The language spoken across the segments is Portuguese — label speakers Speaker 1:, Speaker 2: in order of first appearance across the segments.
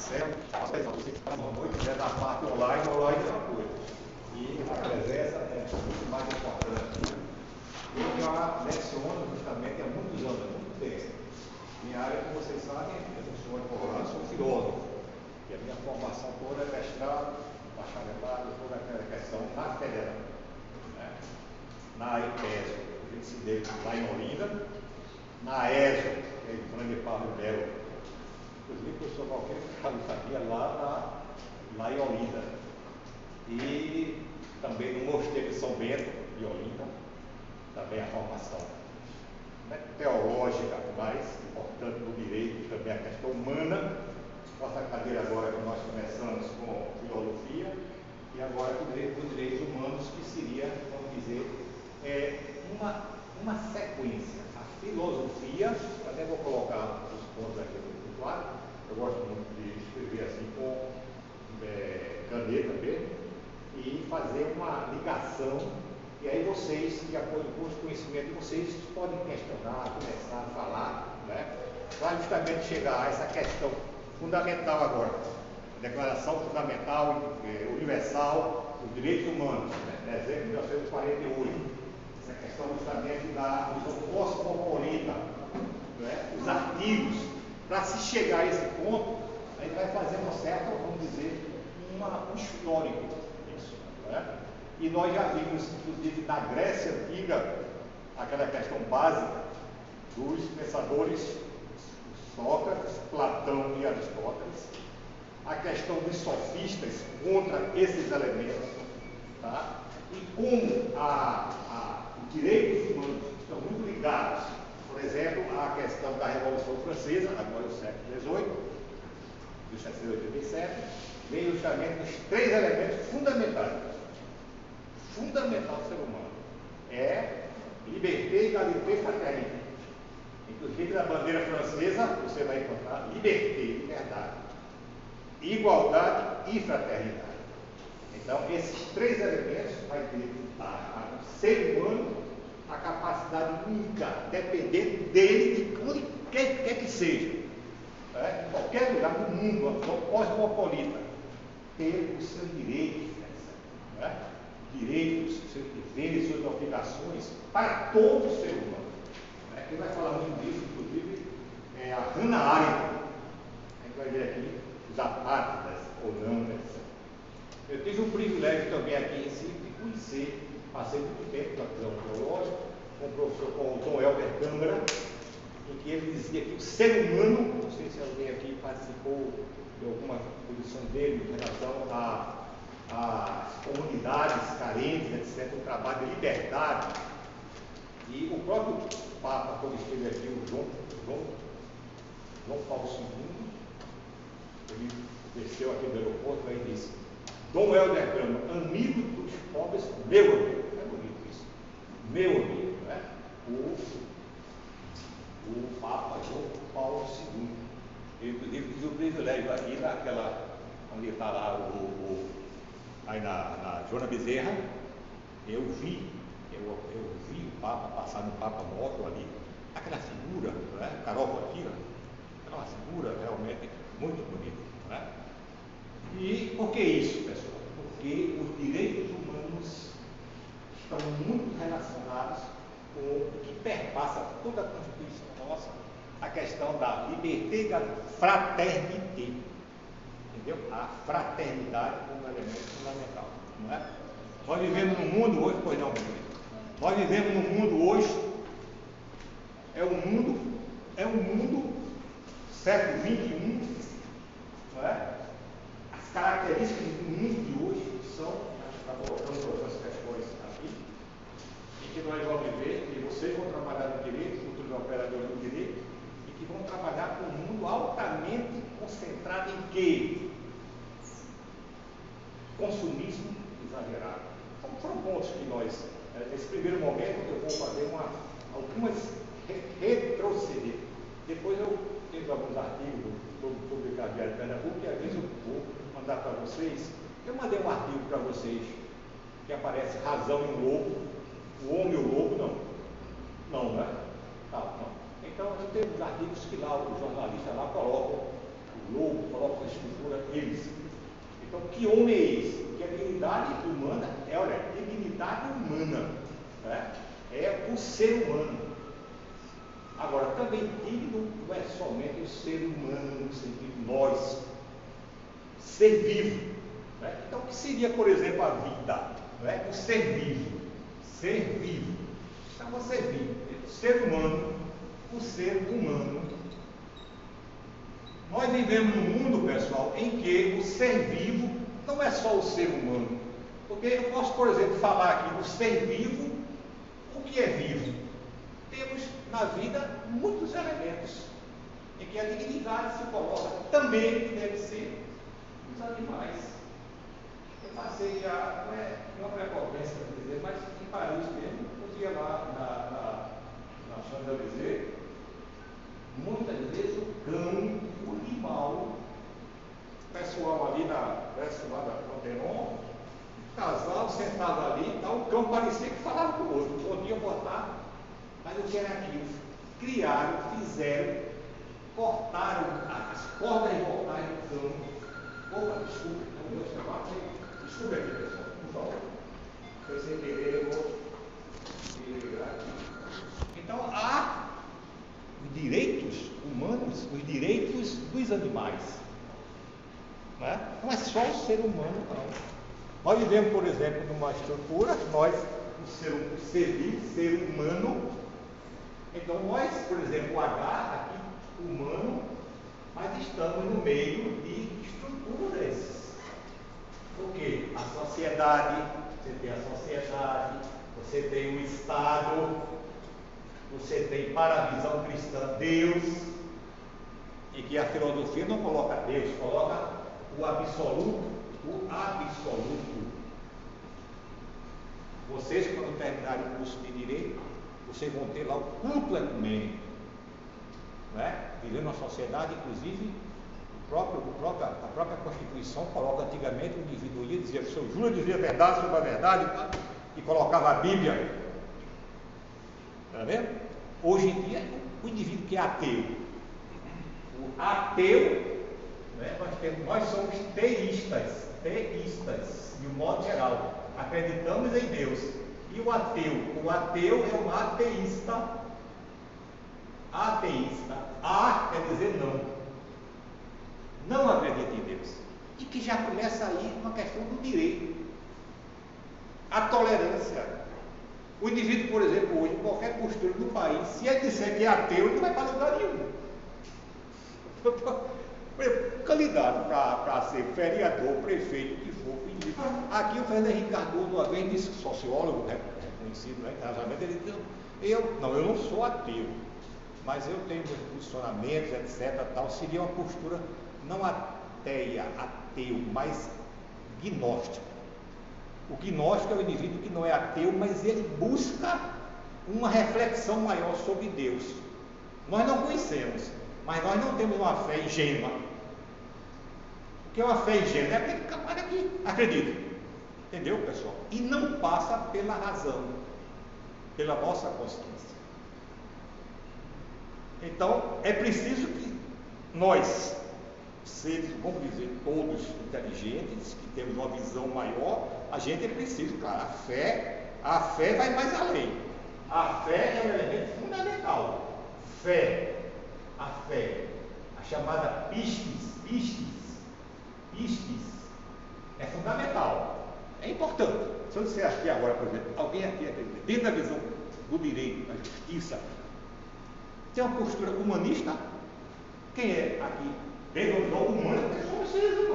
Speaker 1: as pessoas que estão muito na parte online é uma coisa. E a presença é muito mais importante. Eu já leciono justamente há muitos anos, há muito tempo. Minha área, como vocês sabem, eu sou advogado, sou filósofo. E a minha formação toda é mestrado, bacharelado, toda aquela questão material. Né? Na EPESO, eu ensinei lá em Olinda. Na ESO, que é em Grande Pablo Melo. Inclusive, o professor Valqueiro sabia lá em Olinda. E também no Mosteiro de São Bento, de Olinda, também a formação teológica mais importante do direito, também a questão humana. Nossa cadeira agora que nós começamos com filosofia e agora com direitos humanos, que seria, vamos dizer, uma sequência. A filosofia, até vou colocar os pontos aqui no quadro, eu gosto muito de escrever assim com caneta mesmo, e fazer uma ligação, e aí vocês, de acordo com os conhecimentos de vocês, podem questionar, começar a falar, né? Para justamente chegar a essa questão fundamental agora, a Declaração Fundamental Universal dos Direitos Humanos, né? Dezembro de 1948, essa questão justamente da visão cosmopolita, né? Os artigos, para se chegar a esse ponto, a gente vai fazer um certo, vamos dizer, um histórico disso, né? E nós já vimos, inclusive, na Grécia Antiga, aquela questão básica dos pensadores Sócrates, Platão e Aristóteles, a questão dos sofistas contra esses elementos, tá? E como os direitos humanos estão muito ligados, por exemplo, à questão da Revolução Francesa, agora do século XVIII, de 1787, vem justamente os três elementos fundamentais. Fundamental do ser humano é liberté, égalité, fraternité. Inclusive na bandeira francesa você vai encontrar liberté, liberdade, igualdade e fraternidade. Então esses três elementos vai ter o ser humano a capacidade única, dependendo dele, de onde quer que seja, né? Em qualquer lugar do mundo, cosmopolita, ter os seus direitos, né? Direitos, seus deveres, suas obrigações para todo o ser humano. Quem vai falar muito disso, inclusive, é a Hannah Arendt. A gente vai ver aqui os apátridas ou não, etc. Eu tive o privilégio também aqui em Recife de conhecer, passei muito tempo na visão teológica, com o professor, com o Dom Helder Câmara, em que ele dizia que o ser humano, não sei se alguém aqui participou de alguma posição dele em relação às comunidades carentes, etc., o trabalho de liberdade. E o próprio Papa, quando esteve aqui, o João Paulo II, ele desceu aqui do aeroporto e disse: Dom Helder Câmara, amigo dos pobres, meu amigo. É bonito isso. Meu amigo, né? O Papa João Paulo II. Eu, inclusive, tive o privilégio aqui naquela, onde está lá aí na Joana Bezerra, eu vi o Papa passar no Papa Moto ali, aquela figura, né? Carol Bottila, era uma figura realmente muito bonita, né? E por que isso, pessoal? Porque os direitos humanos estão muito relacionados com o que perpassa toda a Constituição nossa, a questão da liberdade e da fraternidade, entendeu? A fraternidade como elemento fundamental, não é? Nós vivemos num mundo hoje, pois não, meu querido? Nós vivemos num mundo hoje, é um mundo século XXI, não é? As características do mundo de hoje são, a gente está colocando algumas questões aqui, em que nós vamos ver que vocês vão trabalhar no direito, futuros operadores do direito, e que vão trabalhar com um mundo altamente concentrado em quê? Consumismo exagerado. Então, foram pontos que nós, nesse primeiro momento, eu vou fazer algumas retroceder. Depois eu tenho alguns artigos publicados no Diário de Pernambuco, que às vezes eu vou mandar para vocês. Eu mandei um artigo para vocês que aparece razão em lobo, o homem e o lobo não. Não, né? Não. Então eu tenho uns artigos que lá o jornalista lá coloca o lobo, coloca a estrutura daqueles. Então, que homem é esse? Que a dignidade humana é, olha, dignidade humana, né? É o ser humano. Agora, também digno não é somente o ser humano, no sentido de nós, ser vivo. Né? Então, o que seria, por exemplo, a vida? Não é? O ser vivo. Ser vivo. Então, você vive. Ser humano, o ser humano. Nós vivemos num mundo, pessoal, em que o ser vivo não é só o ser humano. Porque eu posso, por exemplo, falar aqui do ser vivo. O que é vivo? Temos na vida muitos elementos em que a dignidade se coloca também, que deve ser os animais. Eu passei já, não é uma prepotência para dizer, mas em Paris mesmo, eu ia lá na Champs-Élysées, muitas vezes o cão, o animal, o pessoal ali perto lá da Pantenon, casal sentado ali e tal, o cão parecia que falava com o outro, bom dia, boa tarde, mas o que era aquilo? Criaram, fizeram, cortaram as cordas vocais do cão. Opa, desculpe, é o meu celular. Desculpe aqui, pessoal, por favor. Foi sem querer, eu vou ligar aqui. Então, há os direitos humanos, os direitos dos animais. Não é só o ser humano, não. Nós vivemos, por exemplo, numa estrutura, nós, o ser vivo, ser humano. Então, nós, por exemplo, o H, aqui, humano, mas estamos no meio de estruturas. O quê? A sociedade, você tem a sociedade, você tem o Estado, você tem, para a visão cristã, Deus, e que a filosofia não coloca Deus, coloca o absoluto, o absoluto. Vocês, quando terminarem o curso de Direito, vocês vão ter lá o culto ecumênico, né? Vivendo uma sociedade, inclusive, a própria Constituição coloca antigamente o indivíduo ia dizer, o senhor jura dizer a verdade sobre a verdade, e colocava a Bíblia. Está vendo? Hoje em dia, o indivíduo que é ateu, o ateu, né? Nós somos teístas, de um modo geral, acreditamos em Deus. E o ateu é um ateísta. Ateísta, a quer dizer não acredita em Deus, e que já começa aí uma questão do direito, a tolerância. O indivíduo, por exemplo, hoje, em qualquer postura do país, se ele disser que é ateu, ele não vai para lugar nenhum. Candidato para ser vereador, prefeito, o que for, aqui o Fernando Henrique Cardoso uma vez disse, sociólogo, reconhecido, né, ele disse, eu não sou ateu, mas eu tenho meus posicionamentos, etc. Tal, seria uma postura não ateu, mas gnóstica. O gnóstico é o indivíduo que não é ateu, mas ele busca uma reflexão maior sobre Deus. Nós não conhecemos, mas nós não temos uma fé ingênua. O que é uma fé ingênua? É aquele camarada que acredita. Entendeu, pessoal? E não passa pela razão, pela nossa consciência. Então, é preciso que nós, seres, vamos dizer, todos inteligentes, que temos uma visão maior, a gente é preciso, claro, a fé vai mais além. A fé é um elemento fundamental. A chamada pistis, é fundamental, é importante. Se eu disser aqui agora, por exemplo, alguém aqui acredita, dentro da visão do direito, da justiça, tem uma postura humanista. Quem é aqui? Dentro do humano, porque somos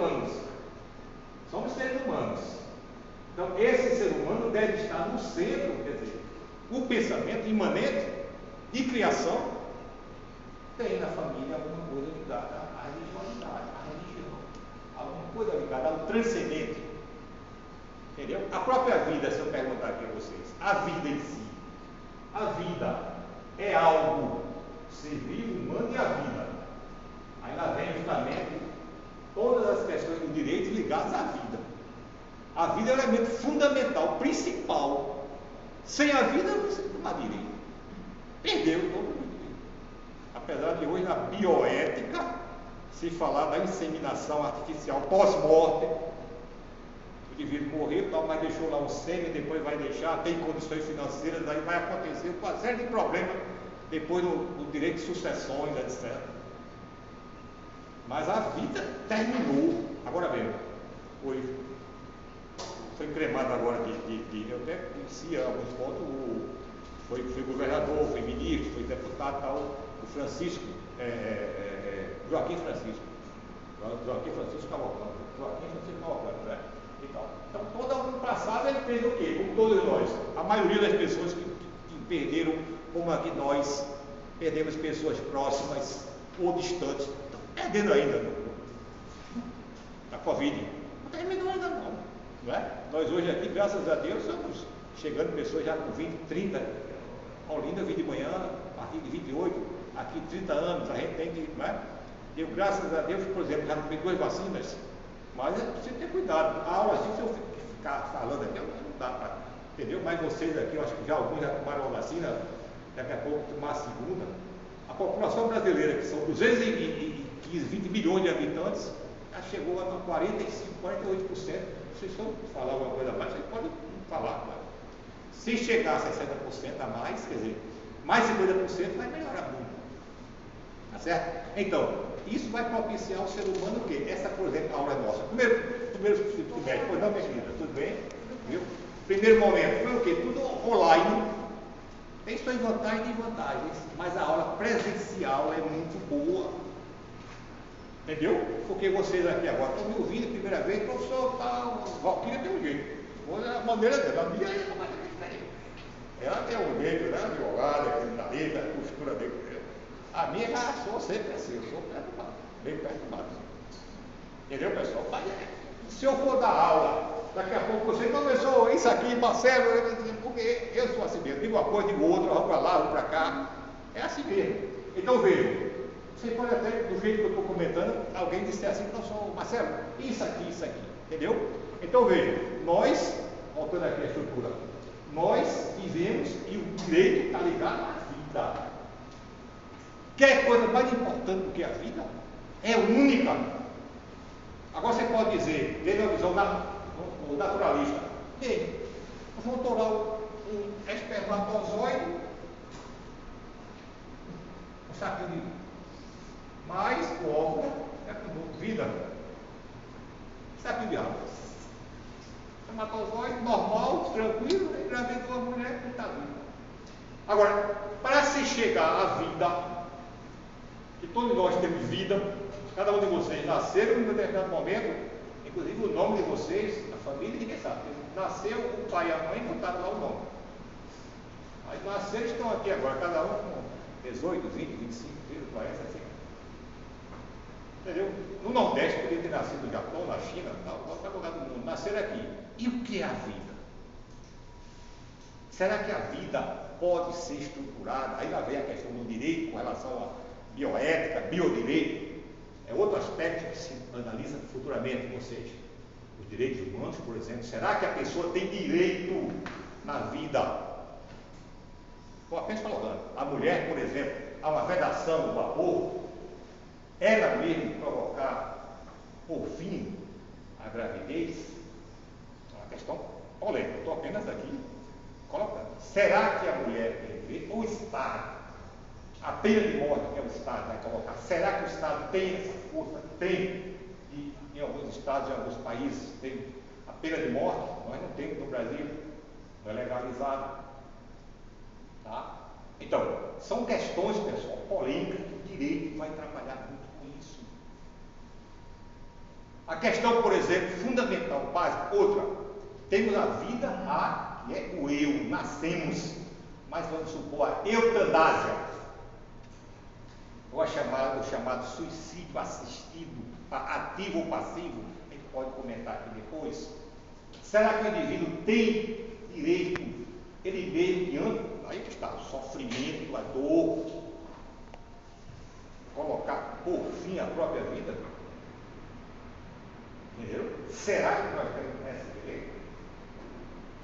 Speaker 1: seres humanos. Então, esse ser humano deve estar no centro, quer dizer, o pensamento imanente de criação tem na família alguma coisa ligada à religiosidade, à religião, alguma coisa ligada ao transcendente. Entendeu? A própria vida, se eu perguntar aqui a vocês, a vida em si, a vida é algo, ser vivo, humano e a vida. Aí lá vem justamente todas as questões do direito ligadas à vida. A vida é o elemento fundamental, principal. Sem a vida não há direito. Perdeu todo o direito. Apesar de hoje na bioética se falar da inseminação artificial pós-morte, o indivíduo morreu, tal, mas deixou lá um sêmen, depois vai deixar, tem condições financeiras, aí vai acontecer uma série de problemas depois no direito de sucessões, etc. Mas a vida terminou. Agora mesmo, foi cremado agora eu até conhecia alguns pontos, foi governador, foi ministro, foi deputado, tal, o Francisco, Joaquim Francisco Cavalcante, né? Então, todo ano passado ele fez o quê? Como todos nós, a maioria das pessoas que perderam, como aqui nós perdemos pessoas próximas ou distantes, estão perdendo ainda na Covid. Não terminou ainda não é? Nós hoje aqui, graças a Deus, estamos chegando pessoas já com 20, 30, Paulinda eu vi de manhã, a partir de 28, aqui 30 anos, a gente tem que, não é? Eu, graças a Deus, por exemplo, já tomei 2 vacinas, mas é preciso ter cuidado. A aula assim, se eu ficar falando aqui, não dá para, entendeu? Mas vocês aqui, eu acho que já alguns já tomaram a vacina, daqui a pouco tomar a segunda. A população brasileira, que são 215, 20 milhões de habitantes, já chegou a 45, 48%. Vocês estão falando alguma coisa a mais, vocês podem falar. Mas se chegar a 60% a mais, quer dizer, mais 50% vai melhorar muito. Tá certo? Então, isso vai propiciar ao ser humano o quê? Essa, por exemplo, a aula é nossa. Primeiro trimestre, pois não, minha querida, tudo bem? Viu? Primeiro momento, foi o quê? Tudo online. Tem suas vantagens e desvantagens, mas a aula presencial é muito boa. Entendeu? Porque vocês aqui agora estão me ouvindo a primeira vez, professor, tal, Valquíria tem um jeito. A maneira dela, a minha é mais diferente. Ela tem um jeito, né? Advogada, criminalista, costura dele. A minha já sou sempre assim, eu sou perturbado, bem perturbado. Entendeu, pessoal? Mas, se eu for dar aula, daqui a pouco você começou isso aqui, Marcelo, porque eu sou assim mesmo, digo uma coisa, digo outra, vou para lá, vou para cá. É assim mesmo. Então veja, você pode até, do jeito que eu estou comentando, alguém disser assim, professor Marcelo, isso aqui, entendeu? Então veja, nós, voltando aqui à estrutura, nós vivemos e o direito está ligado à vida. Quer coisa mais importante do que a vida? É única. Agora você pode dizer, tendo a visão naturalista, quem? Nós vamos tornar um espermatozoide, um saquinho de mais o óvulo, vida, saquinho de água. Espermatozoide normal, tranquilo, engravidou a mulher que está viva. Agora, para se chegar à vida, que todos nós temos vida, cada um de vocês nasceram em um determinado momento, inclusive o nome de vocês, a família, ninguém sabe. Nasceu o pai e a mãe, botaram lá o nome. Aí nasceram, estão aqui agora, cada um com 18, 20, 25, 30, 40, 60. Entendeu? No Nordeste podia ter nascido no Japão, na China, qualquer lugar do mundo, nasceram aqui. E o que é a vida? Será que a vida pode ser estruturada? Aí lá vem a questão do direito com relação a bioética, biodireito, é outro aspecto que se analisa futuramente com vocês. Os direitos humanos, por exemplo, será que a pessoa tem direito na vida? Estou apenas falando, a mulher, por exemplo, há uma vedação do aborto, ela mesmo provocar, por fim, a gravidez, é uma questão polêmica, estou apenas aqui colocando. Será que a mulher tem direito ou está? A pena de morte que o Estado vai colocar, será que o Estado tem essa força? Tem. E em alguns estados, em alguns países, tem a pena de morte. Nós não temos no Brasil, não é legalizado. Tá? Então, são questões, pessoal, polêmicas, que o direito vai trabalhar muito com isso. A questão, por exemplo, fundamental, básica, outra, temos a vida, que é o eu, nascemos, mas vamos supor a eutanásia. Ou o chamado suicídio assistido, ativo ou passivo, a gente pode comentar aqui depois. Será que o indivíduo tem direito, ele mesmo, diante, aí está, o sofrimento, a dor, colocar por fim a própria vida? Entendeu? Será que nós temos esse direito?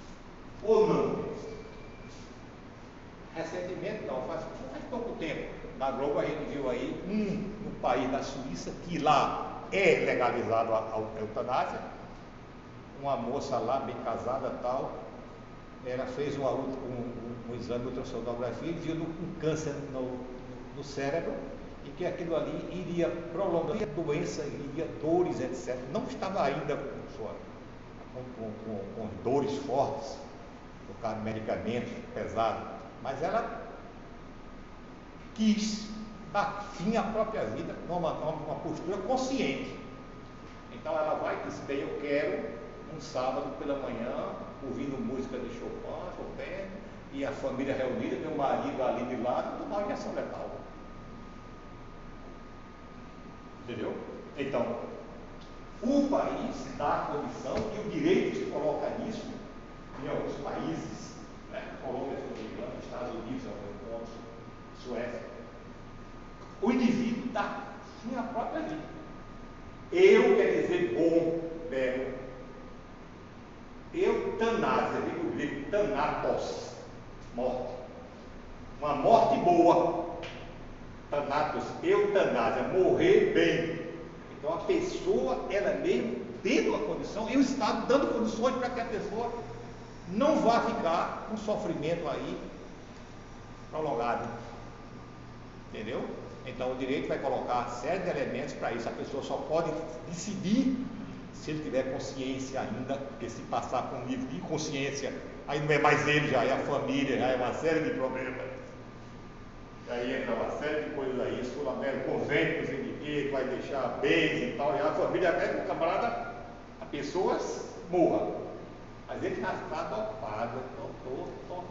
Speaker 1: Ou não? Recentemente, não, faz pouco tempo, na Globo a gente viu aí no país da Suíça, que lá é legalizado a eutanásia, uma moça lá, bem casada tal, ela fez um exame de ultrassonografia e viu um câncer no cérebro, e que aquilo ali iria prolongar a doença, iria dores, etc. Não estava ainda com dores fortes, por causa de medicamentos pesados, mas ela quis dar fim à própria vida numa postura consciente. Então ela vai e diz: bem, eu quero um sábado pela manhã, ouvindo música de Chopin, e a família reunida, meu marido ali de lado, tomar injeção letal. Entendeu? Então, o país dá a condição e o direito se coloca nisso em alguns países, né? Colômbia, se não me engano, Estados Unidos, alguns pontos, Suécia. O indivíduo dá fim à própria vida. Eu quer dizer bom, belo. Eutanásia, vem do grego thanatos, morte. Uma morte boa. Thanatos, eutanásia, morrer bem. Então a pessoa, ela mesmo, tendo a condição, e o Estado dando condições para que a pessoa não vá ficar com sofrimento aí prolongado. Entendeu? Então o direito vai colocar série de elementos para isso. A pessoa só pode decidir se ele tiver consciência ainda, porque se passar por um nível de inconsciência, aí não é mais ele, já é a família, já é uma série de problemas. E aí entra uma série de coisas aí, sul-américa, convênio, não sei de quê, que vai deixar bens e tal, e a família quer que o camarada, a pessoa morra. Mas ele já está dopado, doutor.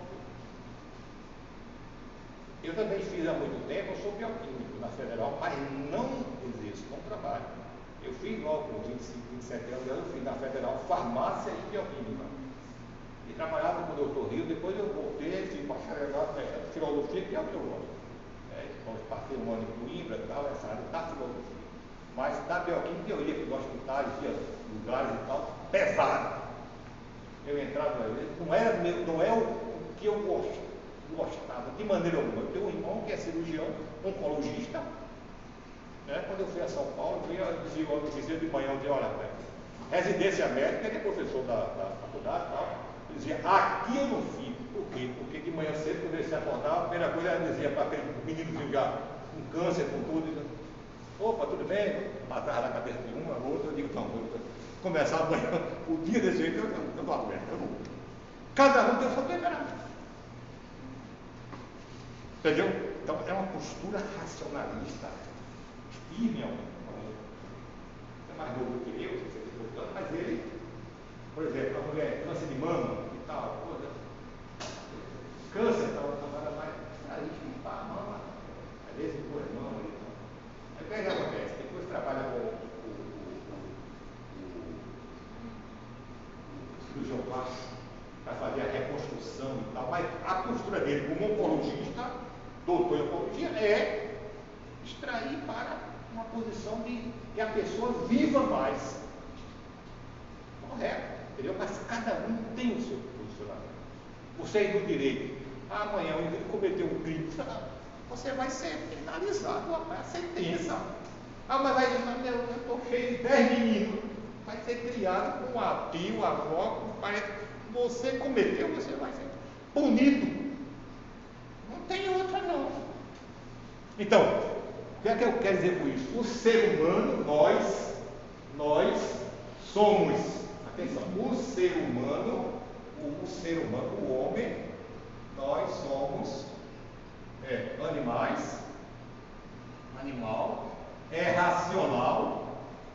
Speaker 1: Eu também fiz há muito tempo, eu sou bioquímico na Federal, mas não exerço, não trabalho. Eu fiz logo com 25, 27 anos, eu fiz na Federal farmácia e bioquímica. E trabalhava com o doutor Rio, depois eu voltei, fiz bacharelado em filosofia, que é o que eu gosto. Então, eu passei um ano em Coimbra e tal, essa área da filosofia. Mas da bioquímica eu ia para os hospitais, ia lugares e tal, pesado. Eu entrava, não é o que eu gostava, de maneira alguma. Eu tenho um irmão que é cirurgião, oncologista. Quando eu fui a São Paulo, eu dizia de manhã, eu dizia: olha, residência médica, ele é professor da faculdade e tal. Ele dizia: aqui eu não fico. Por quê? Porque de manhã cedo, quando ele se acordava, a primeira coisa ele dizia para aquele meninozinho já com câncer, com tudo: opa, tudo bem? Matava na cabeça de um, a outra. Eu digo: não, vou começar amanhã, o dia desse jeito, eu não aguento, eu não. Cada um tem o seu temperamento. Entendeu? Então é uma postura racionalista. Firme, é mais novo que eu, 68 anos, mas ele, por exemplo, a mulher, câncer de mama e tal, câncer, tal, agora vai limpar a mama, às vezes pôr a mama e tal. Aí o que acontece? Depois trabalha com o cirurgião plástico para fazer a reconstrução e tal, mas a postura dele como oncologista, doutor em oncologia, é extrair para uma posição de que a pessoa viva mais. Correto, entendeu? Mas cada um tem o seu posicionamento. Você aí no direito, amanhã o indivíduo cometeu um crime, você vai ser finalizado a sentença. Mas vai dizer: eu estou cheio de 10 meninos. Vai ser criado com a tio, a avó, com o pai. Você cometeu, você vai ser punido. Não tem outra, não. Então, o que é que eu quero dizer com isso? O ser humano, nós somos, atenção, o ser humano, o homem, nós somos animal, é racional,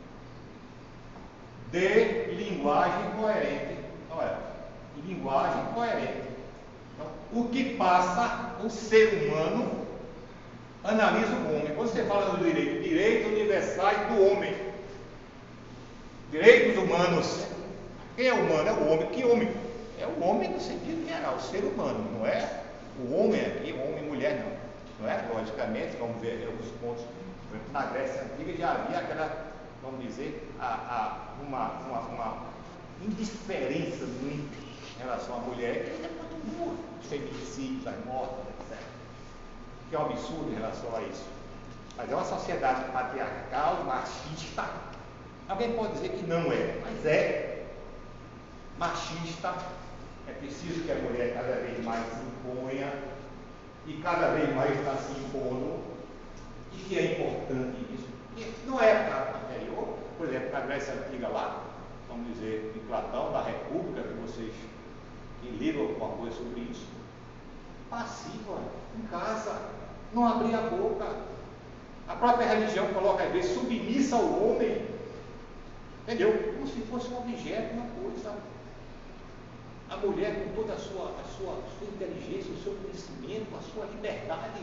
Speaker 1: de linguagem coerente. Olha, linguagem coerente. Então, o que passa o ser humano analisa o homem. Quando você fala do direitos universais do homem, direitos humanos, quem é humano? É o homem. Que homem? É o homem no sentido geral, o ser humano, não é o homem aqui, homem e mulher, não. Não é? Logicamente, vamos ver alguns pontos. Na Grécia Antiga já havia aquela, vamos dizer, uma indiferença em relação à mulher, que é muito boa, os feminicídios, as mortes, etc. que é um absurdo em relação a isso. Mas é uma sociedade patriarcal, machista. Alguém pode dizer que não é, mas é machista. É preciso que a mulher cada vez mais se imponha e cada vez mais está se impondo, e que é importante isso. E não é época anterior, por exemplo, na Grécia Antiga lá, vamos dizer, em Platão, da República, que vocês que leram alguma coisa sobre isso, passiva, em casa, não abria a boca. A própria religião coloca, às vezes, submissa ao homem, entendeu? Como se fosse um objeto, uma coisa. A mulher, com toda a sua inteligência, o seu conhecimento, a sua liberdade.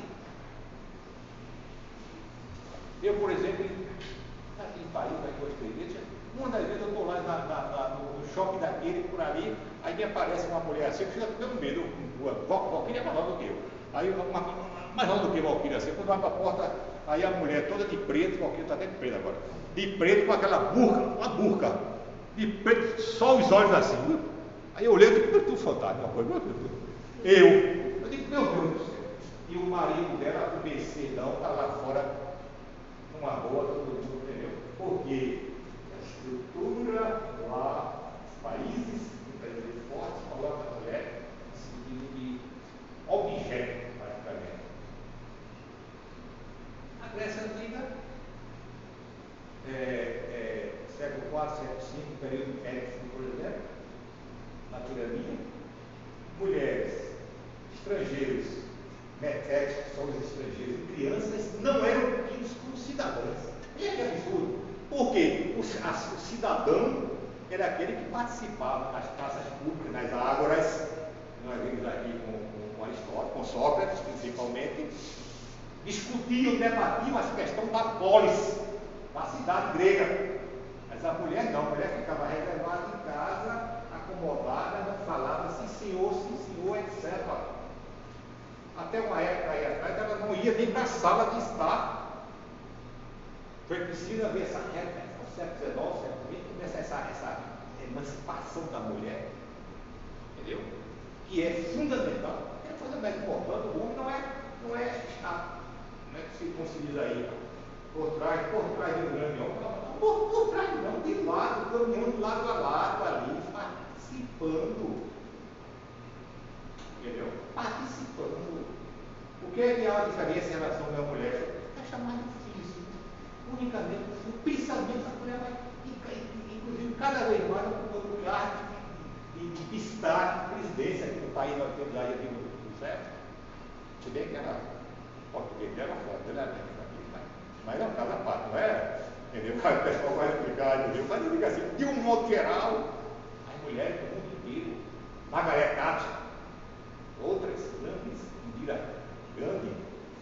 Speaker 1: Eu, por exemplo, aqui em Paris, vai com uma das vezes eu estou lá no shopping daquele, por ali, aí me aparece uma mulher assim, que fica com medo, Valquíria é mais nova do que eu. Aí, mais nova do que Valquíria, assim, quando vai para a porta, aí a mulher toda de preto, Valquíria está até de preto agora, de preto com aquela burca, uma burca, de preto, só os olhos assim. Aí eu olhei e digo, tu fantasma, uma coisa, eu digo, meu Deus do céu. E o marido dela, o Mercedão, está lá fora, numa boa, todo mundo, entendeu? Porque a estrutura lá, os países fortes, colocam a mulher no sentido de objeto, praticamente. A Grécia Antiga, século IV, século V, período étnico, por exemplo, na tirania, mulheres, estrangeiros, metéticos, que são os estrangeiros, e crianças não eram tidos como cidadãs. E é que absurdo. Por quê? O cidadão era aquele que participava nas praças públicas, nas ágoras. Nós vimos aqui com Aristóteles, com Sócrates, principalmente, discutiam, debatiam a questão da polis, da cidade grega. Mas a mulher não, a mulher ficava reservada em casa, acomodada, não falava sim senhor, etc. Até uma época aí atrás, ela não ia nem para a sala de estar. Foi preciso haver essa regra, no século XIX, século XX, começa essa emancipação da mulher, entendeu? Que é fundamental, é a coisa mais importante. O homem não é estar, como é que se conciliza aí, por trás de um grande homem, não, por trás não, de lado, caminhando lado a lado ali, participando, entendeu? Participando. O que é a diferença em relação à mulher? É chamado físico, unicamente o pensamento da mulher vai, inclusive, cada vez mais no lugar de destaque, presidência aqui no país, nós temos aí a Dilma Rousseff, se bem que ela, o português dela fora, ela é mas é um caso à parte, não é? Entendeu? O pessoal vai explicar, entendeu? Mas eu digo assim, de um modo geral, as mulheres do mundo inteiro, Margaret Thatcher, outras grandes, Indira Gandhi,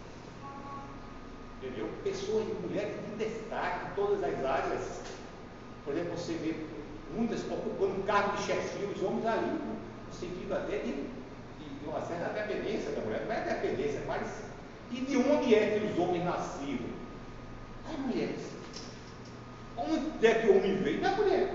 Speaker 1: entendeu? Pessoas, mulheres de destaque em todas as áreas. Por exemplo, você vê muitas ocupando cargo de chefia, os homens ali, no sentido até de uma certa dependência da mulher, não é dependência, mas e de onde é que os homens nasceram? As mulheres. Onde é que o homem veio? Da mulher.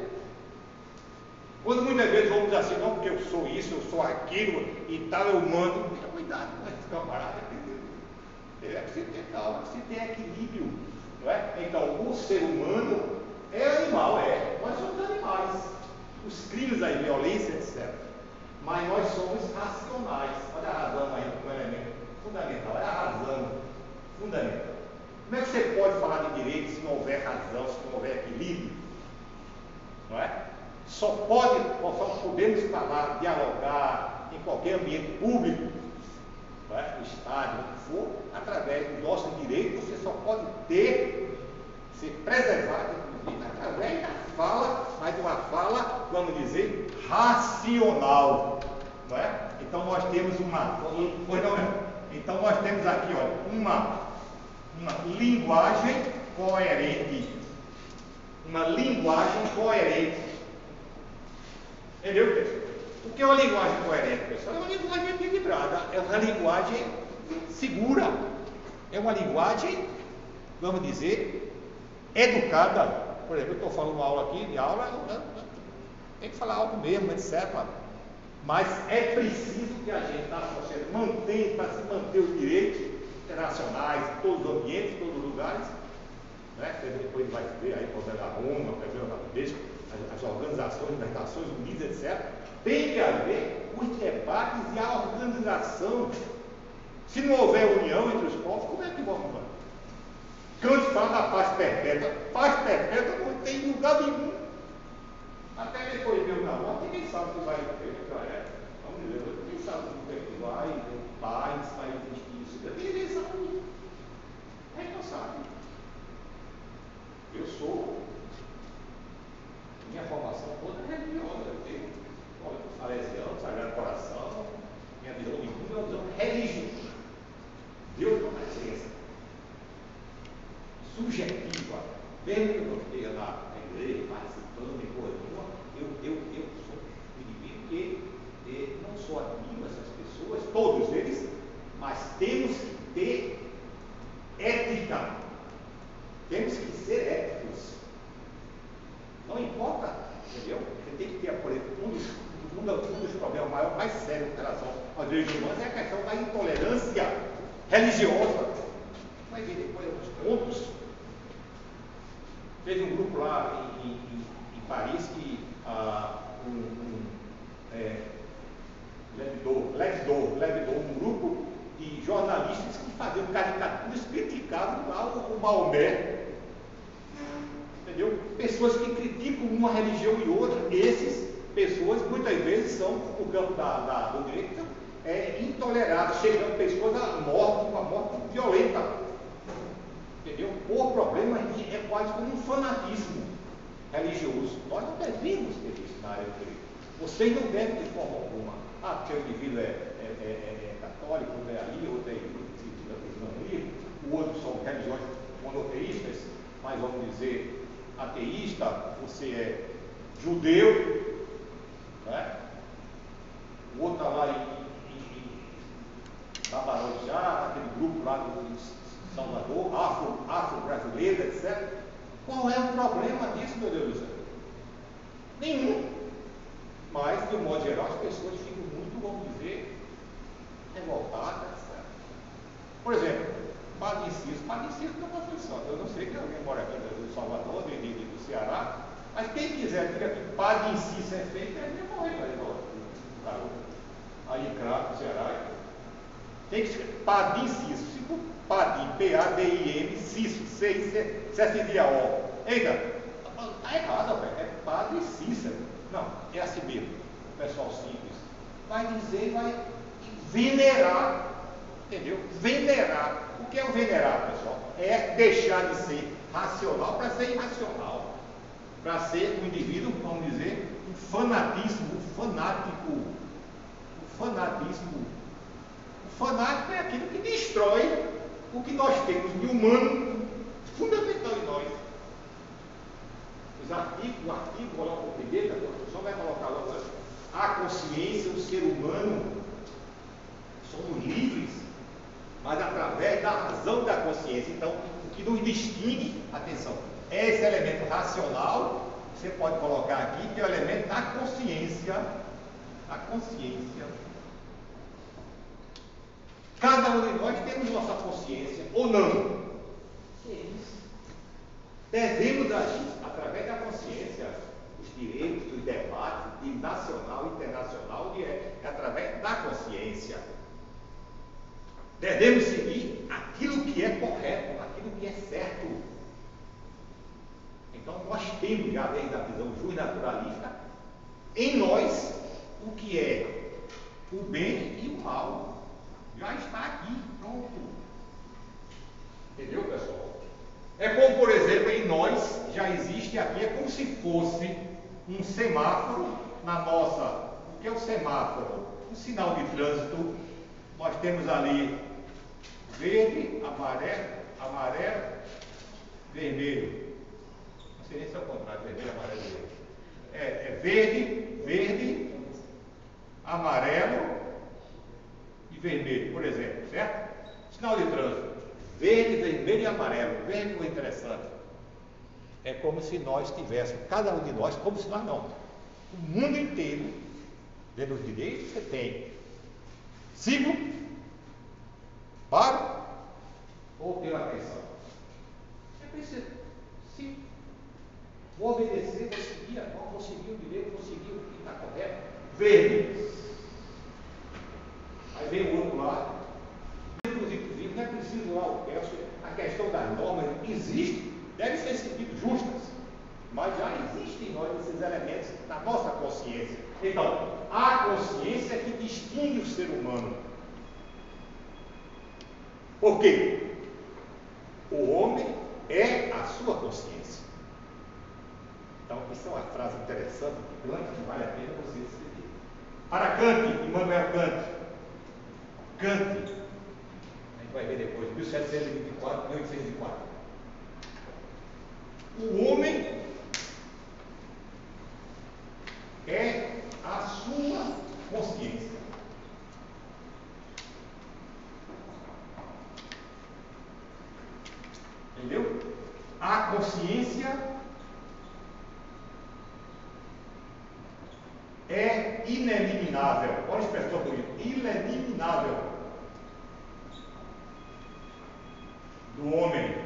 Speaker 1: Quando muitas vezes vamos dizer assim, não, porque eu sou isso, eu sou aquilo e tal, eu mando. Tenha cuidado com esse camarada, entendeu? É preciso ter calma, preciso ter equilíbrio. Não é? Então, o ser humano é animal, nós somos animais. Os crimes, a violência, etc. Mas nós somos racionais. Olha a razão aí, um elemento fundamental. Olha a razão fundamental. Como é que você pode falar de direito se não houver razão, se não houver equilíbrio? Não é? Só podemos falar, dialogar em qualquer ambiente público, não é? No estádio, o que for, através do nosso direito. Você só pode ser preservado, inclusive, através da fala, mas de uma fala, vamos dizer, racional. Não é? Então nós temos Então nós temos aqui, olha, uma linguagem coerente. Uma linguagem coerente. Entendeu, pessoal? O que é uma linguagem coerente, pessoal? É uma linguagem equilibrada. É uma linguagem segura. É uma linguagem, vamos dizer, educada. Por exemplo, eu estou falando uma aula aqui, de aula, tem que falar algo mesmo, etc. Mas é preciso que a gente, na sociedade, mantenha, para se manter o direito, internacionais, em todos os ambientes, em todos os lugares, né? Depois vai ver aí, por exemplo, a Roma, as organizações, as Nações Unidas, etc. Tem que haver os debates e a organização. Se não houver união entre os povos, como é que vamos fazer? Kant fala da paz perpétua. Paz perpétua não tem lugar nenhum. Até depois mesmo na morte, ninguém sabe se vai ter. Vamos dizer, ninguém sabe se vai ter paz, vai existir isso. Ninguém sabe. A gente não sabe. Eu sou. Minha formação toda é religiosa. Eu tenho salesiano, Sagrado Coração. Minha visão de mundo é uma visão religiosa. Deus não é ciência. Subjetiva. Mesmo que eu não esteja na igreja, participando de coisa nenhuma, eu sou um indivíduo que não só admiro essas pessoas, todos eles, mas temos que ter ética. Temos que ser éticos. Não importa, entendeu? Você tem que ter, por exemplo, um dos problemas mais sérios em relação aos direitos humanos é a questão da intolerância religiosa. Vai ver depois alguns pontos. Teve um grupo lá em Paris que Levidor, um grupo de jornalistas que faziam caricaturas, criticavam lá o Maomé. Entendeu? Pessoas que criticam uma religião e outra, pessoas muitas vezes são, no campo do direito, intoleradas, chegando pessoas à morte, uma morte violenta. Entendeu? O problema é quase como um fanatismo religioso. Nós não devemos ter isso na área do direito. Vocês não devem de forma alguma. Porque o indivíduo é católico, outro é ali, outro é islamismo, o outro são religiões monoteístas, mas vamos dizer ateísta, você é judeu, né? O outro está lá em Tabarojá, aquele grupo lá do Salvador, afro-brasileiro, etc. Qual é o problema disso, meu Deus do céu? Nenhum. Mas, de um modo geral, as pessoas ficam muito, vamos dizer, revoltadas, etc. Por exemplo, Padre Inciso não é uma função. Eu não sei que alguém mora aqui do Salvador, do Ceará, mas quem quiser dizer que Padre Inciso é feito, ele vai morrer lá no garoto. Aí em Crato, no Ceará. Tem que escrever Padre Inciso. Se for Padim, P-A-D-I-M, Ciso, C-I-C-S-I-D-A-O. Eita, está errado, velho. É Padre Cícero. Não, é assim mesmo. O pessoal simples vai dizer, vai venerar. Entendeu? Venerar. O que é o venerar, pessoal? É deixar de ser racional para ser irracional. Para ser um indivíduo, vamos dizer, um fanatismo, um fanático. O fanatismo. O fanático é aquilo que destrói o que nós temos de humano fundamental em nós. O artigo coloca o primeiro, a Constituição vai colocar logo a consciência, o ser humano, somos livres, mas através da razão da consciência. Então, o que nos distingue, atenção, é esse elemento racional, você pode colocar aqui, que é o elemento da consciência. A consciência. Cada um de nós temos nossa consciência, ou não? Que é isso? Devemos agir através da consciência, os direitos, os debates, de nacional, internacional, através da consciência. Devemos seguir aquilo que é correto, aquilo que é certo. Então, nós temos, já desde a visão justnaturalista, em nós o que é o bem e o mal. Já está aqui, pronto. Entendeu, pessoal? É como, por exemplo, em nós já existe aqui, é como se fosse um semáforo na nossa. O que é o semáforo? Um sinal de trânsito. Nós temos ali verde, amarelo, vermelho. Não sei nem se é o contrário, vermelho, amarelo e verde. É verde, amarelo e vermelho, por exemplo, certo? Sinal de trânsito. Verde, vermelho e amarelo. Verde foi interessante. É como se nós tivéssemos, cada um de nós, como se nós não. O mundo inteiro, dentro dos direitos, você tem. Sigo, paro, ou pela atenção? É preciso. Sim. Vou obedecer, vou seguir a norma, vou seguir o direito, vou seguir o que está correto. Verde. Aí vem o outro lá. Inclusive, não é preciso lá o peço. A questão das normas existe, deve ser seguido justas. Mas já existem em nós esses elementos na nossa consciência. Então, a consciência que distingue o ser humano. Por quê? O homem é a sua consciência. Então, isso é uma frase interessante que Kant vale a pena você escrever. Para Kant, Immanuel Kant. Kant, a gente vai ver depois, 1724, 1804. O homem é a sua consciência. Entendeu? A consciência é ineliminável. Olha a expressão bonita. Ineliminável do homem.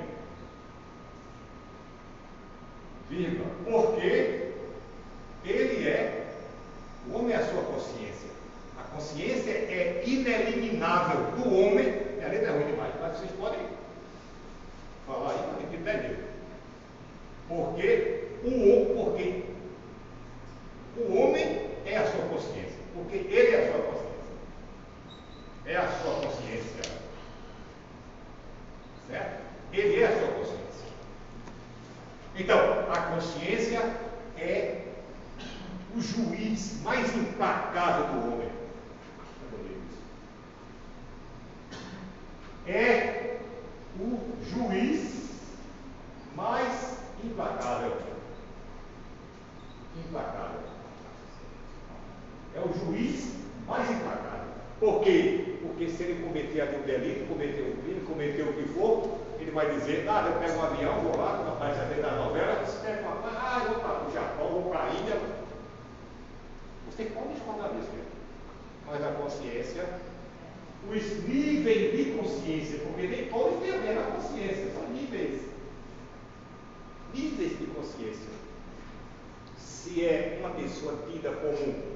Speaker 1: Vírgula. Porque ele é, o homem é a sua consciência. A consciência é ineliminável do homem. E a letra é ruim demais, mas vocês podem falar aí para entender. Porque o homem é a sua consciência. Porque ele é a sua consciência. É a sua consciência. Certo? Ele é a sua consciência. Então, a consciência é o juiz mais implacável do homem. É o juiz mais implacável. Implacável. É o juiz mais implacável. Por quê? Porque se ele cometer ali um delito, cometer um crime, cometer o que for, ele vai dizer, eu pego um avião, vou lá, como aparece ali na novela, você pega uma coisa, eu vou para o Japão, vou para a Índia. Você pode discordar disso, mas a consciência, os níveis de consciência, porque nem todos têm a mesma consciência, são níveis. Níveis de consciência. Se é uma pessoa tida como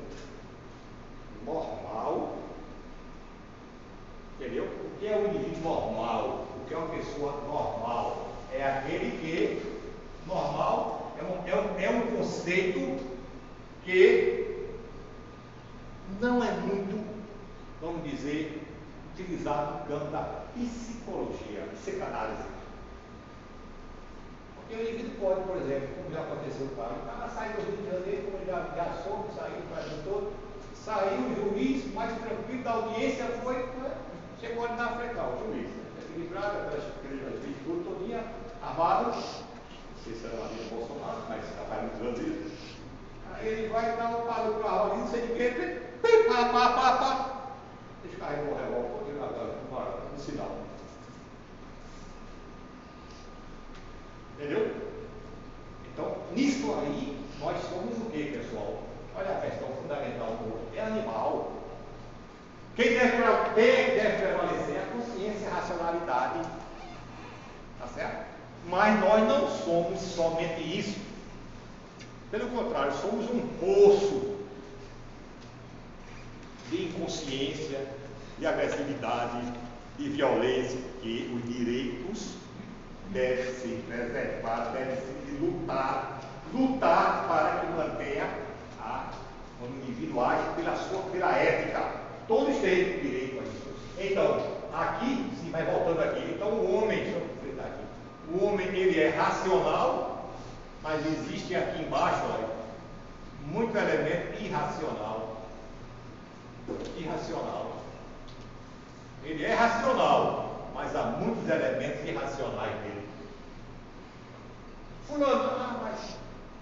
Speaker 1: normal, entendeu? O que é um indivíduo normal? O que é uma pessoa normal? É aquele que, normal, é um conceito que não é muito, vamos dizer, utilizado no campo da psicologia, psicanálise. Porque o indivíduo pode, por exemplo, como já aconteceu com ele, estava saindo do Rio de Janeiro, como ele já soube, saiu do Brasil todo, saiu o juiz, mais tranquilo da audiência, chegou ali na frente, o juiz, equilibrado, aquelas tudo todinha, armado, não sei se era lá do Bolsonaro, mas estava no Brasil. Aí ele vai dar um paro para a não sei de quê, descarregou o revólver, no sinal. Entendeu? Então, nisso aí, nós somos o que, pessoal? Olha a questão fundamental do outro. É animal. Quem deve prevalecer é a consciência, a racionalidade. Tá certo? Mas nós não somos somente isso. Pelo contrário, somos um poço de inconsciência, de agressividade, de violência, que os direitos devem ser preservados, devem ser lutar para que mantenha o indivíduo age pela ética. Todos têm direito a isso. Então, aqui, sim, mas voltando aqui, então o homem, deixa eu fritar aqui, o homem ele é racional, mas existe aqui embaixo, olha, muito elemento irracional. Irracional. Ele é racional, mas há muitos elementos irracionais nele. Fulano, mas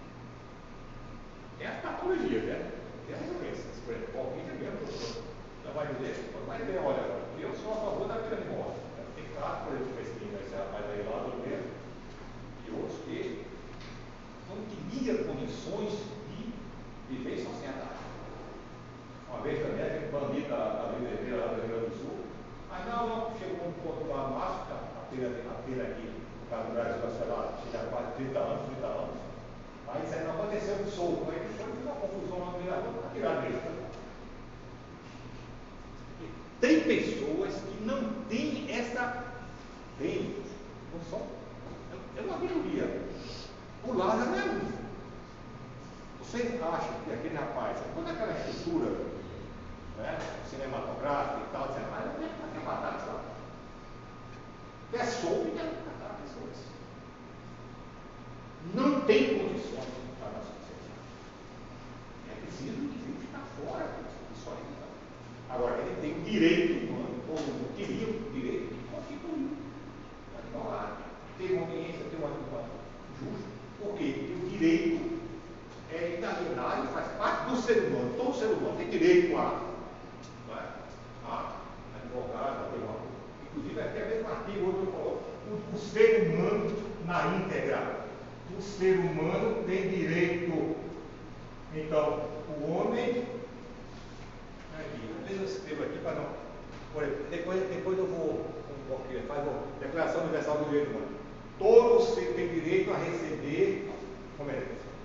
Speaker 1: tem as patologias, né? Tem as doenças, por exemplo, Covid é mesmo, professor. Já vai dizer, olha, eu sou a favor da pena de morte. Tem casos, por exemplo, esse rapaz aí lá do mesmo, e outros que não teria condições de viver em sociedade. Uma vez também, aquele bandido da Avenida Vermelha lá do Rio Grande do Sul, mas não, chegou um ponto lá máximo, pena aqui, no caso do Brasil, sei lá, chega a quase 30 anos, mas isso aí não aconteceu um solto, aí foi uma confusão lá no meio da rua, para tirar dele. Tem pessoas que não têm essa. Não são. É uma minoria. O Lázaro não é um. Você acha que aquele rapaz, toda aquela estrutura, né, cinematográfica e tal, mas não tem matar lá. É solto e quer matar pessoas. Não tem condições de entrar na sociedade. É preciso que Deus está fora disso aí. Não. Agora, ele tem o direito humano, ou não queria o direito de constituir. Ter uma audiência, ter um advogado justo, porque o direito é inalienável, faz parte do ser humano. Todo ser humano tem direito a advogado, a ter uma. Inclusive, até mesmo um artigo onde eu coloco o ser humano na íntegra. O ser humano tem direito. Então, o homem. Às vezes eu escrevo aqui para não. Por exemplo, depois eu vou. Faz a Declaração Universal do Direito Humano. Todo ser tem direito a receber. Como é?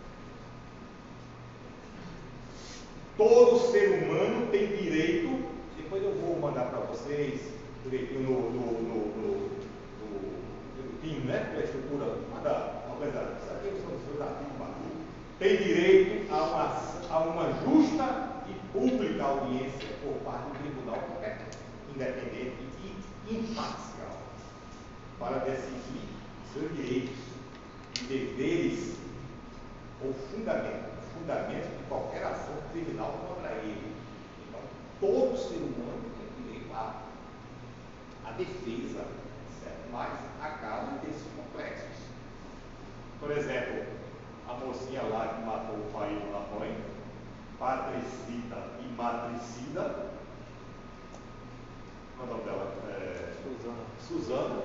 Speaker 1: Todo ser humano tem direito. Depois eu vou mandar para vocês direitinho no PIN, né? Pela estrutura da organização. Isso aqui são os seus artigos maduros. Tem direito a uma justa e pública audiência por parte do tribunal competente, independente e imparcial, para decidir seus direitos e deveres ou fundamento de qualquer ação criminal contra ele. Então, todo ser humano tem direito à defesa, certo? Mas acaba desses complexos. Por exemplo, a mocinha lá que matou o pai e a mãe, patricida e matricida. Qual é o nome dela? Suzana.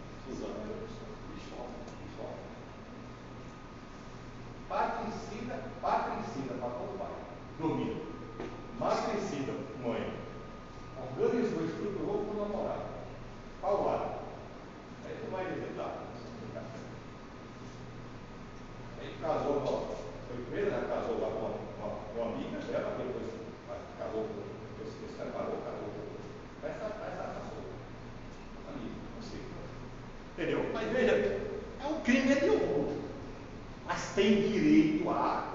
Speaker 1: Patricida, matou o pai. Dormindo. Matricida, mãe. Organizou, estruturou com o namorado. Qual lado? Aí tu vai dizer, tá. Aí casou, foi presa, né? Casou lá com uma amiga dela, depois casou com. Depois se separou, casou com. Essa casou. Ali, não sei. Entendeu? Mas veja, é um crime hediondo. Mas tem direito a.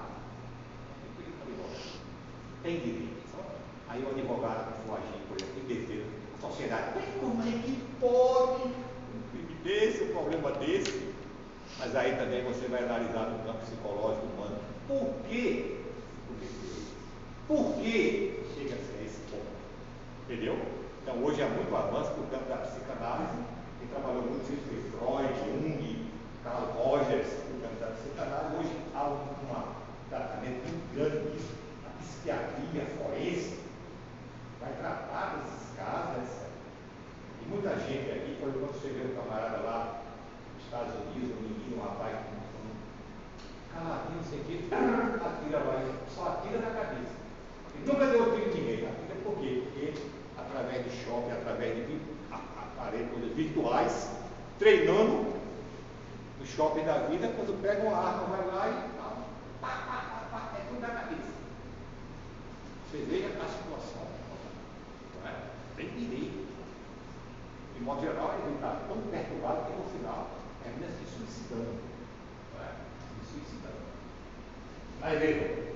Speaker 1: Tem direito. Aí o advogado que for agir, por exemplo, em defesa da sociedade, como é que pode um crime desse, um problema desse? Mas aí também você vai analisar no campo psicológico humano. Por quê? Por que chega-se a esse ponto? Entendeu? Então hoje há muito avanço no campo da psicanálise. Quem trabalhou muito isso foi Freud, Jung, Carl Rogers, no campo da psicanálise. Hoje há um tratamento muito grande disso. A psiquiatria forense vai tratar desses casos, etc. E muita gente aqui, por exemplo, quando você vê um camarada lá nos Estados Unidos, um menino, um rapaz, caladinho, não sei o quê, atira lá, só atira na cabeça. Ele nunca deu tiro em ninguém, atira por quê? Porque através de shopping, através de aparelhos virtuais, treinando no shopping da vida, quando pega uma arma, vai lá e é tudo na cabeça. Você veja a situação. Não é? Tem direito. De modo geral, ele está tão perturbado que no final termina se suicidando. Não é? Se suicidando. Aí veja.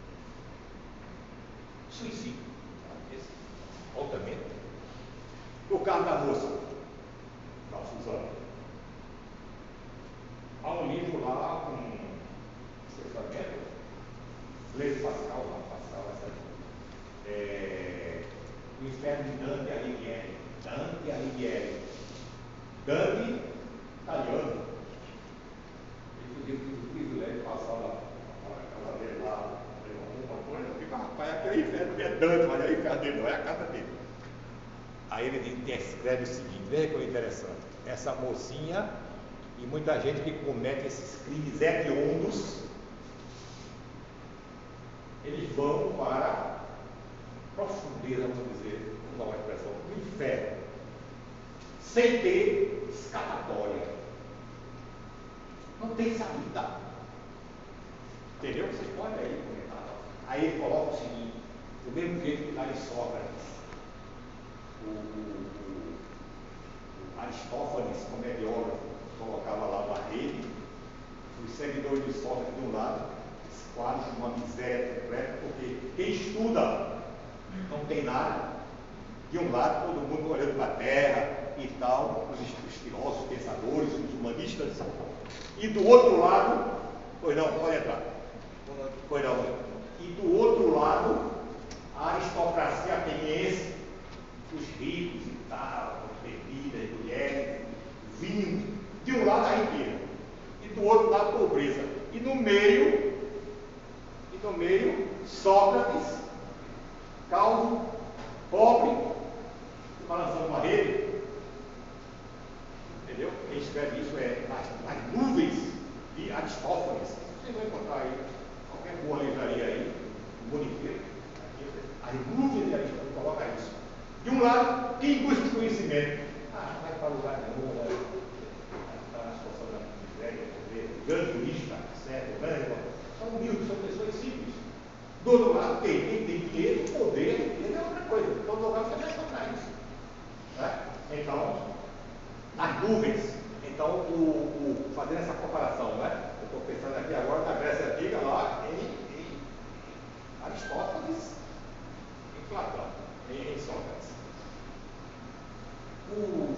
Speaker 1: Suicídio. Esse altamente. No caso da moça, da Suzana. Há um livro lá, um testamento, Blaise Pascal, o Inferno de Dante Alighieri. Dante, italiano. Ele teve o privilégio de passar lá na casa dele lá, alguma coisa. Eu digo, rapaz, aquele inferno é Dante, mas é o inferno dele, não é a casa dele. Aí ele descreve o seguinte, veja que coisa interessante. Essa mocinha e muita gente que comete esses crimes hediondos, eles vão para a profundeza, vamos dizer, usar uma expressão, o inferno, sem ter escapatória. Não tem saída. Entendeu? Vocês podem aí comentar. Aí ele coloca o seguinte, do mesmo jeito que lá em Sócrates, o Aristófanes, como biógrafo, colocava lá uma rede, os seguidores de Sócrates de um lado, quase uma miséria completa, porque quem estuda não tem nada. De um lado, todo mundo olhando para a terra e tal, os filósofos, pensadores, os humanistas, e do outro lado, pois não, pode entrar. Pois não. E do outro lado, a aristocracia ateniense, os ricos e tal, bebidas, mulheres, vinho. De um lado a riqueza, e do outro lado a pobreza. E no meio, Sócrates, calvo, pobre, balançando uma rede. Entendeu? Quem escreve isso é as nuvens de Aristófanes. Vocês vão encontrar aí, qualquer boa livraria aí, um bonifeiro, as nuvens de Aristófanes, coloca isso. De um lado, quem busca conhecimento, não vai para lugar nenhum, vai estar na situação da miséria, grande turista, certo? São humildes, são pessoas simples. Do outro lado, quem tem dinheiro, poder, é outra coisa. Em todo lugar você vai encontrar isso. Né? Então, as nuvens. Então, fazendo essa comparação, né? Eu estou pensando aqui agora na Grécia Antiga, lá em Aristófanes, em Platão, em Sócrates. O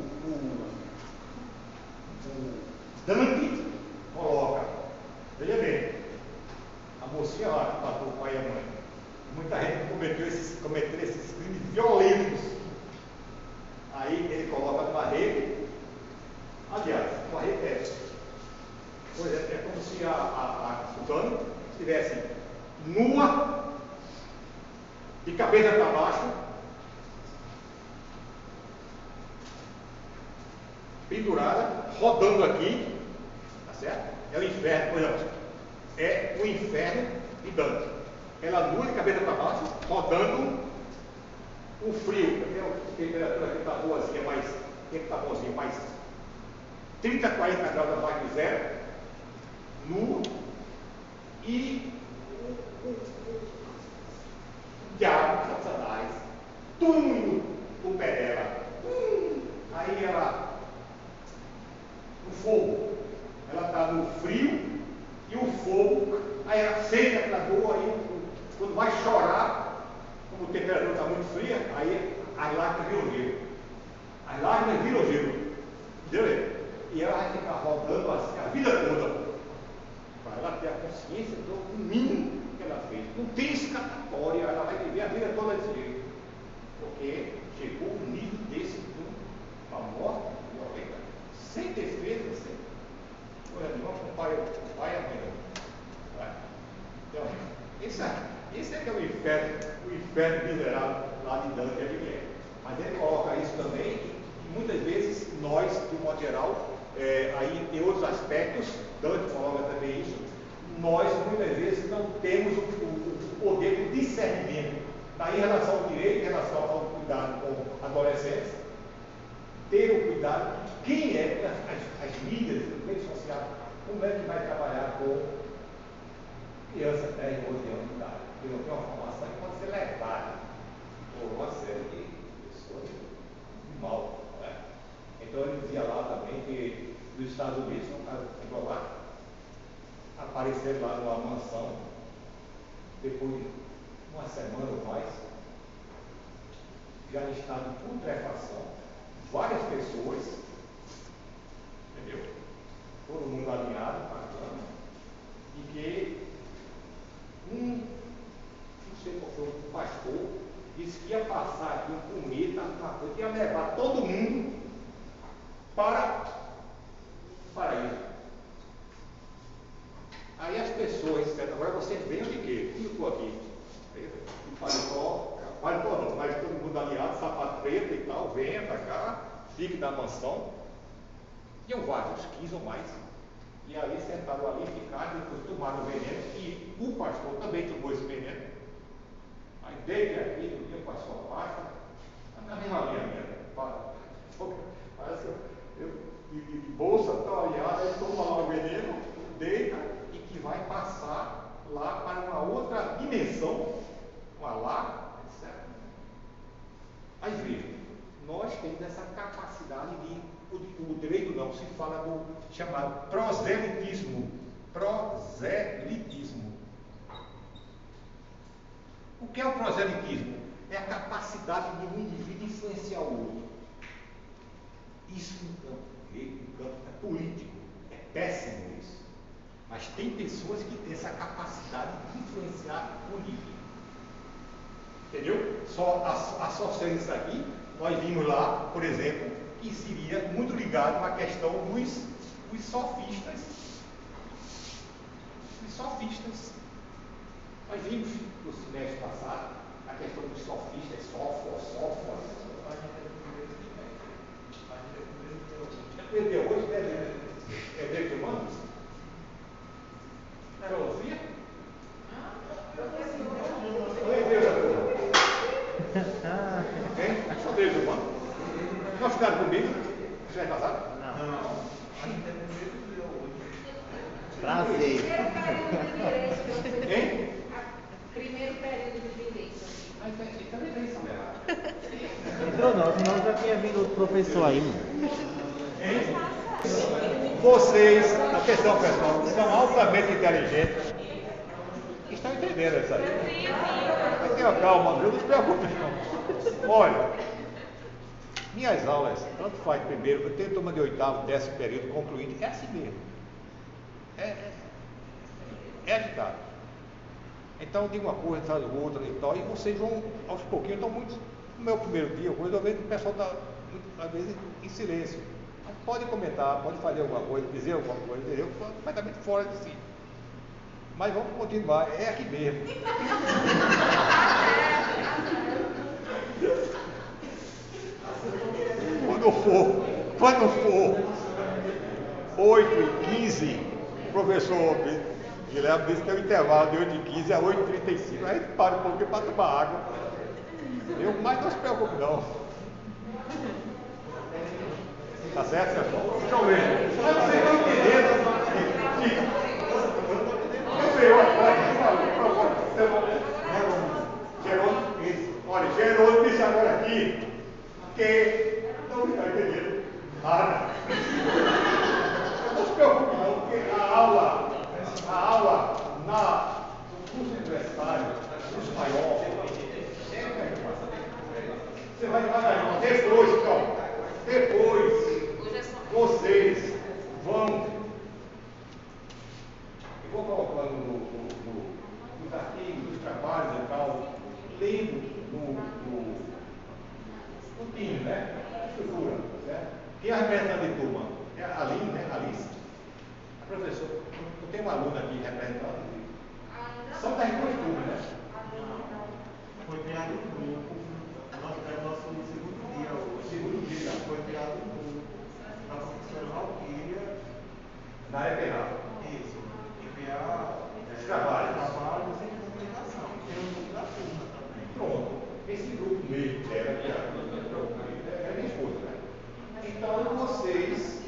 Speaker 1: Dante coloca, veja bem, a mocinha lá que matou o pai e a mãe. Muita gente cometeu esses crimes violentos. Aí ele coloca numa rede. Aliás, uma rede é, por exemplo, é como se a Suzane estivesse nua, de cabeça para baixo, pendurada, rodando aqui, tá certo? É o inferno, por exemplo, é o inferno de Dante. Ela nua de cabeça para baixo, rodando o frio, a temperatura que está boazinha, mais, tempo está boazinho, mais 30, 40 graus abaixo de zero, nua, e o diabo, Satanás, indo o pé dela. Aí ela, no fogo, ela está no frio e o fogo, aí ela senta para dor, aí quando vai chorar, como a temperatura está muito fria, aí as lágrimas viram gelo. As lágrimas viram gelo. Entendeu? E ela vai ficar rodando assim a vida toda, para ela ter a consciência do mínimo que ela fez. Não tem escapatória, ela vai viver a vida toda desse jeito. Porque chegou um nível desse, uma morte violenta, sem defesa, sem coisa nenhuma, com o pai e a mãe. Então, esse é que é o inferno miserável lá de Dante Alighieri. Mas ele coloca isso também, e muitas vezes nós, de um modo geral, aí tem outros aspectos, Dante coloca também isso, nós muitas vezes não temos o poder do discernimento, em relação ao direito, em relação ao cuidado com adolescentes, ter o cuidado de quem é as mídias, as redes sociais, como é que vai trabalhar com criança de 10, 12 anos de idade, que não tem uma formação que pode ser levada por uma série de pessoas de mal. Né? Então ele dizia lá também que nos Estados Unidos, no caso de lá, aparecer lá numa mansão, depois de uma semana ou mais, já em estado de putrefação, várias pessoas, entendeu? Todo mundo alinhado para a cama, e que não sei qual foi, um pastor, disse que ia passar aqui um cometa, que ia levar todo mundo para o paraíso. Aí as pessoas disseram, agora vocês venham de quê? Eu estou aqui. Paletó não, mas todo mundo alinhado, sapato preto e tal, venha para cá, fique na mansão. Iam vários, 15 ou mais. E ali sentaram ali, ficaram, depois tomaram o veneno, e o pastor também tomou esse veneno. Aí desde aqui, no dia com a sua pasta, na mesma linha mesmo. Parece que de bolsa, estão aliados, aí toma lá o veneno, deita e que vai passar lá para uma outra dimensão, lá, etc. Aí veja, nós temos essa capacidade o direito não, se fala do chamado proselitismo. Proselitismo. O que é o proselitismo? É a capacidade de um indivíduo influenciar o outro. Isso no campo é político, é péssimo isso. Mas tem pessoas que têm essa capacidade de influenciar o indivíduo. Entendeu? Só associando isso aqui, nós vimos lá, por exemplo, que seria muito ligado à questão dos sofistas. Os sofistas. Nós vimos no semestre passado a questão dos sofistas, sófos. É primeiro hoje, é direito humano? É filosofia? São direitos humanos? Nós ficaram comigo? Você é casado?
Speaker 2: Não. A gente é primeiro dia hoje.
Speaker 3: Prazer.
Speaker 1: Hein?
Speaker 4: Primeiro período de direito.
Speaker 1: Mas também tem isso mesmo.
Speaker 3: Entrou não, senão já tinha vindo outro professor aí, mano.
Speaker 1: Vocês, atenção pessoal, são altamente inteligentes. Estão entendendo isso aí? Mas tenha calma, viu? Não se preocupe não. Olha, minhas aulas, tanto faz primeiro, eu tenho turma de 8º, 10º período concluído, é assim mesmo. É agitado. Então digo uma coisa, faz outra e tal, e vocês vão aos pouquinhos, então muitos, no meu primeiro dia, eu vejo que o pessoal está, às vezes, em silêncio. Então, pode comentar, pode fazer alguma coisa, dizer alguma coisa, entendeu? Completamente fora de si. Mas vamos continuar, é aqui mesmo. Quando for 8h15, o professor Guilherme disse que é o intervalo de 8h15 a 8h35. A gente para um pouquinho para tomar água. Mas não se preocupe não. Tá certo, pessoal? Deixa eu ver. Mas vocês estão entendendo? Olha, Gerônimo disse agora aqui que não está entendendo nada. Não se preocupe não, porque a aula no curso universitário, curso maior, você vai devagarinho. Depois, vocês vão, eu vou colocando nos artigos, nos trabalhos e tal, lendo no time, né? Estrutura, certo? Quem é a representante de turma? É a Aline, né? Alice. A professora, eu tenho uma aluna aqui representando. São das duas turmas, né?
Speaker 2: Foi criado um grupo. É o nosso segundo dia hoje.
Speaker 1: Segundo dia.
Speaker 2: Foi criado um grupo da professora Valquíria.
Speaker 1: Na área penal.
Speaker 2: Isso. E criar
Speaker 1: Os trabalhos.
Speaker 2: Sem comunicação. Tem um grupo da turma também.
Speaker 1: Pronto. Esse grupo mesmo dela, que é minha esposa, né? Então vocês,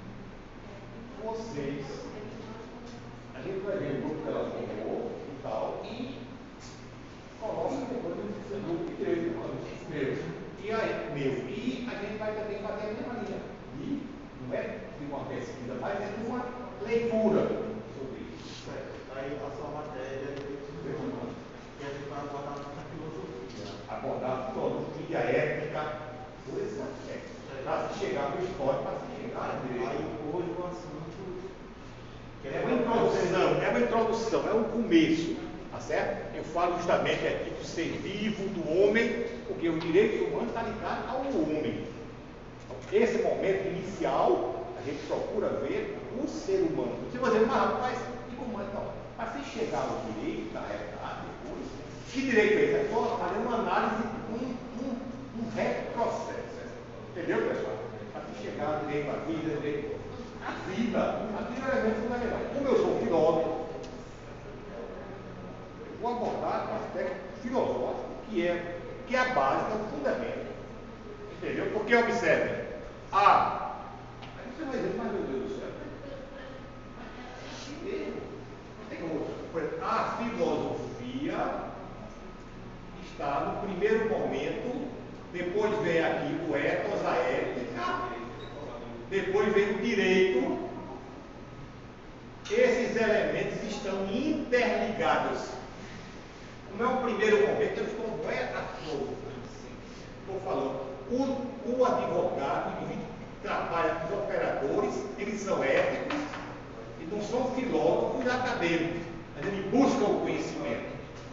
Speaker 1: a gente vai ver o grupo que ela formou e tal, e coloca depois no grupo de direito meu. E aí, e a gente vai também fazer a mesma linha. E não é de uma pesquisa, mas é de uma leitura sobre isso.
Speaker 2: Certo. Aí a sua matéria é direito humano. E a gente vai abordar muita filosofia.
Speaker 1: Abordar filosofia, ética, todos esses aspectos. Para se chegar no histórico, para se chegar no direito.
Speaker 2: Aí hoje o assunto
Speaker 1: É uma introdução, é um começo, tá certo? Eu falo justamente aqui do ser vivo, do homem, porque o direito humano está ligado ao homem. Então, esse momento inicial, a gente procura ver o ser humano. Se você diz, mas rapaz, e como é então? Para se chegar ao direito, na realidade, depois, que direito é esse? É só fazer uma análise, um retrocesso. Entendeu, pessoal? Para se chegar ao direito à vida, direito a vida é um elemento fundamental. Como eu sou filósofo, eu vou abordar o aspecto filosófico, que é a base, é o fundamento. Entendeu? Porque observe, você vai está no primeiro momento, depois vem aqui o ethos, a ética, depois vem o direito. Esses elementos estão interligados. Não é o primeiro momento, eu estou, não é a todo. Estou falando, o advogado, o indivíduo que trabalha com os operadores, eles são éticos e não são filósofos acadêmicos, mas eles buscam o conhecimento.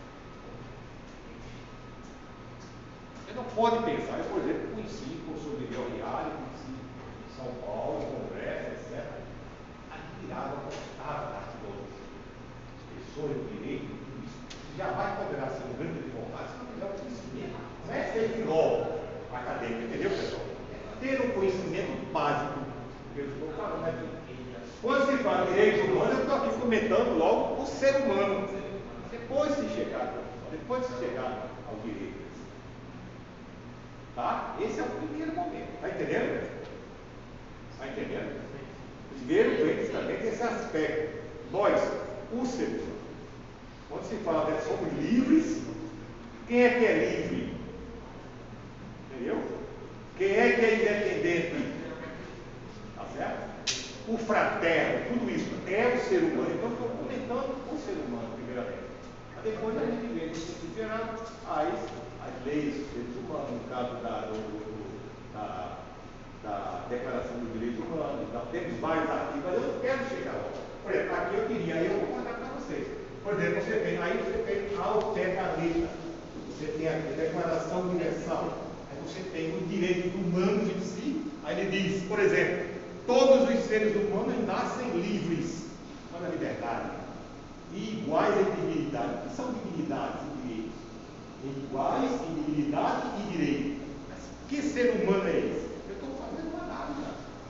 Speaker 1: Você não pode pensar, eu, por exemplo, conheci o professor Miguel Rialli, conheci em São Paulo, em congresso, etc. Admirava, gostava da filosofia, pessoas do direito, tudo isso. Jamais poderá ser um grande advogado se não tiver o conhecimento. Não é ser filósofo acadêmico, entendeu, pessoal? É ter o conhecimento básico. Eu estou falando aqui. Quando se fala de direitos humanos, eu estou aqui comentando logo o ser humano. Depois se chegar ao direito. Tá? Esse é o primeiro momento. Está entendendo? Está entendendo? Primeiro vem também desse aspecto. Nós, o ser humano, quando se fala de somos livres, quem é que é livre? Entendeu? Quem é que é independente? Tá certo? O fraterno, tudo isso é o ser humano. Então, estou comentando o ser humano, primeiramente. Depois a gente vê no sentido geral as leis dos direitos humanos, no caso da Declaração dos Direitos Humanos. Temos vários artigos, mas eu não quero chegar lá. Por exemplo, aqui eu vou contar para vocês. Por exemplo, você tem ao pé da letra, você tem aqui a Declaração Universal, aí você tem os direitos humanos em si, aí ele diz, por exemplo, todos os seres humanos nascem livres, olha a liberdade, e iguais em dignidade. O que são dignidades e direitos? Iguais em dignidade e direito. Mas que ser humano é esse? Eu estou fazendo uma análise.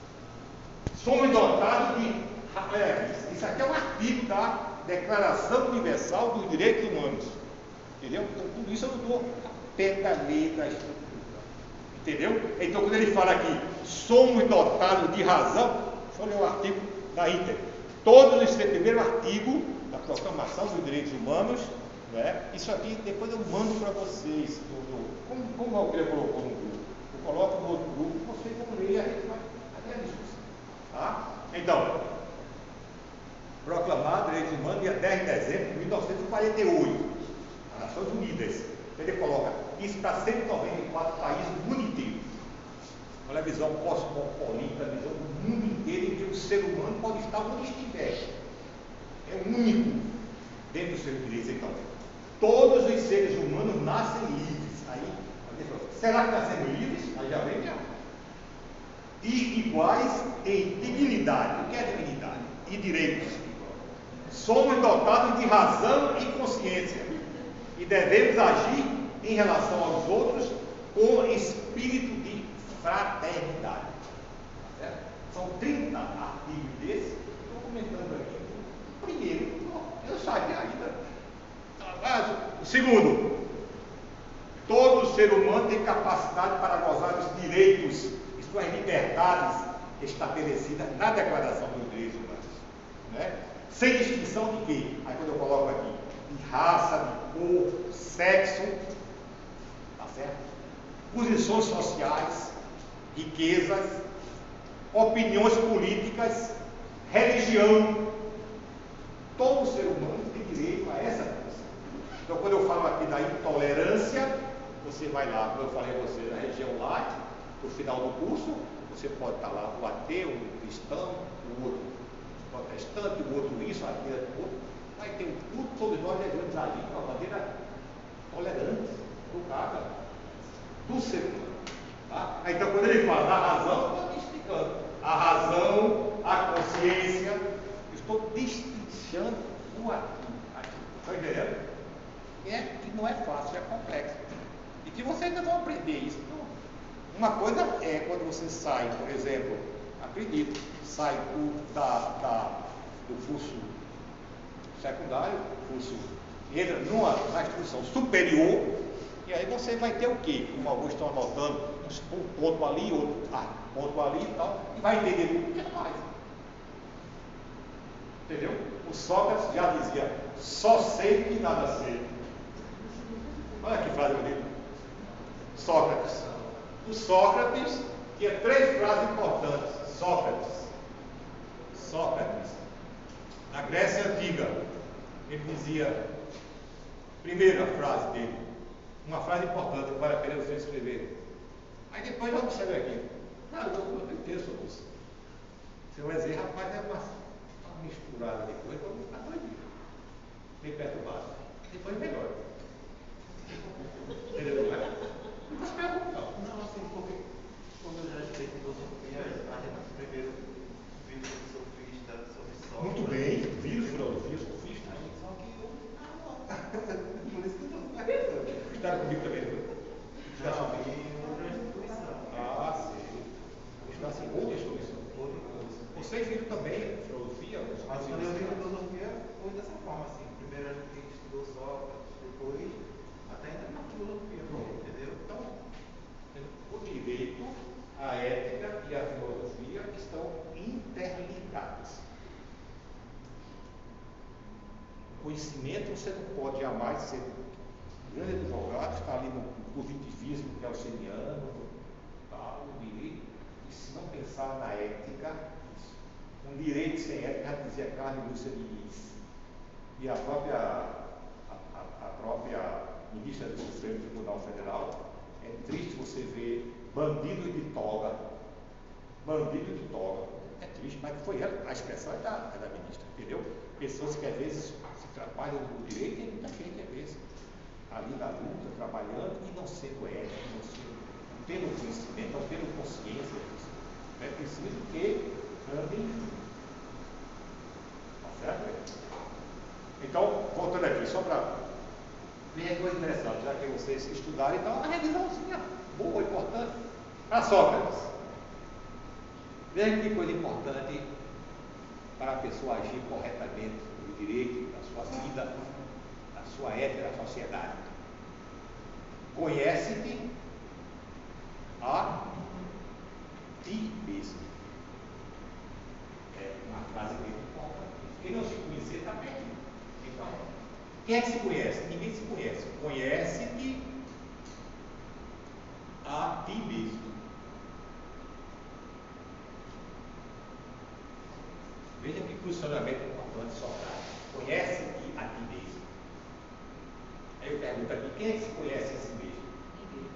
Speaker 1: Somos dotados de... isso aqui é um artigo da Declaração Universal dos Direitos Humanos. Entendeu? Então, tudo isso eu não estou a pé da letra. Entendeu? Então, quando ele fala aqui, somos dotados de razão, deixa eu ler o artigo da íntegra. Todos esse primeiro artigo da Proclamação dos Direitos Humanos, né? Isso aqui depois eu mando para vocês. Como o Alqueira colocou no grupo? Eu coloco no outro grupo, vocês vão ler, a gente vai até a discussão. Tá? Então, proclamado Direitos Humanos dia 10 de dezembro de 1948, as Nações Unidas. Ele coloca isso para 194 países do mundo inteiro. Olha a visão cosmopolita, a visão do mundo inteiro em que o ser humano pode estar onde estiver. É único dentro dos seus direitos. Então, todos os seres humanos nascem livres. Aí, será que nascemos livres? Aí já vem já. E iguais em dignidade. O que é dignidade? E direitos. Somos dotados de razão e consciência. E devemos agir em relação aos outros com espírito de fraternidade. Certo? São 30 artigos desses. Estou comentando aqui. O primeiro, eu sabia ainda. O segundo, todo ser humano tem capacidade para gozar dos direitos e suas liberdades estabelecidas na Declaração dos Direitos Humanos. Né? Sem distinção de quê? Aí quando eu coloco aqui, de raça, de cor, sexo, tá certo? Posições sociais, riquezas, opiniões políticas, religião. Todo ser humano tem direito a essa coisa. Então, quando eu falo aqui da intolerância, você vai lá, como eu falei a você, na região light, no final do curso, você pode estar lá o ateu, o cristão, o outro protestante, o outro isso, aquilo, o outro. Vai ter tudo, todos nós devemos ali de uma maneira tolerante, educada, do ser humano. Tá? Então, quando ele fala da razão, eu estou explicando. A razão, a consciência, eu estou destrinchando o artigo. Está entendendo? Que não é fácil, é complexo. E que vocês ainda vão aprender isso. Então, uma coisa é quando você sai, por exemplo, acredito, sai do curso secundário, entra na instrução superior, e aí você vai ter o quê? Como alguns estão anotando, um ponto ali, outro ponto ali e tal, e vai entender tudo o que mais. Entendeu? O Sócrates já dizia, só sei que nada sei. Olha que frase bonita. Sócrates. O Sócrates tinha 3 frases importantes. Sócrates. Na Grécia Antiga, ele dizia, primeira frase dele, uma frase importante que vale a pena você escrever. Aí depois vamos observar aqui. Não, eu tenho texto sobre isso. Você vai dizer, rapaz, é uma misturada de coisa, eu vou ficar doidinho. Bem perturbado. Depois melhor. Entendeu? Não é? Não está se preocupando.
Speaker 2: Não, assim, porque quando eu já estudei filosofia, a gente primeiro viu o sofista sobre Sócrates.
Speaker 1: Muito bem, vírus, filosofia, sofista.
Speaker 2: Só que eu por isso que eu estou sabendo.
Speaker 1: Cuidado comigo também, não foi?
Speaker 2: Não, em outra instituição.
Speaker 1: Ah, sim. Está assim, outra instituição.
Speaker 2: Outra coisa.
Speaker 1: Vocês viram também filosofia?
Speaker 2: Mas quando eu vi filosofia, foi dessa forma, assim. Primeiro a gente estudou Sócrates, depois até entra na filosofia, entendeu?
Speaker 1: Então, o direito, a ética e a filosofia estão interligadas. O conhecimento você não pode jamais ser um grande advogado, está ali no curso de física, que é o seniano, tal, o direito, e se não pensar na ética, um direito sem ética, já dizia Carlos Lúcia Diniz, e a própria ministra do Supremo Tribunal Federal, é triste você ver bandido de toga, é triste, mas foi ela, a expressão é da ministra, entendeu? Pessoas que às vezes se trabalham no direito, tem muita gente às vezes ali na luta, trabalhando e não sendo ético, não tendo conhecimento, não tendo consciência disso. É preciso que andem juntos. Tá certo? Então, voltando aqui, só para ver coisa interessante, já que vocês estudaram, então, uma revisãozinha boa, importante. Para Sócrates. Veja que coisa importante para a pessoa agir corretamente no direito, na sua vida, na sua ética, na sociedade. Conhece-te a ti mesmo. É uma frase bem importante. Quem não se conhecer está perdido. Então, quem é que se conhece? Ninguém se conhece. Conhece-te a ti mesmo. Veja que posicionamento importante Sócrates. Conhece-te a ti mesmo. Aí eu pergunto aqui, quem é que se conhece a si mesmo? Ninguém.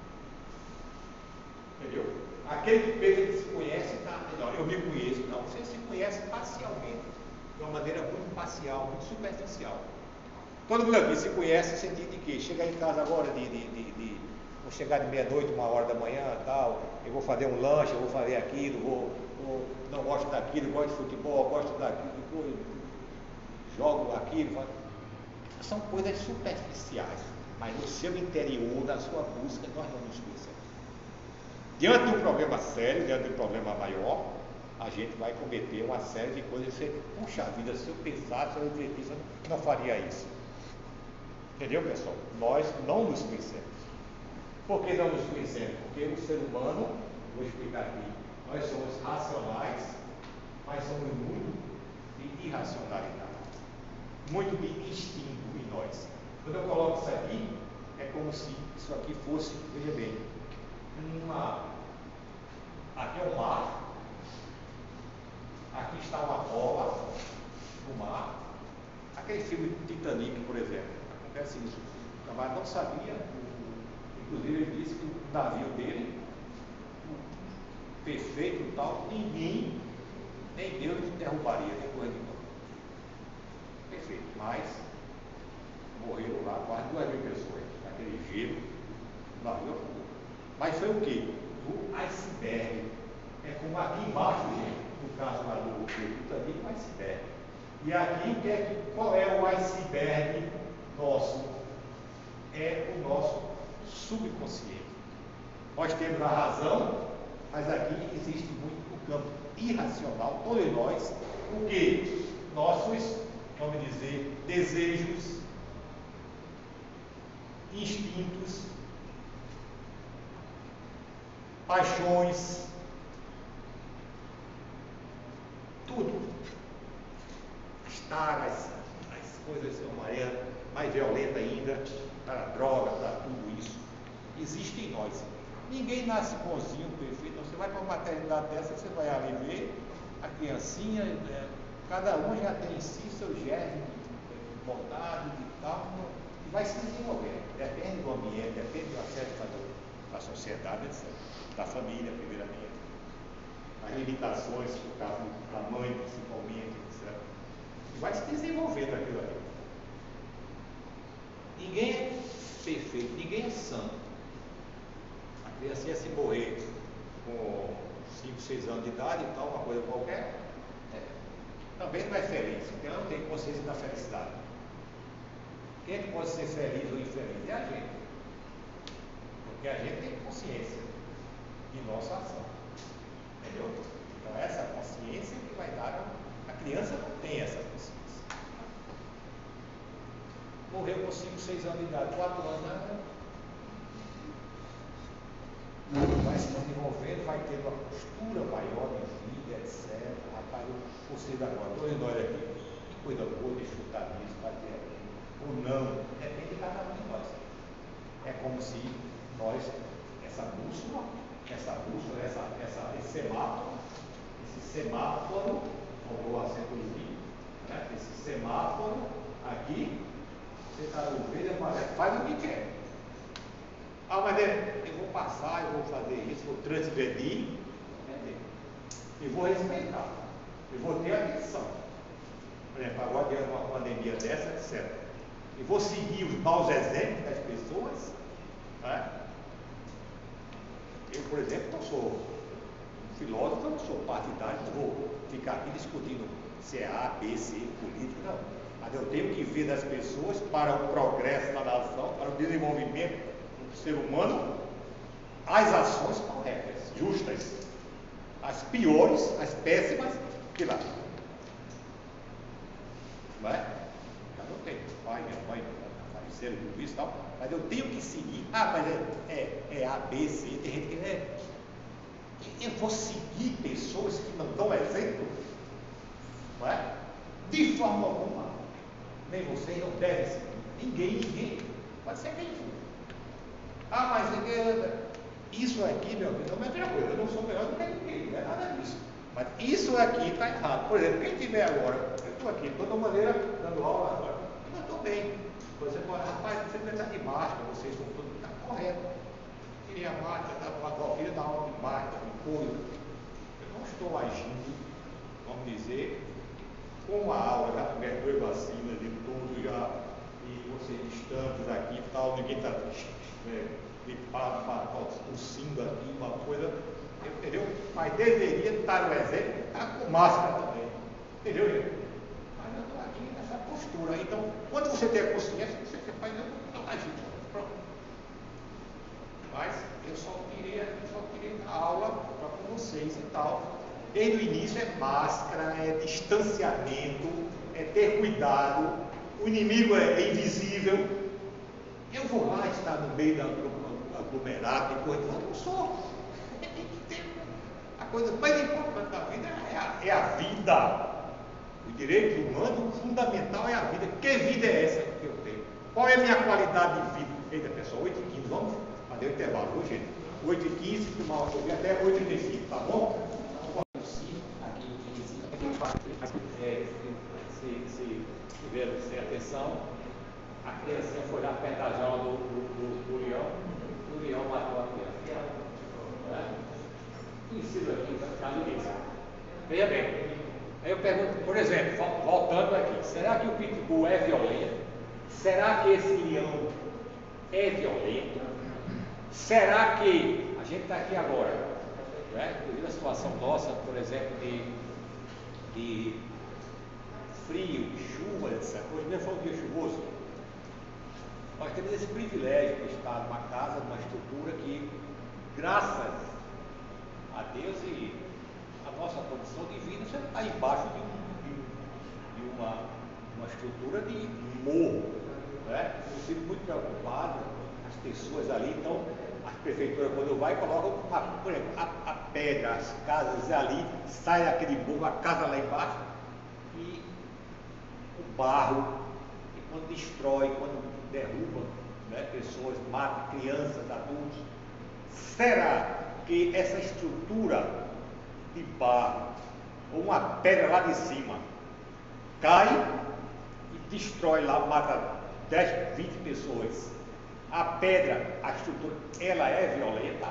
Speaker 1: Entendeu? Aquele que pensa que se conhece, tá, não, eu me conheço. Não, você se conhece parcialmente. De uma maneira muito parcial, muito superficial. Todo mundo aqui se conhece no sentido de que chegar em casa agora vou chegar de meia-noite, 1h da manhã, tal, eu vou fazer um lanche, eu vou fazer aquilo, não gosto daquilo, gosto de futebol, gosto daquilo, jogo aquilo. São coisas superficiais, mas no seu interior, na sua busca, nós não nos conhecemos. Diante de um problema sério, diante de um problema maior, a gente vai cometer uma série de coisas. Você, puxa vida, se eu pensasse, eu não faria isso. Entendeu, pessoal? Nós não nos conhecemos. Por que não nos conhecemos? Porque o ser humano, vou explicar aqui, nós somos racionais, mas somos muito de irracionalidade, muito de instinto em nós. Quando eu coloco isso aqui, é como se isso aqui fosse, veja bem, aqui é o mar, aqui está uma bola no mar. Aquele filme Titanic, por exemplo, acontece isso. O camarada não sabia, inclusive ele disse que o navio dele, perfeito e tal, ninguém, nem Deus derrubaria depois de novo. Perfeito, mas morreram lá quase 2.000 pessoas, naquele gelo, o navio afundou. Mas foi o quê? O iceberg. É como aqui embaixo, gente, no caso lá do Titanic, o iceberg. E aqui, qual é o iceberg nosso? É o nosso subconsciente. Nós temos a razão, mas aqui existe muito o campo irracional, todos nós, o que? Nossos, vamos dizer, desejos, instintos, paixões, tudo. As taras, as coisas de uma maneira mais violenta ainda, para droga, para tudo isso. Existe em nós. Ninguém nasce bonzinho, perfeito. Você vai para uma maternidade dessa, você vai ali ver a criancinha, cada um já tem em si seu germe montado e tal, e vai se desenvolvendo. Depende do ambiente, depende do acesso da sociedade, etc. Da família, primeiramente. As limitações, por causa da mãe, principalmente, etc. E vai se desenvolvendo aquilo ali. Ninguém é perfeito, ninguém é santo. A criancinha se morrer com 5, 6 anos de idade e tal, uma coisa qualquer, também não é feliz, porque ela não tem consciência da felicidade. Quem é que pode ser feliz ou infeliz? É a gente. Porque a gente tem consciência de nossa ação. Entendeu? Então essa consciência que vai dar, a criança não tem essa consciência. Morreu com 5, 6 anos de idade, 4 anos, vai se desenvolvendo, vai tendo uma postura maior de vida, etc. Rapaz, você agora, estou indo olha aqui, que coisa boa desfrutar disso, fazer aquilo, ou não, depende de cada um de nós. É como se nós, essa bússola, esse semáforo, como o acento do né? Esse semáforo aqui, você está no verde, faz o que quer. Ah, mas eu vou passar, eu vou fazer isso, vou transgredir, e vou respeitar, eu vou ter atenção. Por exemplo, agora diante de uma pandemia dessa, etc. E vou seguir os maus exemplos das pessoas. Né? Eu, por exemplo, não sou um filósofo, eu não sou partidário, não vou ficar aqui discutindo se é A, B, C, político, não. Mas eu tenho que ver das pessoas para o progresso da nação, para o desenvolvimento do ser humano, as ações corretas, justas. As piores, as péssimas, que lá. Não é? Eu não tenho pai, minha mãe, faleceram, tudo isso e tal, mas eu tenho que seguir. Ah, mas é A, B, C, tem gente que eu vou seguir pessoas que não dão exemplo, não é? De forma alguma. Nem vocês não devem seguir. Ninguém. Pode ser quem for. Ah, mas isso aqui, meu amigo, não é outra coisa. Eu não sou melhor do que ninguém, não é nada disso. Mas isso aqui está errado. Por exemplo, quem tiver agora, eu estou aqui, de toda maneira, dando aula agora, eu estou bem. Por exemplo, rapaz, você deve estar de máscara, vocês estão todos, está correto. Tirei a máscara, queria dar aula de máscara, de coisa. Eu não estou agindo, vamos dizer, com a aula, já tomei vacina de tudo, já, e vocês distantes aqui e tal, ninguém está tossindo aqui, uma coisa, entendeu? Mas deveria estar no exemplo, estar com máscara também, entendeu, gente? Mas eu estou aqui nessa postura. Então, quando você tem a consciência, você faz, não agir, pronto. Mas eu só queria dar aula com vocês e tal. Desde o início é máscara, é distanciamento, é ter cuidado, o inimigo é invisível. Eu vou lá estar no meio da aglomerado e coisa, eu não sou. A coisa mais importante da vida é a vida. O direito humano fundamental é a vida. Que vida é essa que eu tenho? Qual é a minha qualidade de vida? Eita, pessoal, 8h15, vamos fazer o intervalo hoje, gente. 8h15, tomar uma coisa até 8h35, tá bom? Se tiveram sem atenção, a criancinha foi lá perto da jaula do leão, o leão matou a criança. Ensino aqui, está no início. Veja bem, aí eu pergunto, por exemplo, voltando aqui, será que o pitbull é violento? Será que esse leão é violento? Será que a gente está aqui agora, devido à situação nossa, por exemplo, de frio, chuva, etc. Hoje mesmo foi um dia chuvoso. Nós temos esse privilégio de estar numa casa, numa estrutura que, graças a Deus e a nossa condição de vida, você está embaixo de uma estrutura de morro. Eu fico muito preocupado, as pessoas ali, então, as prefeituras, quando vai, colocam, por exemplo, a pedra, as casas ali, sai daquele morro, a casa lá embaixo, e o barro, e quando destrói, quando derruba, né, pessoas, mata crianças, adultos. Será que essa estrutura de barro, ou uma pedra lá de cima, cai e destrói lá, mata 10, 20 pessoas? A pedra, a estrutura, ela é violenta?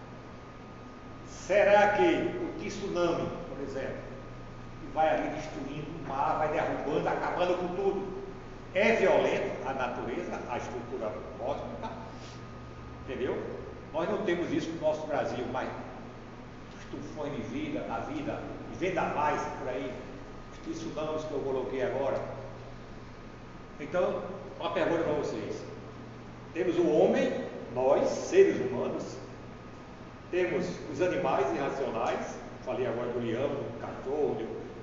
Speaker 1: Será que o tsunami, por exemplo, que vai ali destruindo o mar, vai derrubando, acabando com tudo, é violento a natureza, a estrutura cósmica? Entendeu? Nós não temos isso no nosso Brasil, mas os tufões de vida, da vida, e vendavais por aí, os tsunamis que eu coloquei agora. Então, uma pergunta para vocês. Temos o homem, nós, seres humanos, temos os animais irracionais, falei agora do leão, do cachorro,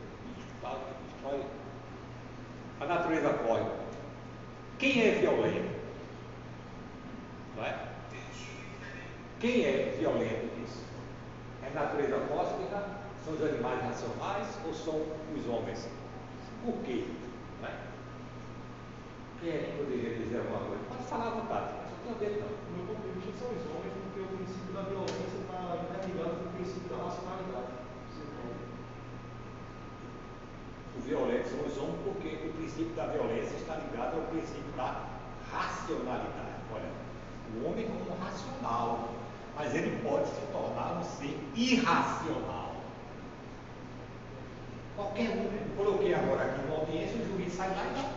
Speaker 1: a natureza cósmica. Quem é violento? Não é? Quem é violento nisso? É a natureza cósmica? São os animais racionais ou são os homens? Por quê? Não é? Quem é que poderia dizer alguma coisa? Pode falar à vontade, só estou vendo não.
Speaker 5: No meu ponto de vista são os homens, porque o princípio da violência está interligado com o princípio da racionalidade.
Speaker 1: O violento são os homens porque o princípio da violência está ligado ao princípio da racionalidade. Olha, o homem como racional, mas ele pode se tornar um ser irracional. Qualquer um, eu coloquei agora aqui uma audiência, o juiz sai lá e dá.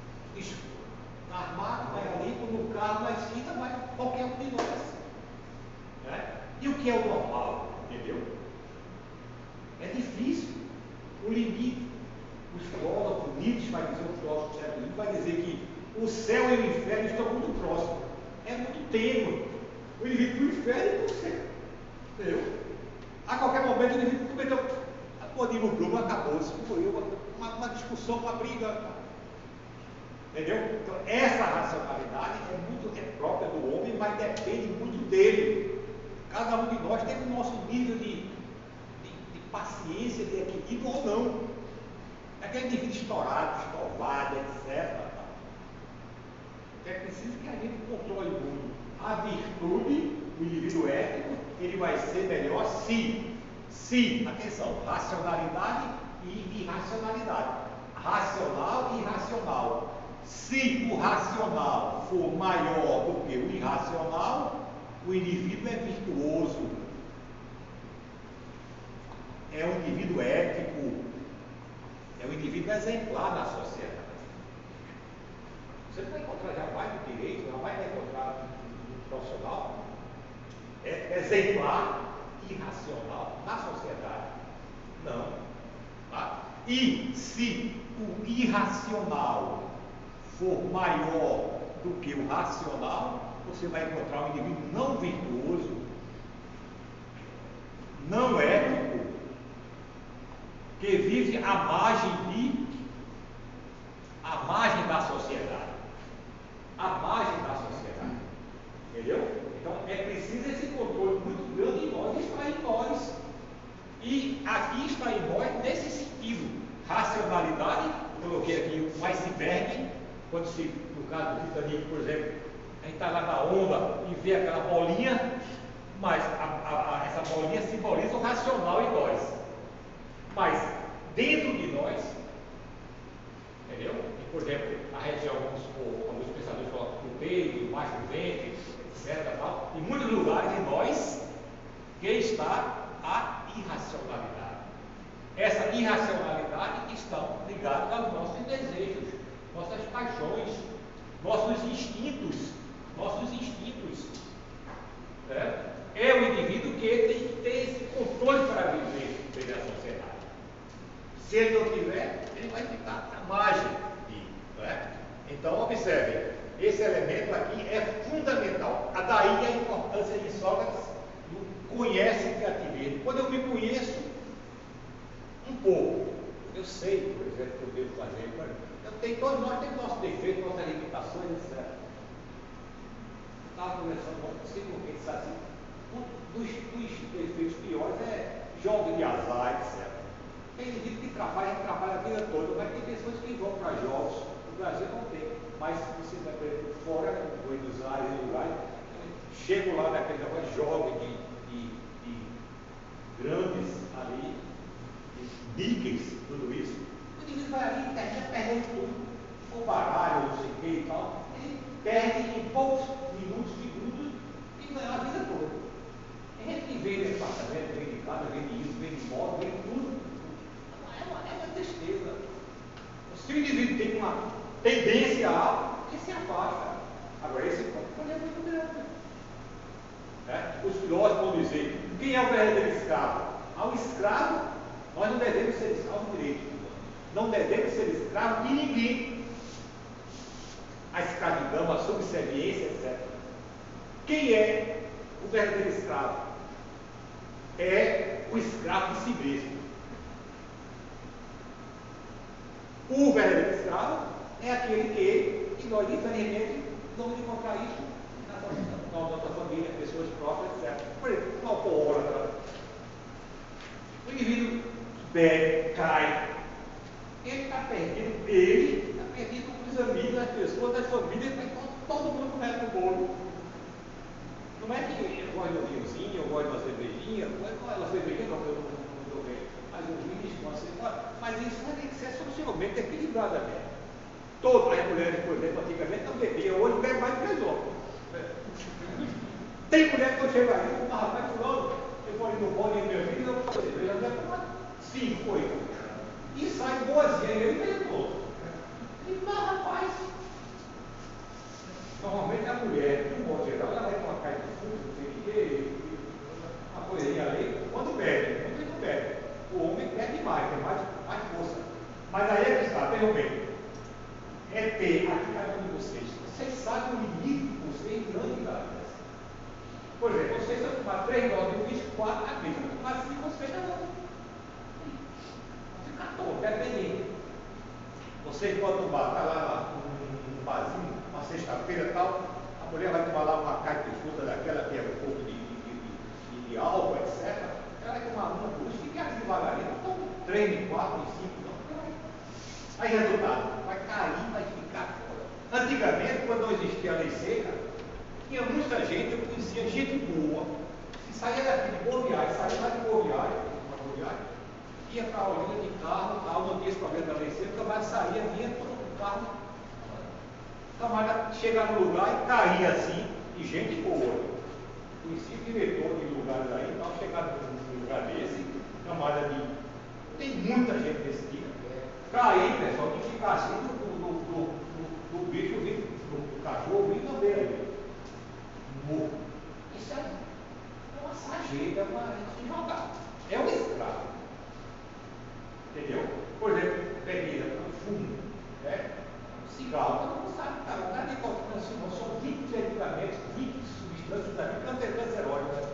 Speaker 1: Armado, vai ali, no carro, na esquina, vai qualquer um de nós. Né? E o que é o normal? Entendeu? É difícil. O limite. Os filósofos, Nietzsche vai dizer, o filósofo do século XX vai dizer que o céu e o inferno estão muito próximos. É muito tênue. O indivíduo do inferno e do céu. Entendeu? A qualquer momento o indivíduo cometeu. Pode ir no grupo, acabou-se. Uma discussão, uma briga. Entendeu? Então, essa racionalidade é própria do homem, mas depende muito dele. Cada um de nós tem o nosso nível de paciência, de equilíbrio ou não. Aquele indivíduo estourado, estovado, etc. É preciso que a gente controle muito. A virtude, o indivíduo ético, ele vai ser melhor se, atenção, racionalidade e irracionalidade. Racional e irracional. Se o racional for maior do que o irracional, o indivíduo é virtuoso. É um indivíduo ético. É um indivíduo exemplar na sociedade. Você não vai encontrar jamais no direito, não vai encontrar no profissional. É exemplar, irracional na sociedade. Não. Tá? E se o irracional for maior do que o racional, você vai encontrar um indivíduo não virtuoso, não ético, que vive à margem da sociedade. À margem da sociedade. Entendeu? Então é preciso esse controle muito grande em nós, está em nós. E aqui está em nós nesse sentido. Racionalidade, coloquei aqui o iceberg, quando se, no caso do Titanic, por exemplo, a gente está lá na onda e vê aquela bolinha, mas essa bolinha simboliza o racional em nós. Mas dentro de nós, entendeu? E, por exemplo, a região, vamos supor, alguns pensadores colocam o peito, baixo do ventre, etc. Tal, em muitos lugares em nós que está a irracionalidade. Essa irracionalidade está ligada aos nossos desejos, nossas paixões, nossos instintos. É o indivíduo que tem que ter esse controle para viver dentro da sociedade. Se ele não tiver, ele vai ficar à margem disso. Né? Então, observe, esse elemento aqui é fundamental. Daí a importância de Sócrates do conhece-te a ti mesmo. Quando eu me conheço um pouco, eu sei, por exemplo, o que eu devo fazer. Todos nós temos nossos defeitos, nossas limitações, etc. Eu estava conversando com você, porque disse assim, um dos defeitos piores é jogos de azar, etc. Tem indivíduo que trabalha a vida toda, mas tem pessoas que vão para jogos, no Brasil não tem. mas você vai ver fora, em Buenos Aires, lugares, chego lá naquele negócio jovem de grandes ali, de níqueis, tudo isso. O indivíduo vai ali e termina perdendo tudo. O baralho, não sei o que e tal, ele perde em poucos minutos, segundos, e ganha a vida toda. Tem gente que vende apartamento, vende casa, vende isso, vende moto, vende tudo. É uma tristeza. Se o indivíduo tem uma tendência a, ele se afasta. Agora, esse problema é muito grande. Os filósofos vão dizer, quem é o verdadeiro escravo? Ao escravo, nós não devemos ser escravos direitos. Não devemos ser escravos de ninguém. A escravidão, a subserviência, etc. Quem é o verdadeiro escravo? É o escravo de si mesmo. O verdadeiro escravo é aquele que nós, infelizmente, vamos encontrar isso na nossa família, pessoas próprias, etc. Por exemplo, um alcoólatra. O indivíduo bebe, cai. Ele está perdido com os amigos, as pessoas, as famílias, todo mundo começa no bolo. Não é que eu gosto de um vinhozinho, eu gosto de uma cervejinha, uma cervejinha não, eu não dou bem, mas um vinho, uma cerveja, mas isso vai ter que ser socialmente equilibradamente. Todas as mulheres, por exemplo, antigamente não bebiam, hoje bebem mais que as outras. Tem mulher que eu chego aí, um rapaz fulano, eu vou ali no bolo e meu filho, eu vou fazer, eu já tomar 5, 8. E sai boazinha, ele mesmo. E mas rapaz, normalmente a mulher, no modo geral, ela vai com uma caixa de fundo, não sei o que, uma coisinha ali, quando bebe, quando não bebe. O homem bebe mais, tem mais força. Mas aí é que está, vejam bem. É ter, aqui cada um de vocês, vocês sabem o limite de vocês grande da vida. Por exemplo, vocês vão tomar 3 doses de uísque, 4, a vez, vão tomar 5, vocês já vão. Ficar todo, dependendo. Vocês podem tomar, está lá num barzinho, uma sexta-feira e tal, a mulher vai tomar lá uma caixa de fruta daquela que é um pouco de álcool, etc. Ela vai tomar uma, 2, fica ali devagarinho, não toma 3, 4, 5, não. Aí, resultado, vai cair, vai ficar fora. Antigamente, quando não existia a lei seca, tinha muita gente, eu conhecia gente boa, que saía daqui de Boa Viagem, saía lá de Boa Viagem, ia para a Olinda de carro, tal, não tinha esse problema da lei seca, mas saía, vinha todo o carro. O camarada chegava no lugar e caía assim, e gente boa. Conheci o diretor de lugares aí, então chegava num lugar desse, camarada de. Tem muita gente desse tipo. Cair, pessoal, tem que ficar assim do bicho do cachorro vindo também ali. Morro. Isso é uma sarjeta, se jogar. É um escravo. Entendeu? Por exemplo, bebida, fumo, cigarro, todo mundo sabe, cara, o cara de qualquer são 20 medicamentos, 20 substâncias aqui, cancerígenas,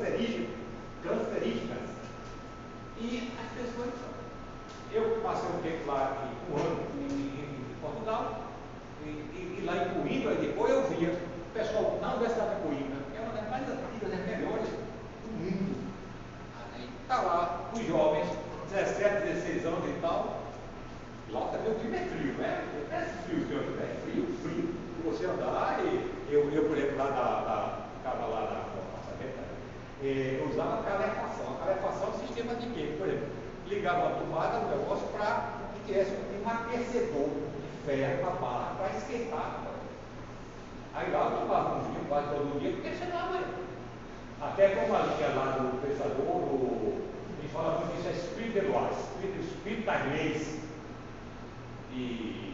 Speaker 1: cancerígenas. E as pessoas, eu passei um tempo lá, um ano em Portugal, e lá em Coimbra, e depois eu via o pessoal na Universidade de Coimbra, que é uma das mais antigas, das melhores do mundo. Aí está lá, os jovens, 17, 16 anos e tal. Lá também o clima é frio, né? É frio, é frio. Você andar, eu por exemplo, ficava lá na apartamento, eu usava calefação. A calefação é um sistema de quê? Por exemplo, ligava a tomada do negócio para que tivesse um aquecedor de ferro na barra para esquentar. Aí lá eu tomava um vinho quase todo dia, porque senão amanhã. Até como a linha lá do pensador, ele fala muito disso, é espírito das leis. E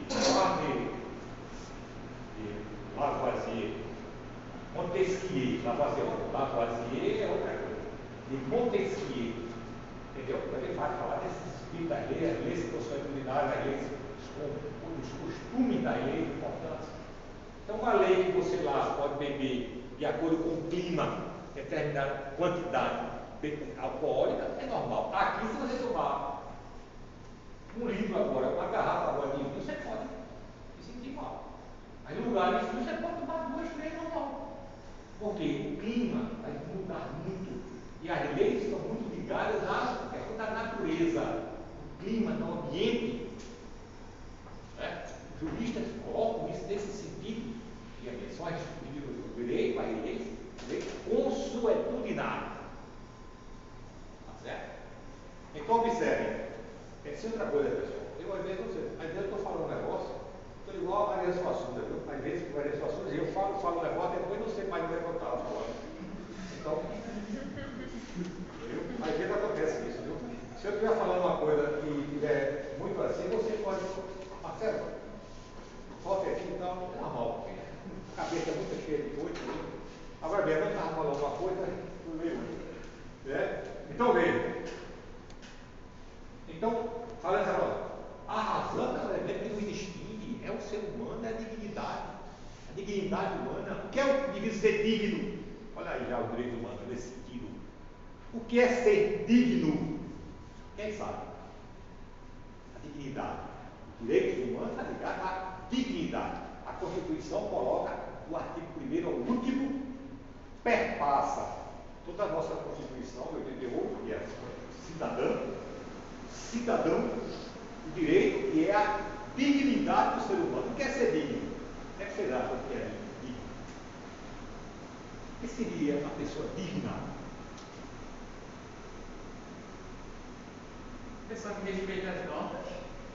Speaker 1: Lavoisier, Montesquieu, Lavoisier é outra coisa, de Montesquieu, entendeu? Ele vai falar desse espírito das leis, as leis consuetudinarias, as leis, os costumes das leis importantes. Então, uma lei que você lá pode beber de acordo com o clima, determinada quantidade alcoólica, é normal. Aqui, se você tomar um litro agora, uma garrafa agora de vinho, você pode se sentir mal. Mas em lugares frios, você pode tomar 2, 3 normal. Porque o clima vai mudar muito. E as leis estão muito ligadas à questão da natureza, do clima, do ambiente. Juristas colocam isso desse digninário. Tá certo? Então, observem. Essa é outra coisa, pessoal. Eu, às vezes, estou falando um negócio, estou igual a Maria Suassuna, viu? Às vezes, Maria Suassuna, eu falo um negócio, depois não sei mais onde é que eu estava falando. Então, às vezes acontece isso, viu? Se eu estiver falando uma coisa e estiver muito assim, você pode. Marcelo, volta aqui, então, é normal. A cabeça é muito cheia de coisa. Agora bem, eu estava falando uma coisa, não veio outra. Né? Então, veja. Então, fala essa palavra. A razão é o elemento que nos distingue, é o ser humano, é a dignidade. A dignidade humana. O que é o indivíduo ser digno? Olha aí já o direito humano nesse sentido. O que é ser digno? Quem sabe? A dignidade. O direito humano está ligado à dignidade. A Constituição coloca do artigo 1º ao último, perpassa toda a nossa Constituição de 88, que é cidadão, o direito que é a dignidade do ser humano. O que é ser digno? O que é que vocês acham que é digno? O que seria uma pessoa digna?
Speaker 5: Pessoa que respeita as normas.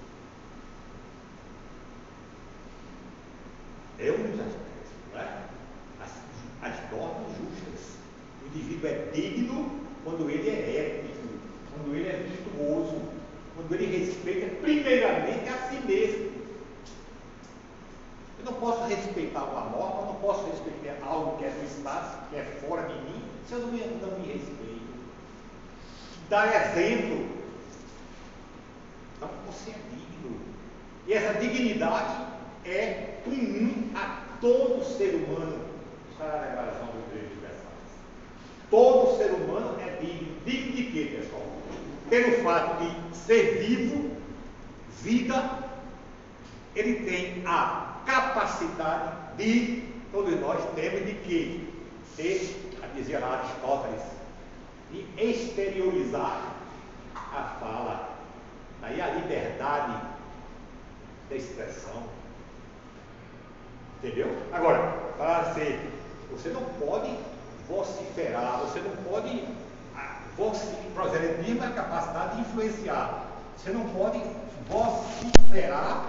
Speaker 1: É um dos aspectos, não é? As normas justas. O indivíduo é digno quando ele é ético, quando ele é virtuoso, quando ele respeita primeiramente a si mesmo. Eu não posso respeitar uma norma, eu não posso respeitar algo que é do espaço, que é fora de mim, se eu não me respeito. Dar exemplo. Então você é digno. E essa dignidade é comum a todo ser humano. Isso é a declaração dos direitos universais. Todo ser humano é digno. Digno de quê, pessoal? Pelo fato de ser vivo, vida, ele tem a capacidade de, todos nós temos de quê? A dizer lá Aristóteles, de exteriorizar a fala. Daí a liberdade da expressão. Entendeu? Agora, para ser, você não pode vociferar, você não pode. Proselitismo é a capacidade de influenciar. Você não pode vociferar,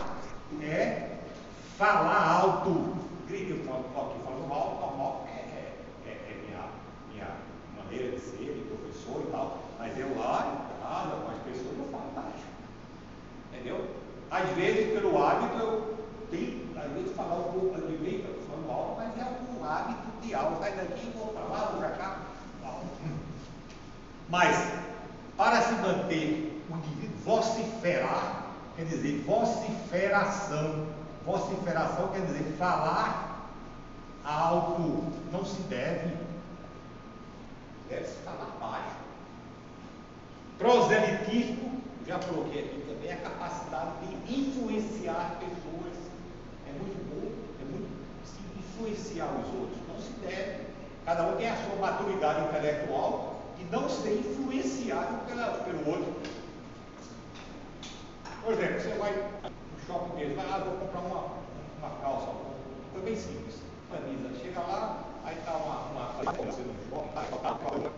Speaker 1: falar alto. Grito, eu falo aqui falando alto, normal, minha maneira de ser, de professor e tal. Mas eu lá, em casa, com as pessoas, eu falo baixo. Entendeu? Às vezes, pelo hábito, eu tenho, às vezes, falar um pouco, eu digo, eu estou falando alto, mas é um hábito de alto. Sai daqui, vou para lá, vou para cá. Mas, para se manter o indivíduo, vociferar, quer dizer, vociferação. Vociferação quer dizer falar alto, não se deve. Deve-se falar baixo. Proselitismo, já coloquei aqui também, a capacidade de influenciar pessoas. É muito bom, é muito se influenciar os outros. Não se deve. Cada um tem a sua maturidade intelectual e não ser influenciado pelo outro. Por exemplo, você vai no shopping mesmo, vou comprar uma calça, foi bem simples, camisa. Chega lá, aí está uma você no shopping,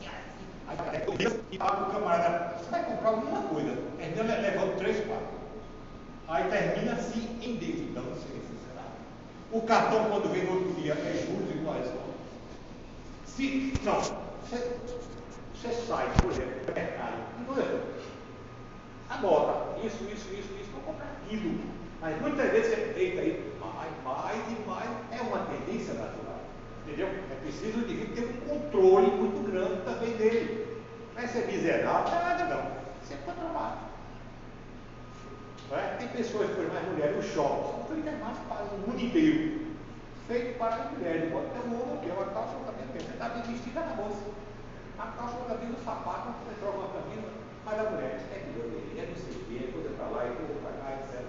Speaker 1: e fala para o camarada, você vai comprar alguma coisa, termina levando 3, 4. Aí termina se endividando, se sincerado. O cartão, quando vem no outro dia, é juros iguais. Não, você sai, por exemplo, do mercado, anota isso, vou comprar aquilo. Mas muitas vezes você deita aí, mais, é uma tendência natural. Entendeu? É preciso o indivíduo ter um controle muito grande também dele. Não é ser miserável, nada não. Ser controlado. Não é? Tem pessoas, por exemplo, as mulheres, os shoppings, são feitas mais para o mundo inteiro. Feito para as mulheres. Pode ter um homem que é uma calça também, você está bem vestida na moça. A calça, a camisa, o sapato, você troca uma camisa, mas a mulher é biologia, não sei o que, coisa para lá e coisa para cá, etc.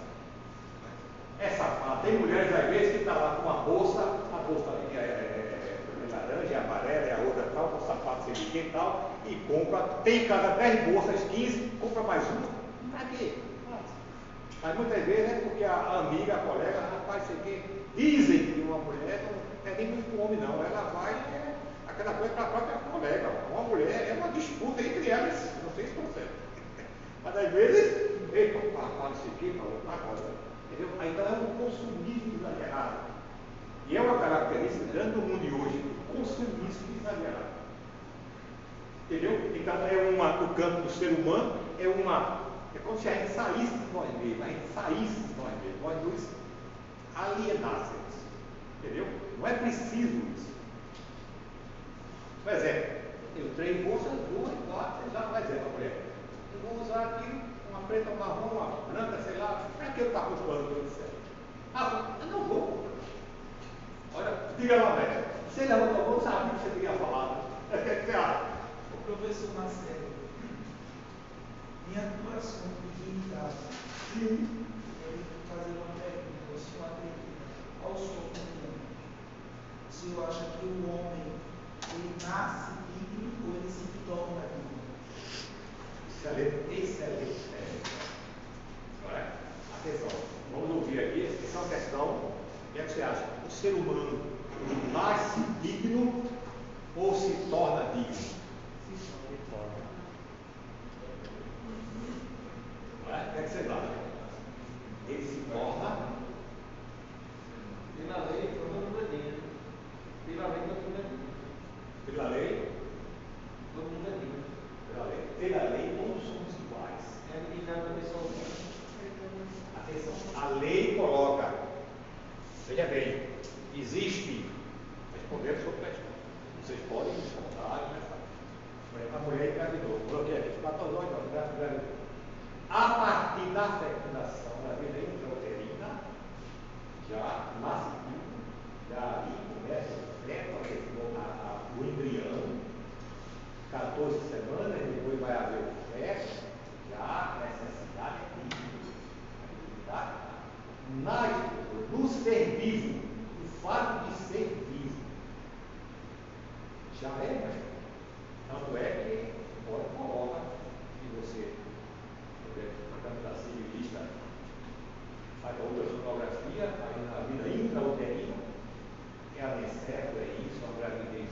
Speaker 1: É safado. Tem mulheres, às vezes, que estão lá com uma bolsa, a bolsa é laranja, é amarela, é a outra tal, com sapato sem ninguém e tal, e compra, tem cada 10 bolsas, 15, compra mais uma. Para quê? Mas muitas vezes é porque a amiga, a colega, rapaz, sei que dizem que uma mulher não é nem muito homem, não. Ela vai, aquela aquela coisa para a própria colega. Uma mulher é uma disputa entre elas, não sei se consegue. Mas às vezes, eita, para isso aqui, para outra coisa. Entendeu? Aí então é um consumismo exagerado. E é uma característica grande do mundo de hoje, o consumismo exagerado. Entendeu? Então no campo do ser humano, é como se a gente saísse de nós mesmos, nós nos alienássemos. Entendeu? Não é preciso isso. Por exemplo, eu tenho bolsas duas, quatro, já um exemplo, por exemplo. Eu vou usar aqui uma preta, uma marrom, uma branca, sei lá, para que eu estou ocupando tudo isso aí? Eu não vou. Olha, diga lá, velho. Você levantou a mão, sabe o que você queria falar. O que você acha?
Speaker 6: O professor Marcelo, em atuação de dignidade, ele fazer uma pergunta, se uma pergunta ao senhor comum, o senhor acha que o homem ele nasce digno ou ele se torna digno?
Speaker 1: Excelente. Atenção, vamos ouvir aqui. Essa é uma questão. O que é que você acha? O ser humano nasce digno ou se torna digno? O que é que você acha? Ele se torna.
Speaker 5: Pela lei, todo mundo é digno. Pela lei, todo mundo é digno.
Speaker 1: Pela lei?
Speaker 5: Todo mundo é digno.
Speaker 1: Pela lei, todos somos iguais.
Speaker 5: É a dignidade da pessoa humana.
Speaker 1: Atenção, a lei coloca, veja bem, existe, respondendo sobre a questão, vocês podem discordar, por exemplo, a mulher engravidou, coloquei aqui, 14 anos, engravidou. A partir da fecundação da vida intrauterina, já nasce tudo, já ali começa o feto, o embrião, 14 semanas, depois vai haver o feto, já a necessidade é dignidade. No ser vivo, o fato de ser vivo já é mais. Tanto é que agora coloca que você, por exemplo, na civilista, faz outra sonografia, aí na vida intrauterina, é anencefalo, é isso, a gravidez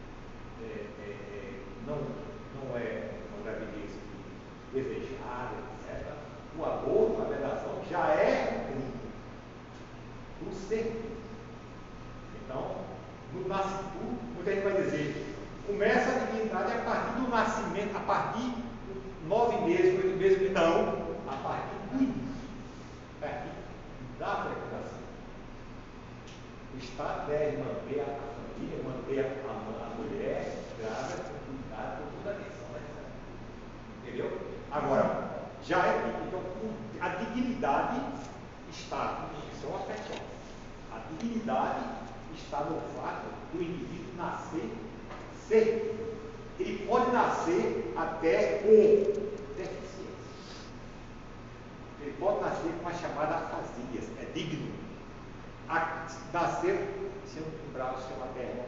Speaker 1: não é uma gravidez desejada, etc. O aborto, a vedação, já é um crime do ser. Então, no nascimento, muita gente vai dizer, começa a dignidade a partir do nascimento, a partir de 9 meses, 8 meses, não, a partir do início, a partir da fecundação. O Estado deve manter a família, manter a mulher grávida com cuidado, com toda a atenção necessária. Entendeu? Agora, já é digno. Então, a dignidade está, isso é uma questão. A dignidade está no fato do indivíduo nascer ser. Ele pode nascer até com deficiência. Ele pode nascer com a chamada afasias, é digno. Nascer sem um braço, sem uma perna.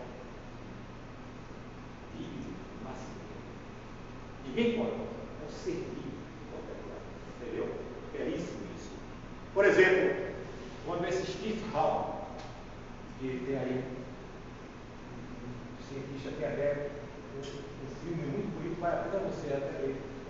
Speaker 1: Digno, nascimento. Ninguém pode. É um ser digno. Entendeu? Belíssimo isso. Por exemplo, quando esse Steve Hall, que tem aí um cientista que é um filme muito bonito, vai até você até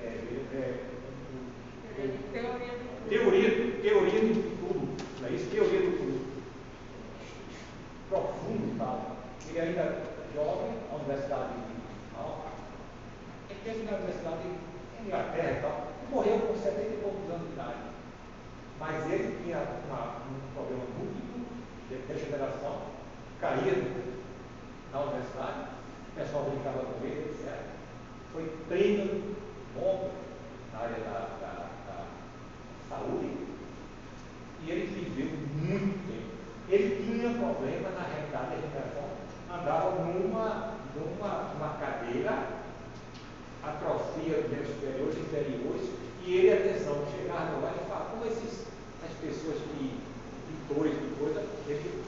Speaker 1: teoria do tudo, não é isso? Teoria do tudo. Profundo e tal. Ele ainda é jovem, na Universidade de Alfa. Ele teve na Universidade de Inglaterra e tal, e morreu com 70 e poucos anos de idade. Mas ele tinha um problema múltiplo de degeneração, caía na universidade, o pessoal brincava com ele, etc. Foi treino bom na área da saúde, e ele viveu muito tempo. Ele tinha problema, na realidade, a regeneração, andava numa cadeira, atrofia dos membros superiores e inferiores, e ele, atenção, chegava lá e falava, como essas pessoas que, pintores de coisa, ele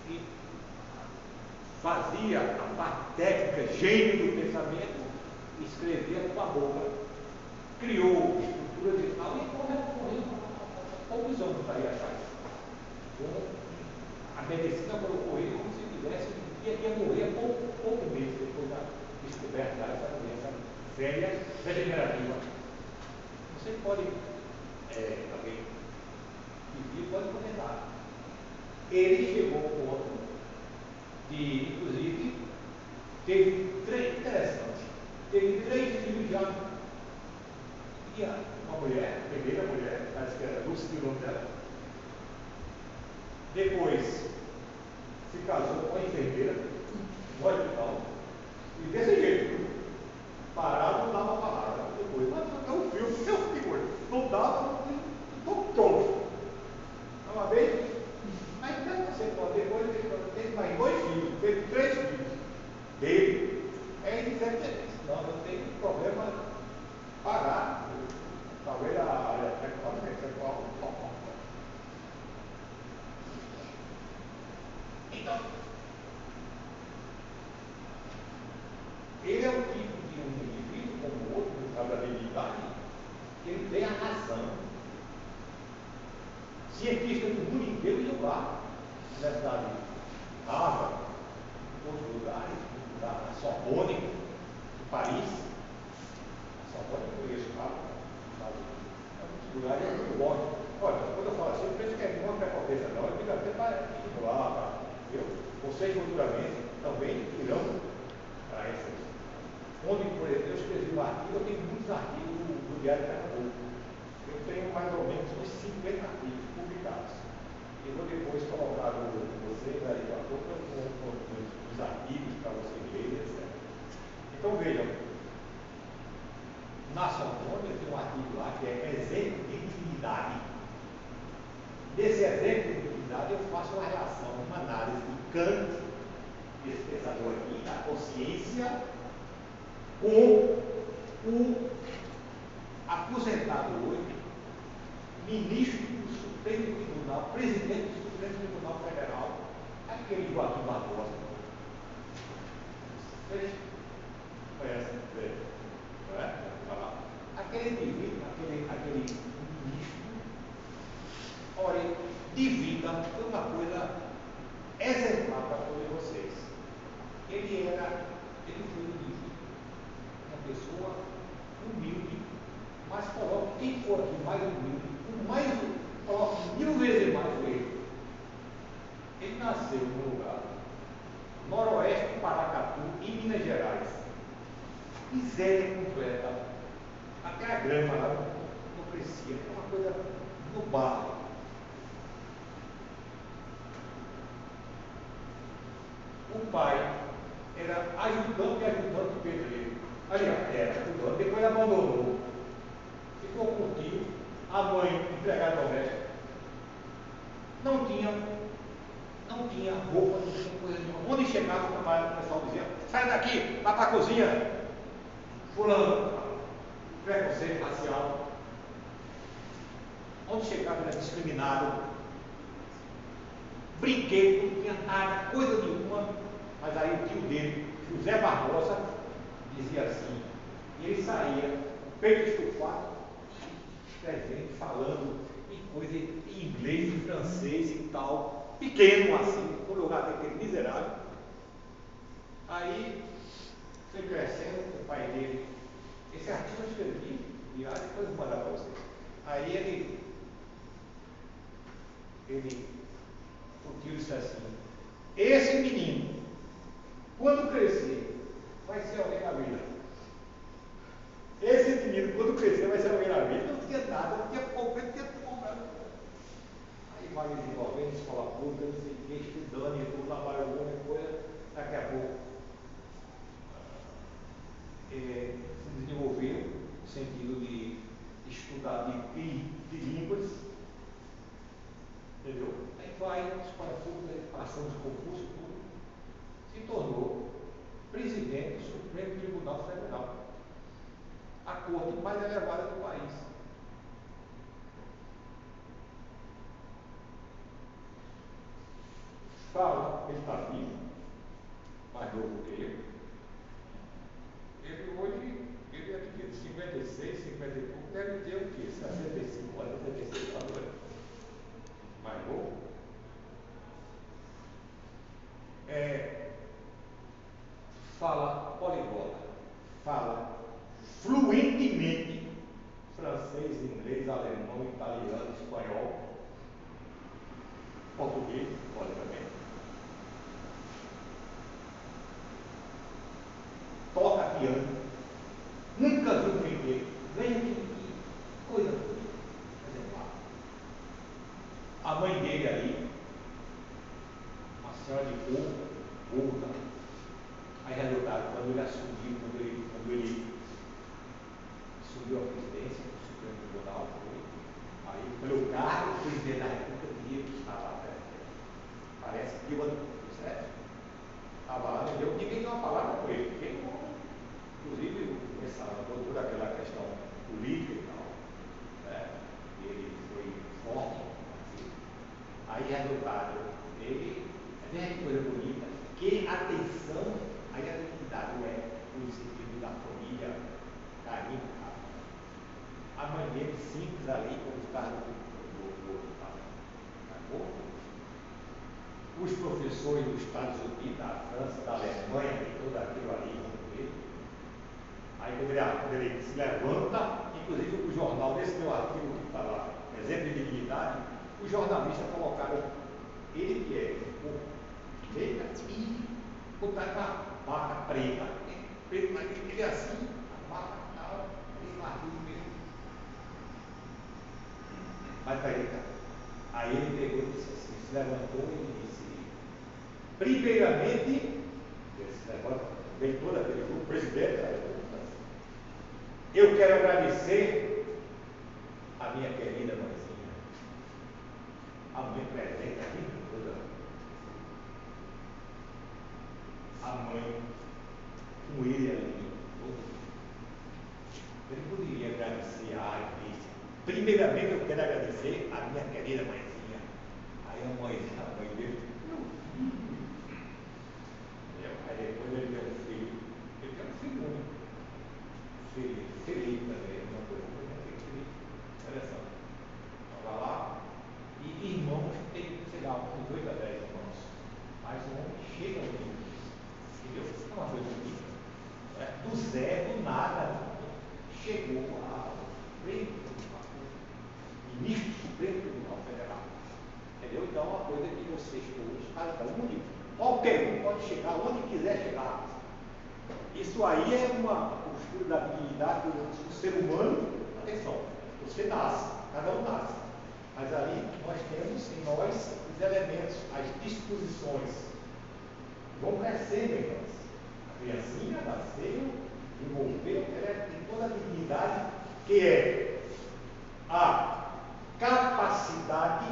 Speaker 1: fazia a parte técnica, gênio do pensamento, escrevia com a boca, criou estruturas e tal, e morreu poucos anos daí atrás. A medicina colocou ele como se tivesse, ia morrer pouco mês depois da velha, degenerativa. Você pode, alguém pedir, pode comentar. Ele chegou ao ponto de, inclusive, interessante, teve 3 filhos já. E uma mulher, a primeira mulher, parece que era Lúcia, o nome dela. Depois se casou com a enfermeira no hospital. E desse jeito, parado, não dava palavra. Depois, mas é um filme, é um filme. Não dava, não pronto. Uma vez, mas não você pode, depois ele teve mais 2 filhos, teve 3 filhos dele. Aí ele disse, não, eu tenho um problema parar. Talvez a área sexual. Então, ele é um tipo de um indivíduo como o outro, no caso da habilidade, que ele tem a razão. Cientistas do mundo inteiro iam lá, Universidade de Harvard, em outros lugares, da Sorbonne, em Paris. A Sorbonne eu conheço lá, em lugares é muito bom. Olha, quando eu falo assim, eu penso que é uma prepotência, não, eu digo até para estimular, vocês futuramente também irão para essas. Onde, por exemplo, eu escrevi um artigo, eu tenho muitos artigos do Diário de Pernambuco. Eu tenho mais ou menos uns 50 artigos publicados. Eu vou depois colocar vocês aí a pouco os artigos para vocês lerem, etc. Então vejam, na Sorbonne eu tenho um artigo lá que é exemplo de divinidade. Nesse exemplo de divinidade eu faço uma relação, uma análise de Kant, esse pensador aqui, da consciência, com o aposentado hoje, ministro do Supremo Tribunal, presidente do Supremo Tribunal Federal, aquele Joaquim Barbosa. Vocês conhecem bem, não é? Aquele indivíduo, aquele ministro, olha, de vida foi uma coisa exemplar para todos vocês. Ele foi um indivíduo, uma pessoa humilde, mas coloque quem for aqui mais humilde, coloque 1000 vezes mais foi ele. Ele nasceu num lugar, noroeste de Paracatu, em Minas Gerais. Miséria completa. Até a grama lá não crescia, era uma coisa no barro. O pai era ajudante pedreiro. Aliás, era ajudante, depois abandonou. Ficou com o tio, a mãe empregada doméstica. Não tinha roupa, não tinha coisa nenhuma. Onde chegava o pessoal dizia, sai daqui, vai para a cozinha. Fulano, preconceito racial. Onde chegava era discriminado. Brinquedo, não tinha nada, coisa nenhuma. Mas aí o tio dele, José Barbosa, dizia assim, e ele saía, peito estufado, escrevendo, falando em coisa em inglês, em francês e tal, pequeno assim, no lugar daquele miserável. Aí foi crescendo, o pai dele, esse artigo eu escrevi, e lá depois eu vou mandar para vocês. Aí o tio disse assim, esse menino, quando crescer, vai ser alguém na vida. Esse menino, quando crescer, vai ser alguém na vida. Não tinha nada, não tinha pouco. Aí vai desenvolvendo escola pública, não sei o que, estudando e tudo, trabalhando alguma coisa. Daqui a pouco se desenvolveu no sentido de estudar de línguas. Entendeu? Aí vai, escola pública, passando os concursos, tudo. Se tornou presidente do Supremo Tribunal Federal, a corte mais elevada do país. Fala, ele está vivo, mais novo que eu. Ele hoje, ele é de 56, 50 e pouco, deve ter o quê? 65 anos, 66 anos, mais novo. Fala poliglota, fala fluentemente francês, inglês, alemão, italiano, espanhol, português, logicamente. Toca piano. Nunca vi um brinquedo. Veja que coisa bonita. Exemplar. A mãe dele ali, uma senhora de cor, gorda. Aí resultado, quando ele assumiu, quando ele assumiu a presidência do Supremo Tribunal, aí pelo cargo, o presidente da República queria que estava lá presente. Parece que eu, certo? Estava lá, entendeu? Ninguém deu uma palavra com ele, porque inclusive essa toda aquela questão política e tal, né? Ele foi forte, assim. Aí resultado, ele, veja que coisa bonita, que atenção, aí a dignidade é no sentido da família, carinho, a mãe dele simples ali, quando estava na corte, os professores dos Estados Unidos, da França, da Alemanha, e tudo aquilo ali junto dele. Aí quando ele se levanta, inclusive o jornal, nesse meu artigo que está lá, exemplo de dignidade, os jornalistas colocaram ele que é preta e botaram uma marca preta, preto, mas ele é assim, a marca tal, ele largou mesmo. Mas para ele, aí ele pegou e disse assim, se levantou e disse, primeiramente, esse negócio, veio todo aquele grupo, presidente da República, eu quero agradecer a minha querida mãezinha, a mãe presente aqui toda, a mãe com ele ali, ele poderia agradecer a igreja. Primeiramente eu quero agradecer a minha querida mãezinha. Aí a mãe dele, meu filho. Aí depois ele tem um filho. Ele tem um filho único. Felipe também, uma coisa muito interessante. Estava lá. E irmãos tem, sei lá, uns 8 a 10 irmãos. Mas um homem chega ao limite. Entendeu? É uma coisa bonita. Do zero, do nada, chegou ao ministro do Supremo Tribunal Federal. Entendeu? Então, uma coisa que vocês todos, cada um, qualquer um pode chegar onde quiser chegar. Isso aí é uma postura da dignidade do ser humano. Atenção, você nasce, cada um nasce. Mas ali nós temos em nós os elementos, as disposições. Vão crescendo em nós. A criancinha nasceu, desenvolveu, ela tem toda a dignidade que é a capacidade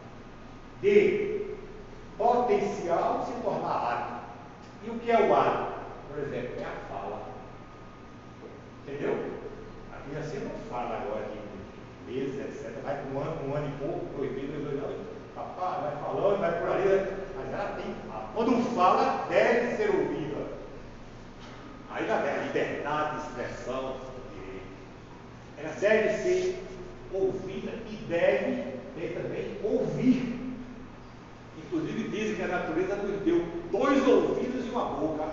Speaker 1: de potencial se tornar hábito. E o que é o hábito? Por exemplo, é a fala. Entendeu? A criança não fala agora de meses, etc. Vai com um ano e pouco, 2 meses, 2 anos. Papai vai falando, vai por ali, mas ela tem fala. Quando fala, deve ser ouvida. Aí já vem a liberdade de expressão. Ela deve ser ouvida e deve também ouvir. Inclusive dizem que a natureza nos deu 2 ouvidos e uma boca.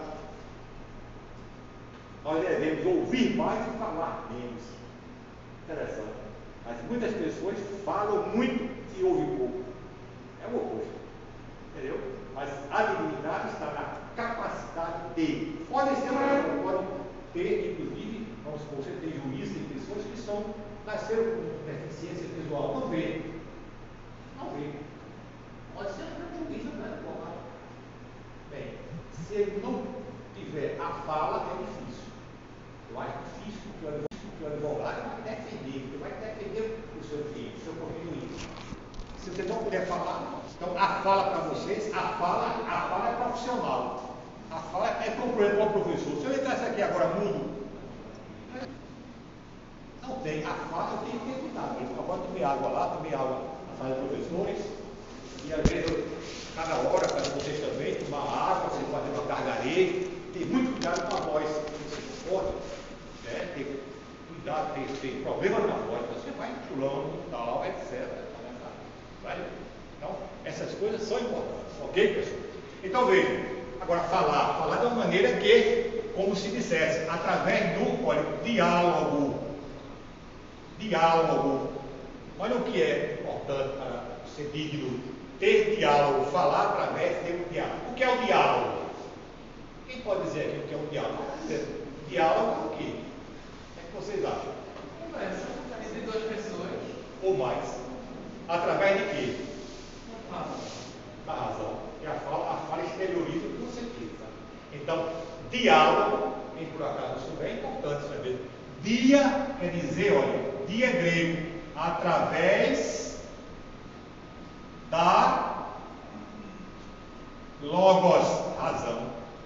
Speaker 1: Nós devemos ouvir mais e falar menos. Interessante. Mas muitas pessoas falam muito e ouvem pouco. É o oposto. Entendeu? Mas a dignidade está na capacidade de. Podem ser, podem ter, inclusive, vamos supor, você tem juízes, tem pessoas que nasceram com deficiência visual, não vê. Não vê. Pode ser um juiz, não é normal. Bem, se ele não tiver a fala, é difícil. Eu acho difícil que o advogado vai defender, ele vai defender o seu cliente, o seu contribuinte. Se você não puder falar, então a fala para vocês, a fala é profissional. A fala é concluída para o professor. Se eu entrasse aqui agora mudo, não tem. A fala eu tenho que ter cuidado. Eu agora tomei água lá, tomei água na sala de professores, e às vezes, cada hora, para vocês também, tomar água, você fazer uma gargareja, tem muito cuidado com a voz. Você pode, né, ter cuidado, tem problema na voz, você vai pulando, tal, etc. Vale? Então, essas coisas são importantes, ok, pessoal? Então, vejam, agora falar de uma maneira que como se dissesse, através do, olha, diálogo. Diálogo. Olha o que é importante para ser digno, ter diálogo, falar através do diálogo. O que é o diálogo? Quem pode dizer aqui o que é o diálogo? Diálogo é o quê? O que é que vocês acham?
Speaker 2: Conversa entre duas pessoas.
Speaker 1: Ou mais. Através de quê?
Speaker 2: Fala.
Speaker 1: Da razão. E a fala exterioriza com certeza. Então, diálogo, quem por acaso souber, é importante saber. Dia quer dizer, olha, dia é grego, através da logos, razão.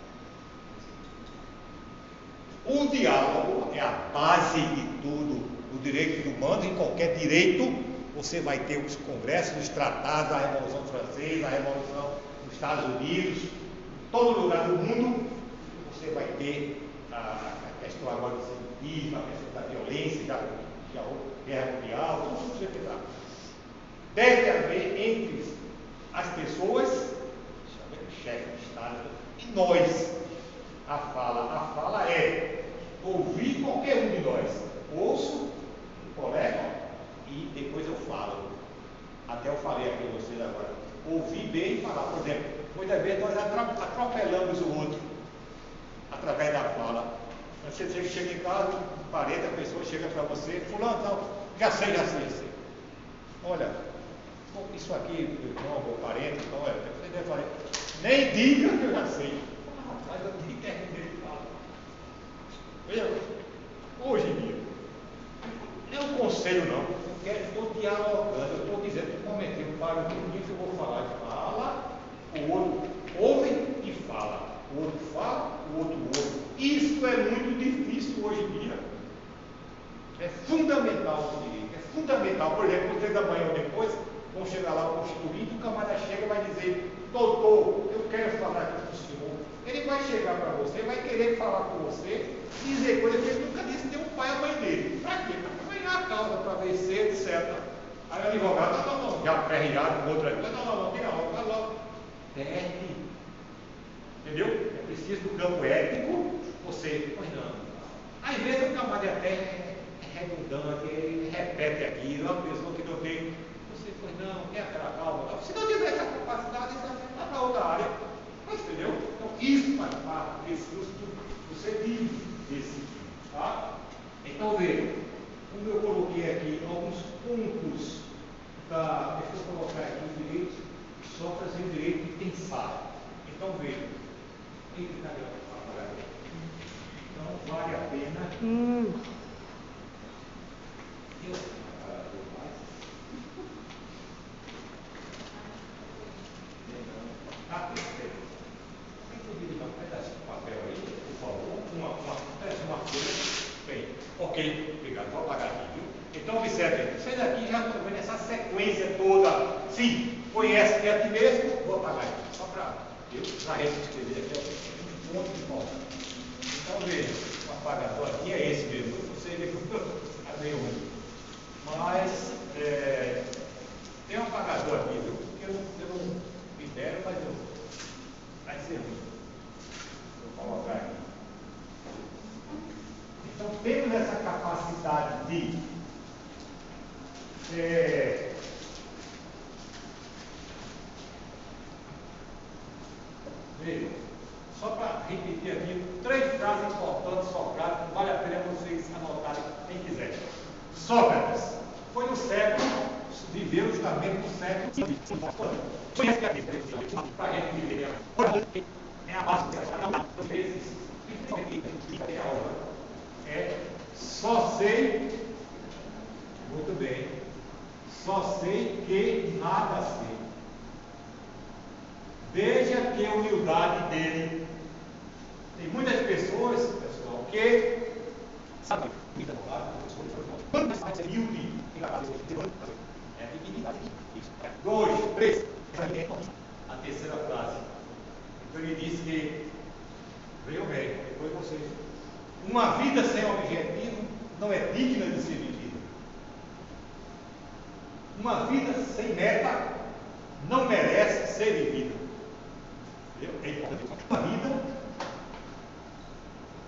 Speaker 1: O diálogo é a base de tudo, o direito humano. Em qualquer direito, você vai ter os congressos, os tratados, a Revolução Francesa, a Revolução dos Estados Unidos, em todo lugar do mundo, você vai ter a questão agora do cientismo, a questão da violência, da guerra mundial, tudo isso que está. Deve haver entre as pessoas, chefe de Estado, e nós. A fala é ouvir qualquer um de nós. Ouço o colega e depois eu falo. Até eu falei aqui a vocês agora. Ouvir bem e falar. Por exemplo, muitas vezes nós atropelamos o outro através da fala. Você chega em casa, um parente, a pessoa chega para você, fulano, não, já sei. Olha, isso aqui, meu irmão, meu parente, então, você deve falar, nem diga que eu já sei. Mas eu digo que é que fala. Hoje em dia, não é um conselho não, eu estou dialogando, eu estou dizendo que comentei um par um dia que eu vou falar, fala, o outro ouve e fala. O outro fala, o outro ouve. Isso é muito difícil hoje em dia. É fundamental o direito, é fundamental. Por exemplo, vocês amanhã ou depois vão chegar lá o constituinte, o camarada chega e vai dizer, doutor, eu quero falar aqui com o senhor. Ele vai chegar para você, vai querer falar com você, dizer coisas que ele nunca disse, tem um pai e a mãe dele. Para quê? Para ganhar a causa, para vencer, etc. Aí o advogado, não, já perreado com outro advogado, não, tira logo, vai logo. Perde. Entendeu? É preciso do campo ético, você, pois não. Às vezes o camarada até é redundante, ele repete aquilo, uma pessoa que não tem, você, pois não, quer aquela calma, não. Se não tiver essa capacidade, isso vai para outra área. Mas, entendeu? Então, isso faz parte desse do ser vivo desse, tá? Então, veja, como eu coloquei aqui alguns pontos da, deixa eu colocar aqui o direito, só fazer o direito de pensar. Então, veja, então, vale a pena. Ah, perfeito. Você poderia dar um pedaço de papel aí, por favor? Uma folha. Bem, ok, obrigado, vou apagar aqui, viu? Então, observe, vocês aqui já estão vendo essa sequência toda. Sim, conhece que é aqui mesmo, vou apagar aqui, só para escrever aqui, um ponto de volta. Então, veja, o apagador aqui é esse mesmo, você vê que está meio ruim. Mas, tem um apagador aqui, viu? Eu não libero, mas vai ser ruim. Vou colocar aqui. Então, temos essa capacidade de veja, só para repetir aqui, 3 frases importantes Sócrates, vale a pena vocês anotarem quem quiser. Sócrates foi no século, viveu justamente no século conhece que a vida para a gente viver é a base das vezes só sei, muito bem, só sei que nada sei. Veja que humildade dele. Tem muitas pessoas, pessoal, que sabem vida no lado, quantas mais humilde é dignidade. 2, 3, a terceira frase. Então ele disse que veio bem, depois vocês. Uma vida sem objetivo não é digna de ser vivida. Uma vida sem meta não merece ser vivida. É importante. Uma vida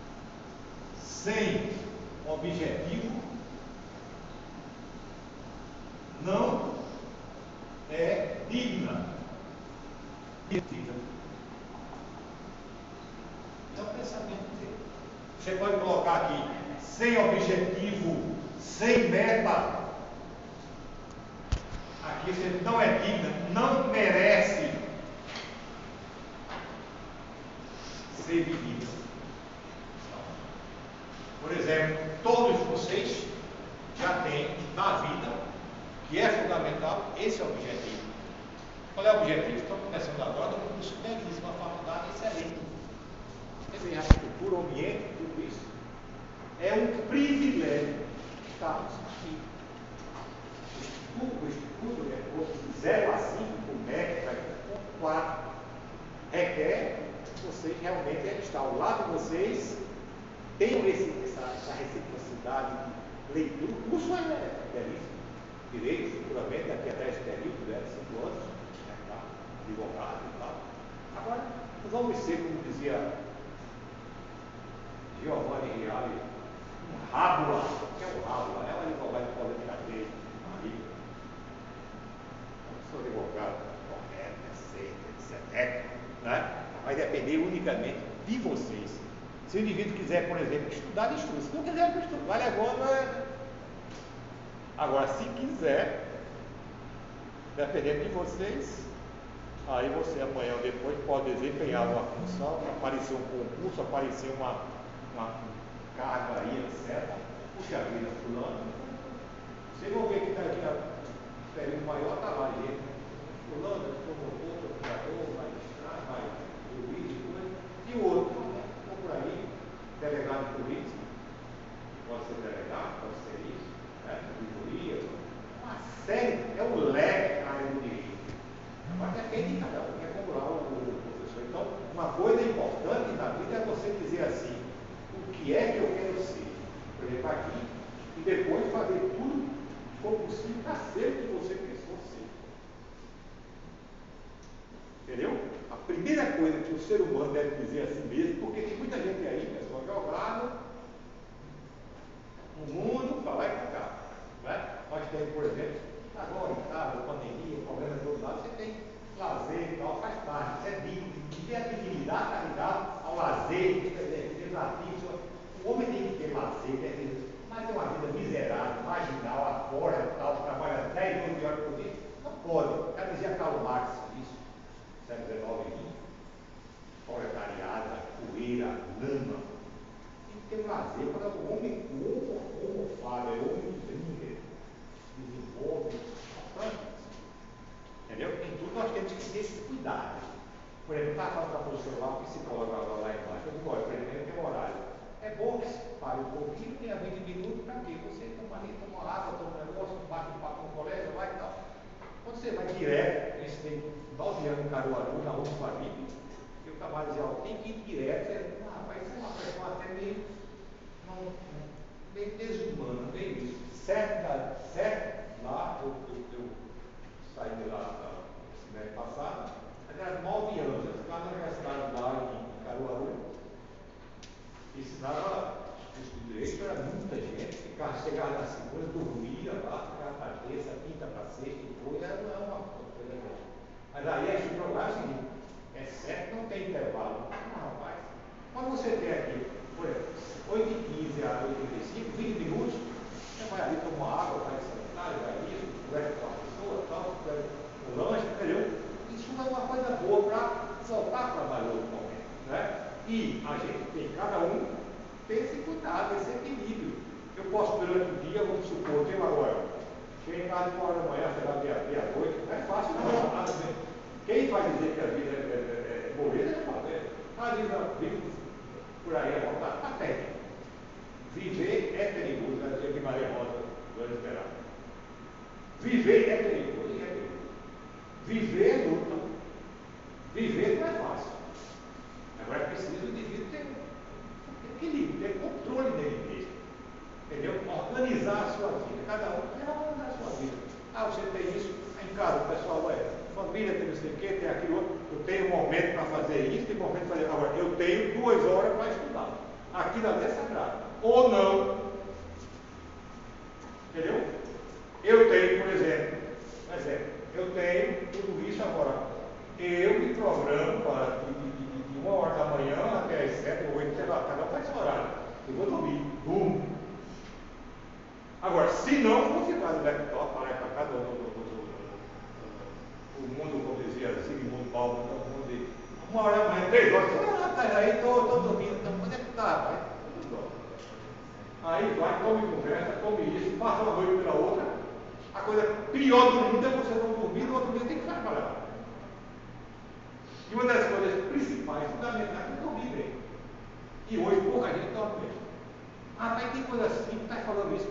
Speaker 1: objetivo não é digna. É o pensamento dele. Você pode colocar aqui, sem objetivo, sem meta. Aqui você não é digna, não merece ser vivida. Por exemplo, todos vocês já têm na vida, que é fundamental, esse é o objetivo. Qual é o objetivo? Estou começando agora no curso belíssimo, uma faculdade excelente. Arquitetura, ambiente, tudo isso. É um privilégio estarmos aqui. O estudo é de 0 a 5 por MEC, vai com 4. Requer que vocês realmente estão ao lado de vocês, tenham essa reciprocidade de leitura. O curso é belíssimo. Direito, futuramente, daqui até esse período, 5 anos, tá? Advogado e tal. Agora, vamos ser, como dizia Giovanni Reale, um rábula. O que é um rábula? É um advogado de aposentadoria, amigo. Eu sou advogado correto, etc. Né? Vai depender unicamente de vocês. Se o indivíduo quiser, por exemplo, estudar, ele estuda. Se não quiser, ele estuda. Vale agora. Agora, se quiser, dependendo de vocês, aí você amanhã ou depois pode desempenhar uma função, aparecer um concurso, aparecer uma carga aí, etc. Puxa vida, fulano. Vocês vão ver que daqui a período maior está lá, gente. Fulano, promotor, procurador, magistrado, vai, juiz e coisa. E o outro, estou por aí, delegado de polícia. Pode ser delegado, pode ser isso, né? Auditoria. Uma série, é o leque na área do direito. Mas depende de cada um, é como lá o professor. Então, uma coisa importante na vida é você dizer assim, o que é que eu quero ser? Por exemplo, aqui, e depois fazer tudo que for possível para ser o que você pensou ser. Entendeu? A primeira coisa que o ser humano deve dizer a si mesmo, porque tem muita gente aí, pessoal, jogado no mundo, para lá e para cá. Né? Nós temos, por exemplo, agora em casa, pandemia, problemas de todo lado, você tem lazer e tal, faz parte, isso é digno. E a dignidade está ligada ao lazer, desafio. O homem tem que ter lazer, mas tem uma vida miserável, marginal, afora, tal, trabalha 10, 12 horas por dia. Não pode. Já dizia Karl Marx isso, século XIX, proletariado, poeira, lama. Tem que ter lazer para o homem, como fala, é homem livre, desenvolve, entendeu? Em tudo nós temos que ter esse cuidado. Por exemplo, está falando para o celular, o psicólogo lá embaixo, eu digo, olha, por exemplo, tem um horário. É bom que se pare um pouquinho, tenha 20 minutos, para quê? Você toma ali, toma água, toma um negócio, bate um papo com o colega, vai e tal. Quando você vai direto, eu ensinei 9 anos em Caruaru, na rua Felipe, e o camarada dizia, ó, tem que ir direto, rapaz, isso é uma questão até meio desumana, meio isso. Certo, lá, eu saí de lá na semana passada, era 9 anos, eu ficava na universidade lá em Caruaru, ensinava os de direito, era muita gente, chegava na segunda, dormia lá, ficava para terça, quinta para sexta, e depois era uma coisa grande. Mas aí a gente lá é o seguinte, é certo, não tem intervalo. Não, rapaz, quando você tem aqui, por exemplo, 8h15 a 8h35, 20 minutos, você vai ali tomar água, vai sentar, vai isso, conversa com a pessoa, tal, o lanche, entendeu? Isso é uma coisa boa para soltar para mais outro momento, né? E a gente tem, cada um tem esse cuidado, esse equilíbrio. Eu posso durante o dia, vamos supor, eu tenho agora, chega em casa de 1 hora da manhã, sei lá, meia-noite, não é fácil não, nada mesmo. Quem vai dizer que a vida é moleza é fazer. A vida por aí é voltar, até. Viver é perigoso, vai dizer que Maria Rosa vai esperar. Viver é perigoso e é perigoso. Viver é luta. Viver não é fácil. Agora é preciso o indivíduo ter equilíbrio, ter controle dele mesmo. Entendeu? Organizar a sua vida. Cada um tem que organizar a sua vida. Ah, você tem isso, em casa, o pessoal, família tem não sei o quê, tem aquilo outro. Eu tenho um momento para fazer isso, tem um momento para fazer. Agora, eu tenho 2 horas para estudar. Aquilo ali é sagrado. Ou não. Entendeu? Eu tenho, por exemplo, eu tenho tudo isso agora. Eu me programo para de 1h da manhã até as 7 ou 8, sei lá, cada um faz esse horário. Eu vou dormir, durmo. Agora, se não, eu vou ficar no laptop, para cá o mundo, como dizia Zygmunt Bauman, o mundo de 1h da manhã, 3 horas, aí estou dormindo, então onde é que está, rapaz? Aí vai, tome conversa, tome isso, passa uma noite pela outra. A coisa pior do mundo é você não dormir, no outro dia tem que trabalhar. E uma das coisas principais, fundamentais, é dormir bem. E hoje pouca gente dorme bem. Ah, mas tem coisa assim, está falando isso.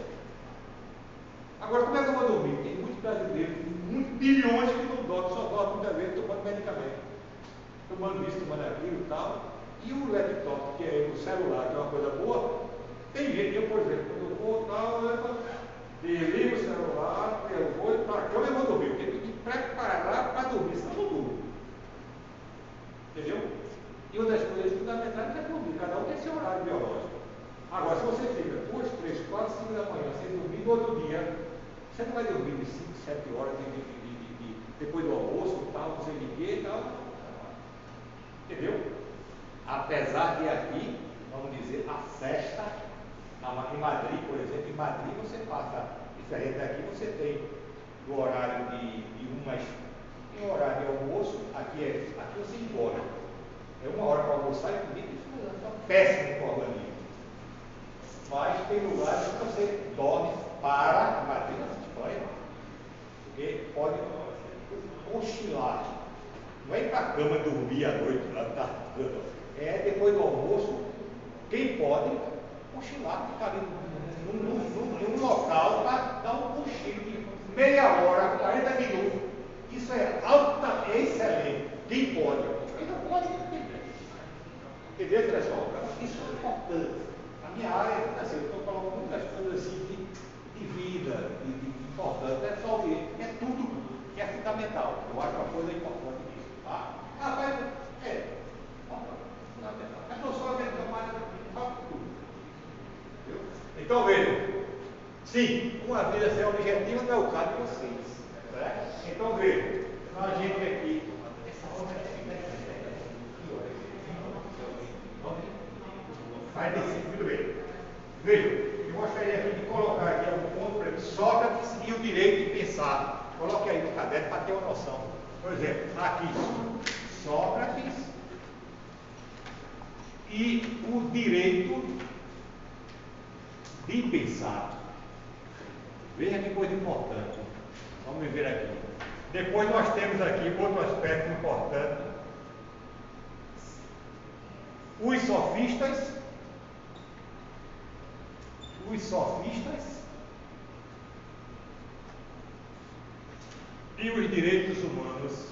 Speaker 1: Agora, como é que eu vou dormir? Tem muitos brasileiros, bilhões que não dormem, só dormem muitas vezes tomando medicamento. Tomando isso, tomando aquilo e tal. E o laptop, que é o celular, que é uma coisa boa, tem gente, eu, por exemplo, quando eu vou tal, eu ligo o celular, eu vou para a cama e vou dormir. Porque tem que preparar para dormir, senão eu não durmo. Entendeu? E uma das coisas fundamentais é dormir. Cada um tem seu horário biológico. Agora, se você fica 2, 3, 4, 5 da manhã sem dormir, no outro dia, você não vai dormir de 5, 7 horas depois do almoço, tal, não sei de quê e tal. Entendeu? Apesar de aqui, vamos dizer, a sexta, em Madrid, por exemplo, em Madrid você passa, diferente daqui, você tem o horário de umas, em horário de almoço, aqui você embora. É 1 hora para almoçar e comida, isso é péssimo para o organismo. Mas tem lugares que você dorme para, imagina na Espanha, porque pode oscilar. Não é ir para a cama dormir à noite, lá tá, é depois do almoço, quem pode oscilar, ficar ali num local para dar um cochilo de meia hora, 40 minutos. Isso é excelente. Quem pode? Quem não pode, não tem. Entendeu, pessoal? Isso é importante. A minha área, assim, eu estou falando muitas coisas assim de vida, de importante. É só ver, é tudo que é fundamental. Eu acho uma coisa importante nisso. Tá? Rapaz, fundamental. É só ver tudo. Então vejam, sim, uma vida sem objetivo não é o caso de vocês. Certo? Então vejam, a gente aqui. Vai descer, muito bem. Vejam, eu gostaria aqui de colocar aqui algum ponto para Sócrates e o direito de pensar. Coloque aí no caderno para ter uma noção. Por exemplo, aqui, Sócrates e o direito de pensar. Veja que coisa importante. Vamos ver aqui. Depois nós temos aqui outro aspecto importante. Os sofistas e os direitos humanos.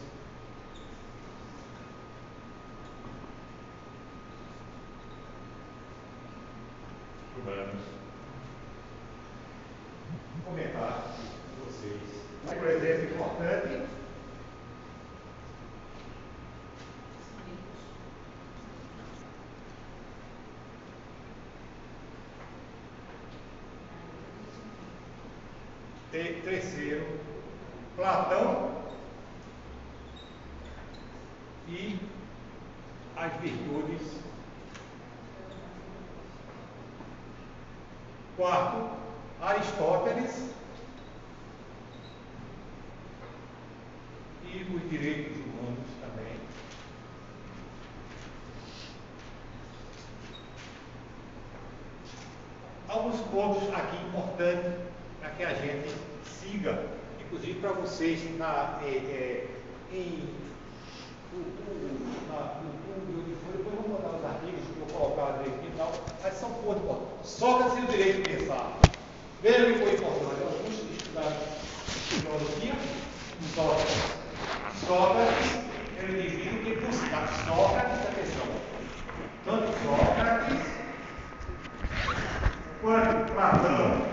Speaker 1: Vou comentar com vocês. Por exemplo, importante. Terceiro, Platão e as virtudes. Quarto, Aristóteles e os direitos humanos também. Alguns pontos aqui importantes para que a gente siga, inclusive para vocês no YouTube, depois eu vou mandar os artigos que eu vou colocar aqui e tal, mas são pontos importantes. Sócrates e o direito de pensar. Veja o que foi importante, eu gosto de estudar filosofia. Sócrates, ele divide o que buscar. Sócrates, atenção, tanto Sócrates quanto Platão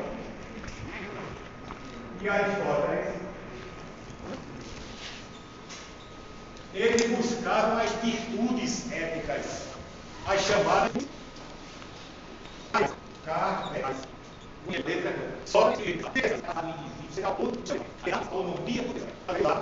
Speaker 1: e Aristóteles, eles buscavam as virtudes éticas, as chamadas Só que você autonomia, aí lá,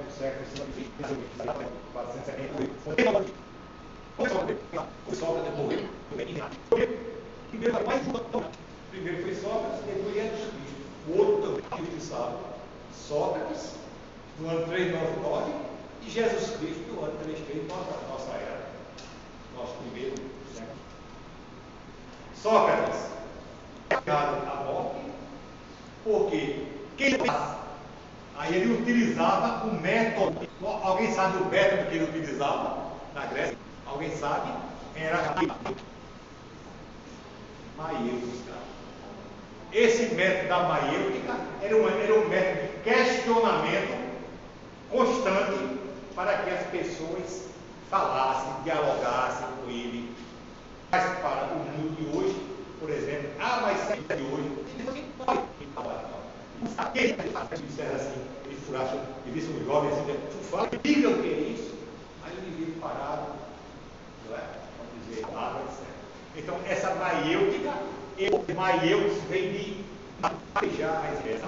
Speaker 1: primeiro foi Sócrates, depois Jesus Cristo. O outro também utilizava Sócrates, no ano 399, e Jesus Cristo, no ano 339 da nossa era, nosso primeiro século. Sócrates, a morte, porque quem faz? Aí ele utilizava o método. Alguém sabe o método que ele utilizava na Grécia? Alguém sabe? Era maiêutica. Esse método da maiêutica era um método de questionamento constante para que as pessoas falassem, dialogassem com ele. Mas para o mundo de hoje, por exemplo, mas sai de hoje, ele furasse, ele disse um jovem assim, tu fala, diga o que é isso, aí ele vive parado, não é? Pode dizer, água, etc. Então, essa maiêutica, maiêutica vem de já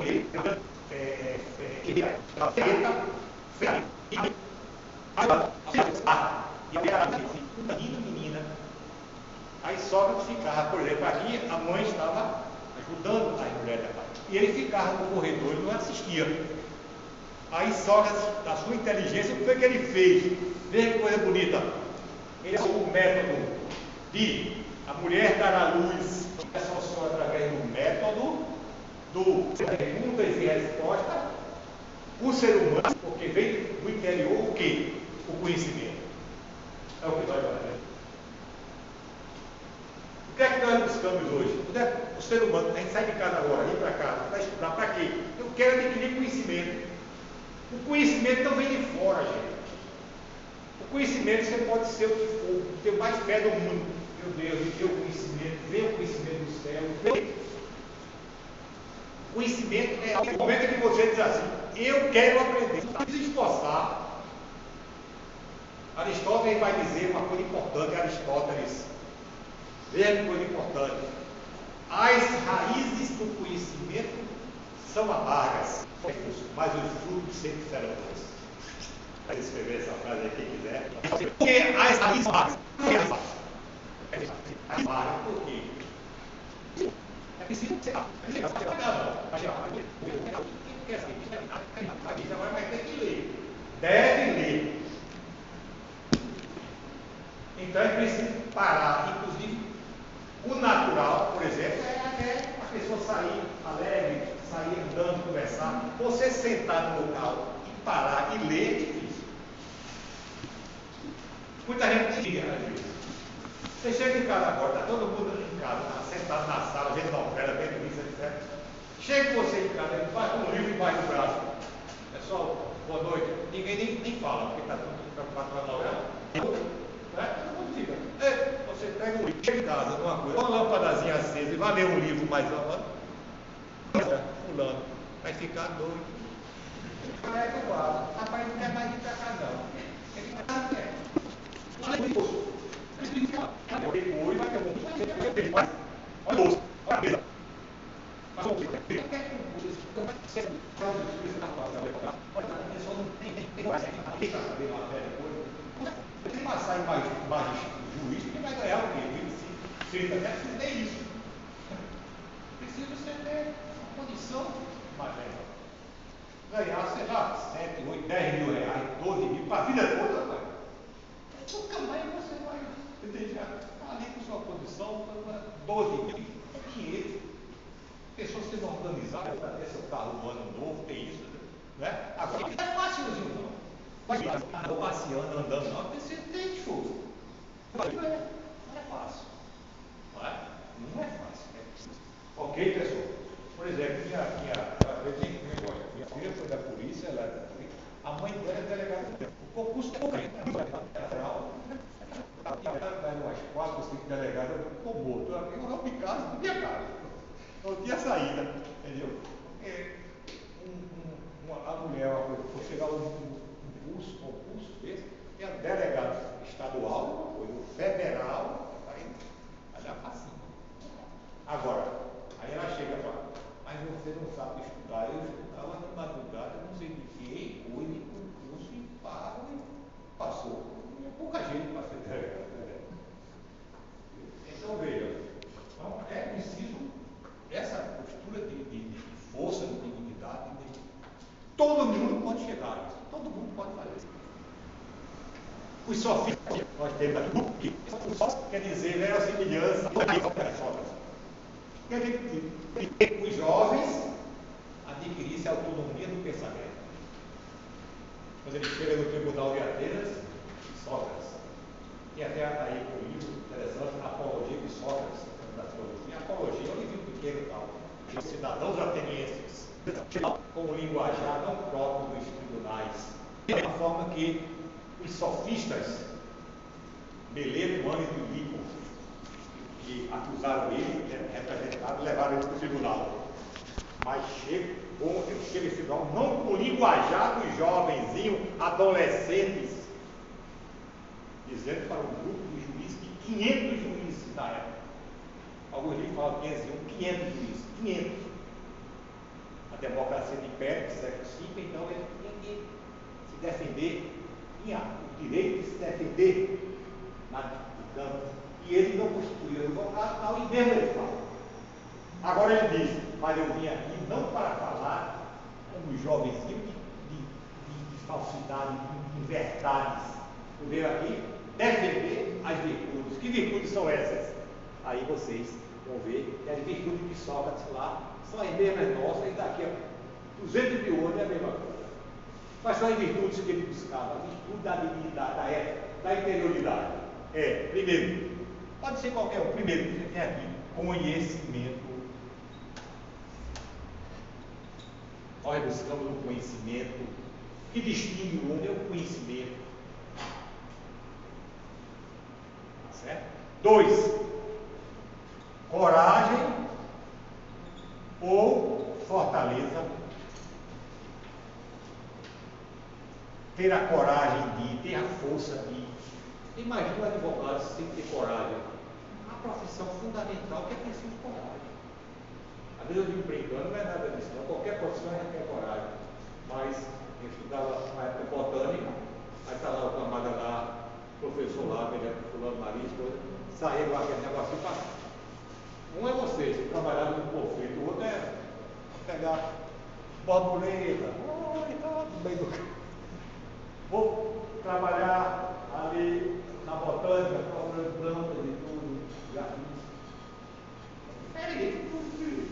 Speaker 1: menina. Aí Sócrates ficava, por exemplo, aqui a mãe estava ajudando as mulheres da casa. E ele ficava no corredor e não assistia. Aí Sócrates, da sua inteligência, o que foi que ele fez? Veja que coisa bonita. Ele usou o método de a mulher dar à luz, essa só através do método do perguntas e respostas, o ser humano, porque vem do interior o quê? O conhecimento. É o que nós fazemos. O que é que nós buscamos hoje? O ser humano, a gente sai de casa agora, ir para casa, vai estudar para quê? Eu quero adquirir conhecimento. O conhecimento não vem de fora, gente. O conhecimento você pode ser o que for, ter mais fé do mundo. Meu Deus, me deu conhecimento, vem o conhecimento do céu. O conhecimento é o momento que você diz assim, eu quero aprender, não precisa esforçar. Aristóteles vai dizer uma coisa importante, Aristóteles. Veja que coisa importante. As raízes do conhecimento são amargas, mas os frutos sempre serão doces. Vai escrever essa frase aí, quem quiser. Porque as raízes são amargas. Por quê? É preciso ser. Agora vai ter que ler. Deve ler. Então é preciso parar, inclusive, o natural, por exemplo, é até a pessoa sair alegre, sair andando, conversar. Você sentar no local e parar e ler é difícil. Muita gente diga, às vezes. Você chega em casa agora, está todo mundo em casa, sentado na sala, vendo novela, vendo isso, etc. Chega você em casa, ele vai com um livro embaixo do braço. Pessoal, boa noite. Ninguém nem fala, porque está todo mundo preocupado com a novela. Todo mundo fica. Você pega um livro, chega em casa, uma coisa, uma lâmpadazinha acesa e vai ler um livro mais alto. Fulano, vai ficar doido. Carrega o lado. Rapaz, não quer mais ir para cá, não. Ele não quer. Depois vai ter um. Olha o olha a mesa. Passou o livro. Olha, a pessoa não tem que passar em mais juiz, porque vai ganhar o quê? Se ele também precisa ter isso. Precisa você ter uma condição mais legal. Ganhar, sei lá, 7, 8, 10 mil reais, 12 mil, para a vida toda, vai. Nunca mais você vai. Você tem que estar ali com sua condição, 12 mil, é dinheiro. Pessoas sendo organizadas, para ter seu carro no ano novo, tem isso, né? Agora não é fácil, não. Não passeando, andando, não, porque você tem show. Não é fácil. Não é? Não é fácil. Ok, pessoal? Por exemplo, minha filha foi da polícia, ela é da polícia, a mãe dela é delegada. O concurso é federal. Ela umas 4 ou 5 delegadas, ficou morto. Eu não fiquei casa, não tinha casa. Não tinha saída. Entendeu? Porque a mulher, for chegar um concurso desse, é a delegado estadual, o federal, vai dar facinho. Agora, aí ela chega Os sofistas, nós temos aqui, o sócio quer dizer verossimilhança, quer dizer que os jovens adquirissem a autonomia do pensamento. Quando ele chega no tribunal de Atenas, Sócrates, tem até aí um livro interessante, Apologia de Sócrates, da filosofia. Apologia é um livro pequeno e tal, de cidadãos atenienses, com o linguajar não próprio dos tribunais, de uma forma que os sofistas, Meleto, Ânimo e Lico, que acusaram ele, representaram, levaram ele para o tribunal. Mas chega esse tribunal não com o linguajar dos jovenzinhos, adolescentes, dizendo para um grupo de juízes, de 500 juízes na época. Alguns livros falam 500 juízes, 500. A democracia de Pérez, século V, então ele tinha que se defender, tinha o direito de se defender no campo. E ele não constituía advogado, tal, e mesmo ele fala. Agora ele diz, mas eu vim aqui não para falar como os jovenzinhos de falsidade, de verdades. Eu venho aqui defender as virtudes. Que virtudes são essas? Aí vocês vão ver que as virtudes de Sócrates lá são as mesmas nossas, e daqui a 200 mil anos é a mesma coisa. Quais são as virtudes que ele buscava? A virtude da dignidade, da ética, da interioridade. Primeiro, pode ser qualquer um. Primeiro, você tem aqui conhecimento. Nós buscamos o conhecimento. O que distingue o homem é o conhecimento. Tá certo? 2, coragem ou fortaleza. Ter a coragem de, ter a força de. Imagina o advogado sem ter coragem. A profissão fundamental que é preciso coragem. Às vezes eu digo brincando, não é nada disso, não. Qualquer profissão requer coragem. Mas eu estudava na época botânica, aí está lá o camarada lá, professor lá, fulano Maris, saiu lá aquele negócio para. Um é vocês, trabalhar no conflito, o outro é pegar borboleta, no meio do campo. Vou trabalhar ali na botânica, procurando plantas e tudo, jardins. É diferente.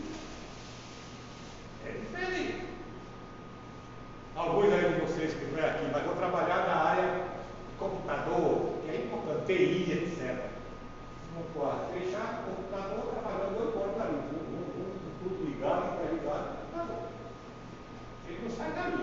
Speaker 1: É diferente. Alguns aí de vocês que não é aqui, mas vou trabalhar na área de computador, que é importante, TI, etc. No quarto, fechar o computador, trabalhando 8 horas dali, tudo ligado, interligado, acabou. Ele não sai dali.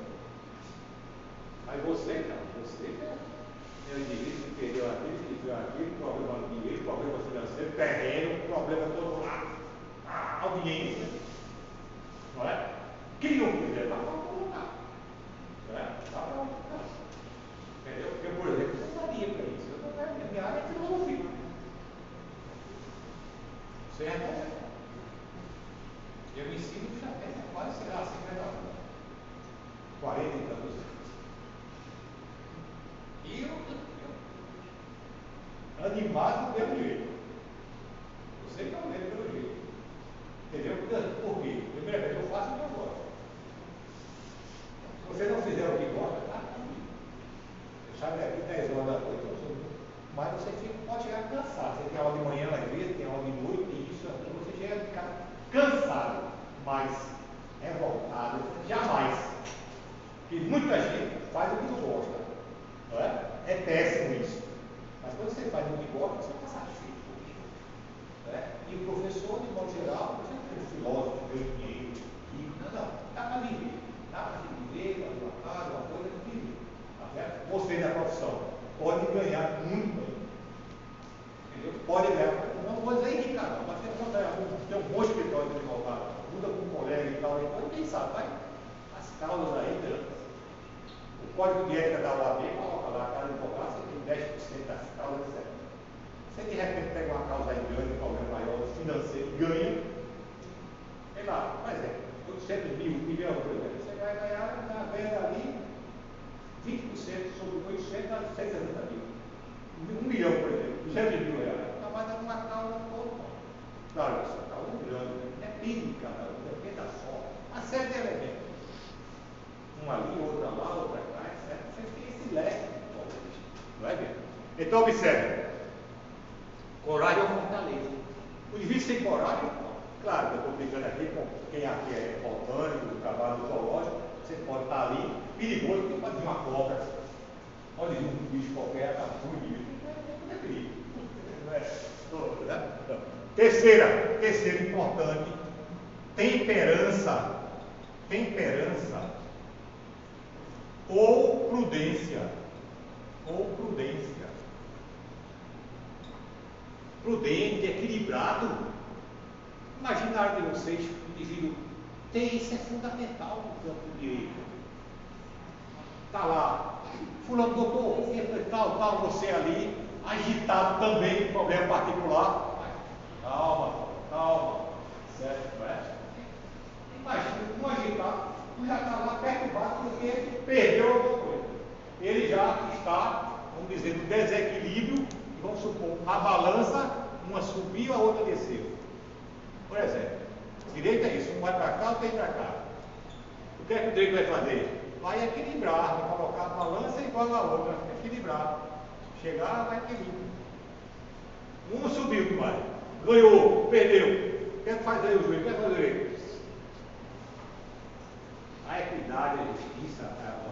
Speaker 1: Mas você não, você é o indivíduo que perdeu aquilo, problema de dinheiro, problema financeiro, terreno, problema todo lá, audiência, não é? Quem não quiser, dá para colocar, não é? Dá para colocar. Entendeu? Eu, por exemplo, não daria para isso. A minha área é filosofia. Certo? Eu ensino já tem quase, sei lá, 50 anos. 40 e tantos anos. E eu animado pelo jeito. Você que é o medo pelo jeito. Entendeu? Por quê? Primeiramente, eu faço o que eu gosto. Se você não fizer o que gosta, tá comigo. Você sai daqui 10 horas da noite, mas você pode chegar cansado. Você tem aula de manhã, às vezes, tem aula de noite, tem isso, aquilo, você chega a ficar cansado, mas revoltado, jamais. Porque muita gente faz o que não gosta. Não é? É péssimo isso. Mas quando você faz o que gosta, você está satisfeito com aquilo. Né? E o professor, de modo geral, você não é um filósofo, ganha dinheiro, rico, não. Dá para viver. Dá para viver, para uma casa, uma coisa, viver. Tá certo? Você na profissão pode ganhar muito bem. Entendeu? Pode ganhar. Não vou dizer rica, não, mas tem um bom escritório de advogado, muda com um colega e tal, então quem sabe, vai. As causas aí grandes. O código de ética da OAB coloca lá, cada advogado você tem 10% das causas, etc. Você de repente pega uma causa aí grande, um problema maior, financeiro, e ganha, sei lá, por exemplo, 800 mil, 1 milhão, por exemplo, você vai ganhar na venda ali 20% sobre 800 a 160 mil. 1 milhão, por exemplo, 200 mil reais. Então vai dar uma causa toda. Claro, essa causa é grande, depende de cada um, depende da sorte. Uma série de elementos. Um ali, outra lá, outra cá, etc. Você tem esse leque de problemas, não é? Então, observe. Coragem é uma fortaleza. O indivíduo sem coragem, claro, eu estou brincando aqui com quem aqui é botânico, trabalha no zoológico, você pode estar ali, perigoso, porque pode vir uma cobra, pode vir um bicho qualquer, tá ruim, não é perigo. Não é, não. Terceira importante, temperança ou prudência. Prudente, equilibrado. Imagina a área de vocês, o indivíduo tem, isso é fundamental no campo do direito. Está lá, fulano, doutor, tal, você ali, agitado também com problema particular. Calma, certo, não é? Imagina, um agitado, já está lá perturbado porque perdeu alguma coisa. Ele já está, vamos dizer, no desequilíbrio, e vamos supor, a balança, uma subiu, a outra desceu. Por exemplo, direito é isso, um vai para cá, outro vem para cá. O que é que o direito vai fazer? Vai equilibrar, vai colocar a balança igual a outra, equilibrar. Chegar, vai equilibrar. Um subiu, que vai. Ganhou, perdeu. O que é que faz aí o juiz? O que é que faz o direito? A equidade, a justiça,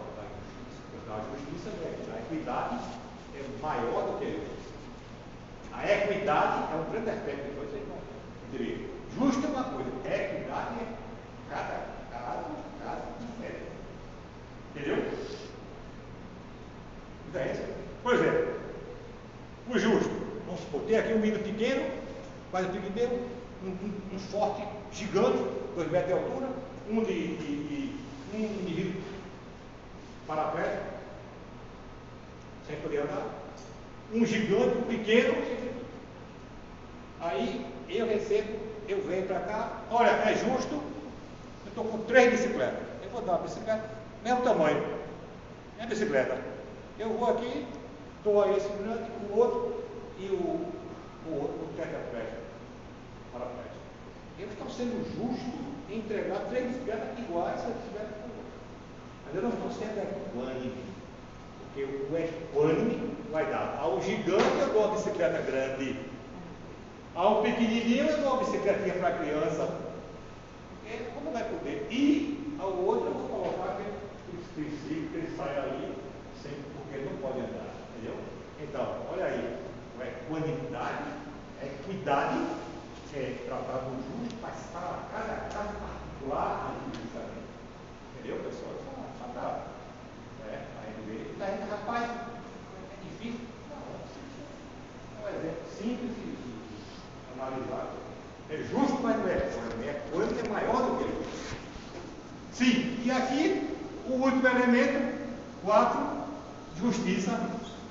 Speaker 1: a equidade é maior do que a justiça. A equidade é um grande aspecto do direito. Justo é uma coisa, equidade é cada caso diferente. Entendeu? Por exemplo, o justo, vamos supor, tem aqui um menino pequeno, quase pequeno, um forte gigante, 2 metros de altura, um indivíduo paraplégico, sem poder andar, um gigante, um pequeno. Aí eu venho para cá, olha, é justo, eu estou com 3 bicicletas, eu vou dar uma bicicleta, mesmo tamanho, minha bicicleta, eu vou aqui, dou a esse grande, o outro, e o outro tetraplégico, paraplégico. Eles estão sendo justos em entregar 3 bicicletas iguais a bicicleta para o outro. Mas eu não estou sendo equânime, porque o equânime vai dar ao gigante eu dou uma bicicleta grande, ao pequenininho eu dou uma bicicletinha para a criança, porque como vai poder? E ao outro eu vou colocar aquele princípio que ele sai ali, porque ele não pode andar, entendeu? Então, olha aí, a equanimidade, a equidade, é tratar do justo, mas para cada caso particular, entendeu, pessoal? Só para a gente ver, rapaz, é difícil? Não, é um exemplo simples de analisar. É justo, mas não é equânime. Equânime é maior do que ele. Sim, e aqui, o último elemento, 4, justiça.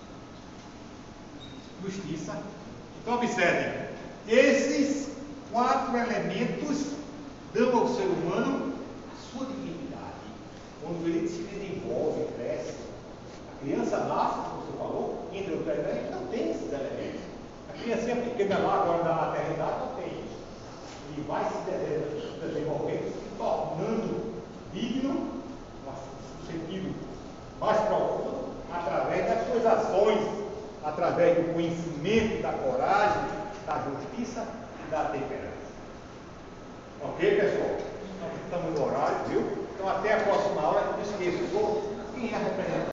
Speaker 1: Então, observe, esses 4 elementos dão ao ser humano a sua dignidade. Quando ele se desenvolve, cresce, a criança nasce, como você falou, entre outros elementos, não tem esses elementos. A criança pequena lá, agora na maternidade, não tem isso. Ele vai se desenvolvendo, se tornando digno, no sentido mais profundo, através das suas ações, através do conhecimento, da coragem, da justiça e da temperança.